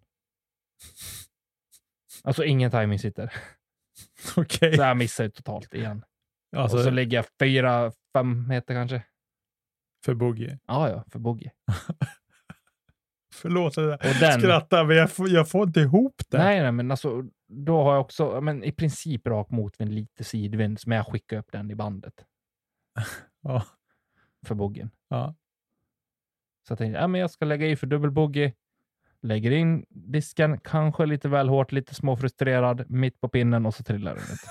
Speaker 3: Alltså ingen timing sitter.
Speaker 2: Okej. Okay.
Speaker 3: Så jag missar ju totalt igen.
Speaker 2: Alltså,
Speaker 3: och så ligger jag fyra, fem meter kanske.
Speaker 2: För boogie?
Speaker 3: Ja, ja, för boogie.
Speaker 2: Förlåt, jag
Speaker 3: den,
Speaker 2: skrattar, men jag får, jag får inte ihop det.
Speaker 3: Nej, nej, men alltså, då har jag också, men i princip rak motvind, lite sidvind, men jag skickar upp den i bandet.
Speaker 2: Ja.
Speaker 3: För boogien.
Speaker 2: Ja.
Speaker 3: Så jag tänkte, ja, men jag ska lägga i för dubbel boogie. Lägger in disken, kanske lite väl hårt, lite småfrustrerad, mitt på pinnen och så trillar den ut.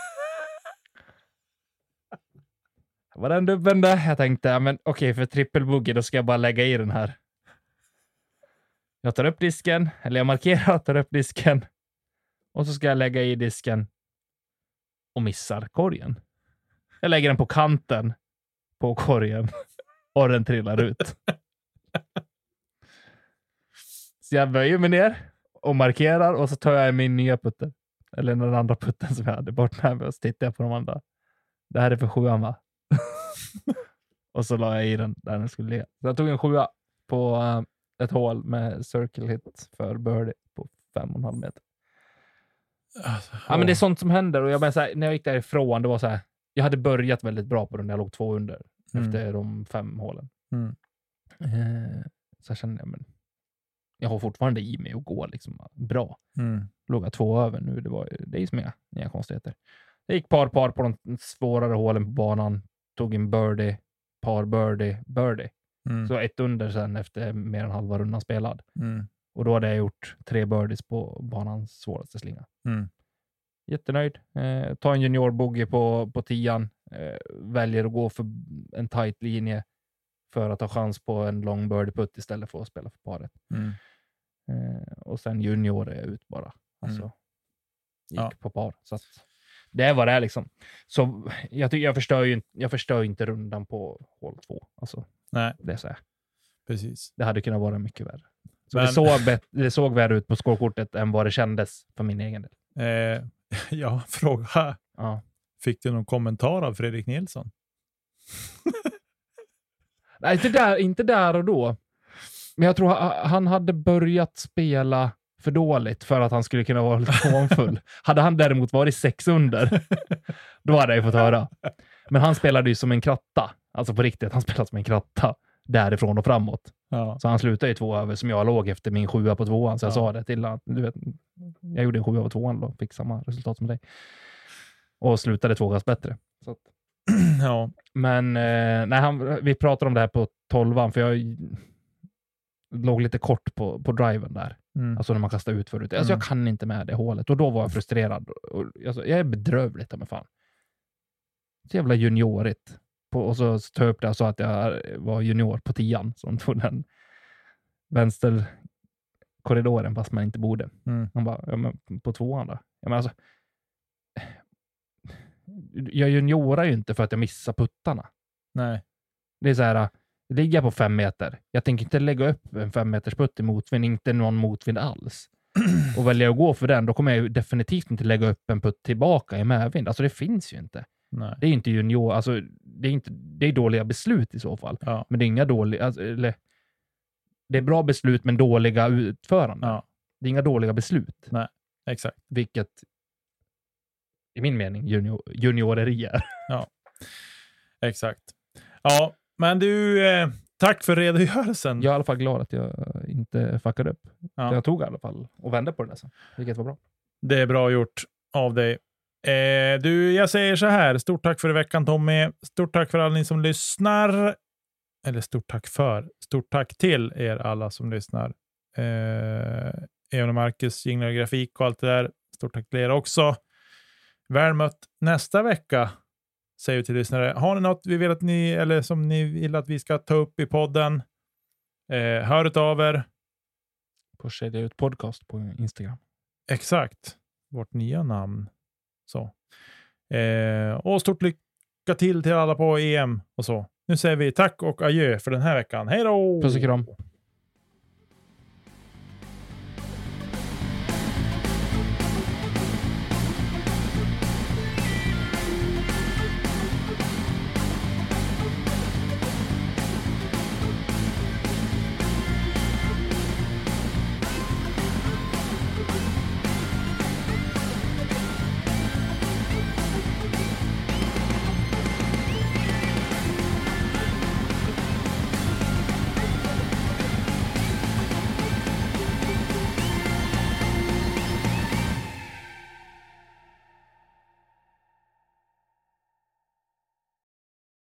Speaker 3: Var den dubben där? Jag tänkte, ja, men okej, okay, för trippelboogie då ska jag bara lägga i den här. Jag tar upp disken, eller jag markerar, tar upp disken. Och så ska jag lägga i disken och missar korgen. Jag lägger den på kanten på korgen och den trillar ut. Så jag böjer mig ner och markerar och så tar jag min nya putter. Eller den andra putten som jag hade bort med mig och så tittar jag på de andra. Det här är för sjuan, va? Och så la jag i den där den skulle ligga. Så jag tog en sjua på uh, ett hål med circle hit för birdie på fem och en halv meter. Alltså, ja, men det är sånt som händer. Och jag bara, så här, när jag gick därifrån, det var så här, jag hade börjat väldigt bra på den när jag låg två under mm. efter de fem hålen. Mm. Uh, så jag kände, men jag har fortfarande i mig att gå liksom bra. Mm. Låg två över nu. Det var det är som inga, inga konstigheter. Jag gick par par på de svårare hålen på banan. Tog en birdie, par birdie, birdie. Mm. Så ett under sen efter mer än halva rundan spelad. Mm. Och då hade jag gjort tre birdies på banans svåraste slinga. Mm. Jättenöjd. Eh, ta en junior bogey på, på tian. Eh, väljer att gå för en tight linje för att ha chans på en lång birdie putt istället för att spela för paret. Mm. Eh, och sen junior är jag ut bara. Alltså, mm. gick ja. på par. Så att det var det liksom. Så jag tycker jag förstör ju jag förstör inte rundan på hål två. Alltså,
Speaker 2: nej.
Speaker 3: Det är så här.
Speaker 2: Precis.
Speaker 3: Det hade kunnat vara mycket värre. Så
Speaker 2: Men...
Speaker 3: det, såg bet- det såg värre ut på scorekortet än vad det kändes för min egen del.
Speaker 2: Eh, ja, fråga.
Speaker 3: Ja.
Speaker 2: Fick du någon kommentar av Fredrik Nilsson?
Speaker 3: Nej, inte där, inte där och då. Men jag tror han hade börjat spela för dåligt för att han skulle kunna vara lite formfull. Hade han däremot varit sex under, då hade jag fått höra. Men han spelade ju som en kratta. Alltså på riktigt, han spelade som en kratta därifrån och framåt. Ja. Så han slutade i två över som jag låg efter min sjua på tvåan. Så jag ja. sa det till honom. Du vet, jag gjorde en sjua på tvåan och fick samma resultat som dig. Och slutade två gånger bättre. Så att,
Speaker 2: ja.
Speaker 3: Men eh, nej, han, vi pratade om det här på tolvan för jag låg lite kort på, på driven där. Mm. Alltså när man kastar ut förut. Alltså mm. jag kan inte med det hålet. Och då var jag frustrerad. Och, alltså, jag är bedrövligt med fan. Så jävla juniorigt. På, och så tog jag upp det och sa att jag var junior på tian. Som tog den vänsterkorridoren fast man inte borde. Mm. Han bara, ja, men på tvåan då. Ja, men alltså, jag juniorar ju inte för att jag missar puttarna.
Speaker 2: Nej.
Speaker 3: Det är så här, ligger jag på fem meter. Jag tänker inte lägga upp en fem meters putt i motvind, inte någon motvind alls. Och väljer jag att gå för den, då kommer jag ju definitivt inte lägga upp en putt tillbaka i medvind. Alltså det finns ju inte.
Speaker 2: Nej.
Speaker 3: Det är inte junior, alltså det är inte, det är dåliga beslut i så fall.
Speaker 2: Ja.
Speaker 3: Men det är inga dåliga, alltså, eller det är bra beslut men dåliga utförande.
Speaker 2: Ja.
Speaker 3: Det är inga dåliga beslut.
Speaker 2: Nej, exakt.
Speaker 3: Vilket i min mening junior, junioreri är.
Speaker 2: Ja, exakt. Ja, men du, eh, tack för redogörelsen.
Speaker 3: Jag är i alla fall glad att jag inte fuckade upp.
Speaker 2: Ja.
Speaker 3: Jag tog i alla fall och vände på det där sen. Vilket var bra.
Speaker 2: Det är bra gjort av dig. Eh, du, jag säger så här. Stort tack för i veckan, Tommy. Stort tack för alla ni som lyssnar. Eller stort tack för. Stort tack till er alla som lyssnar. Eh, Eon och Marcus, jinglar, grafik och allt det där. Stort tack till er också. Väl mött nästa vecka, säger vi till lyssnare. Har ni något vi vill att ni, eller som ni vill att vi ska ta upp i podden? Eh, hör av er.
Speaker 3: På Kedja ut podcast på Instagram.
Speaker 2: Exakt. Vårt nya namn. Så. Eh, och stort lycka till till alla på E M och så. Nu säger vi tack och adjö för den här veckan. Hej då!
Speaker 3: Puss och kram.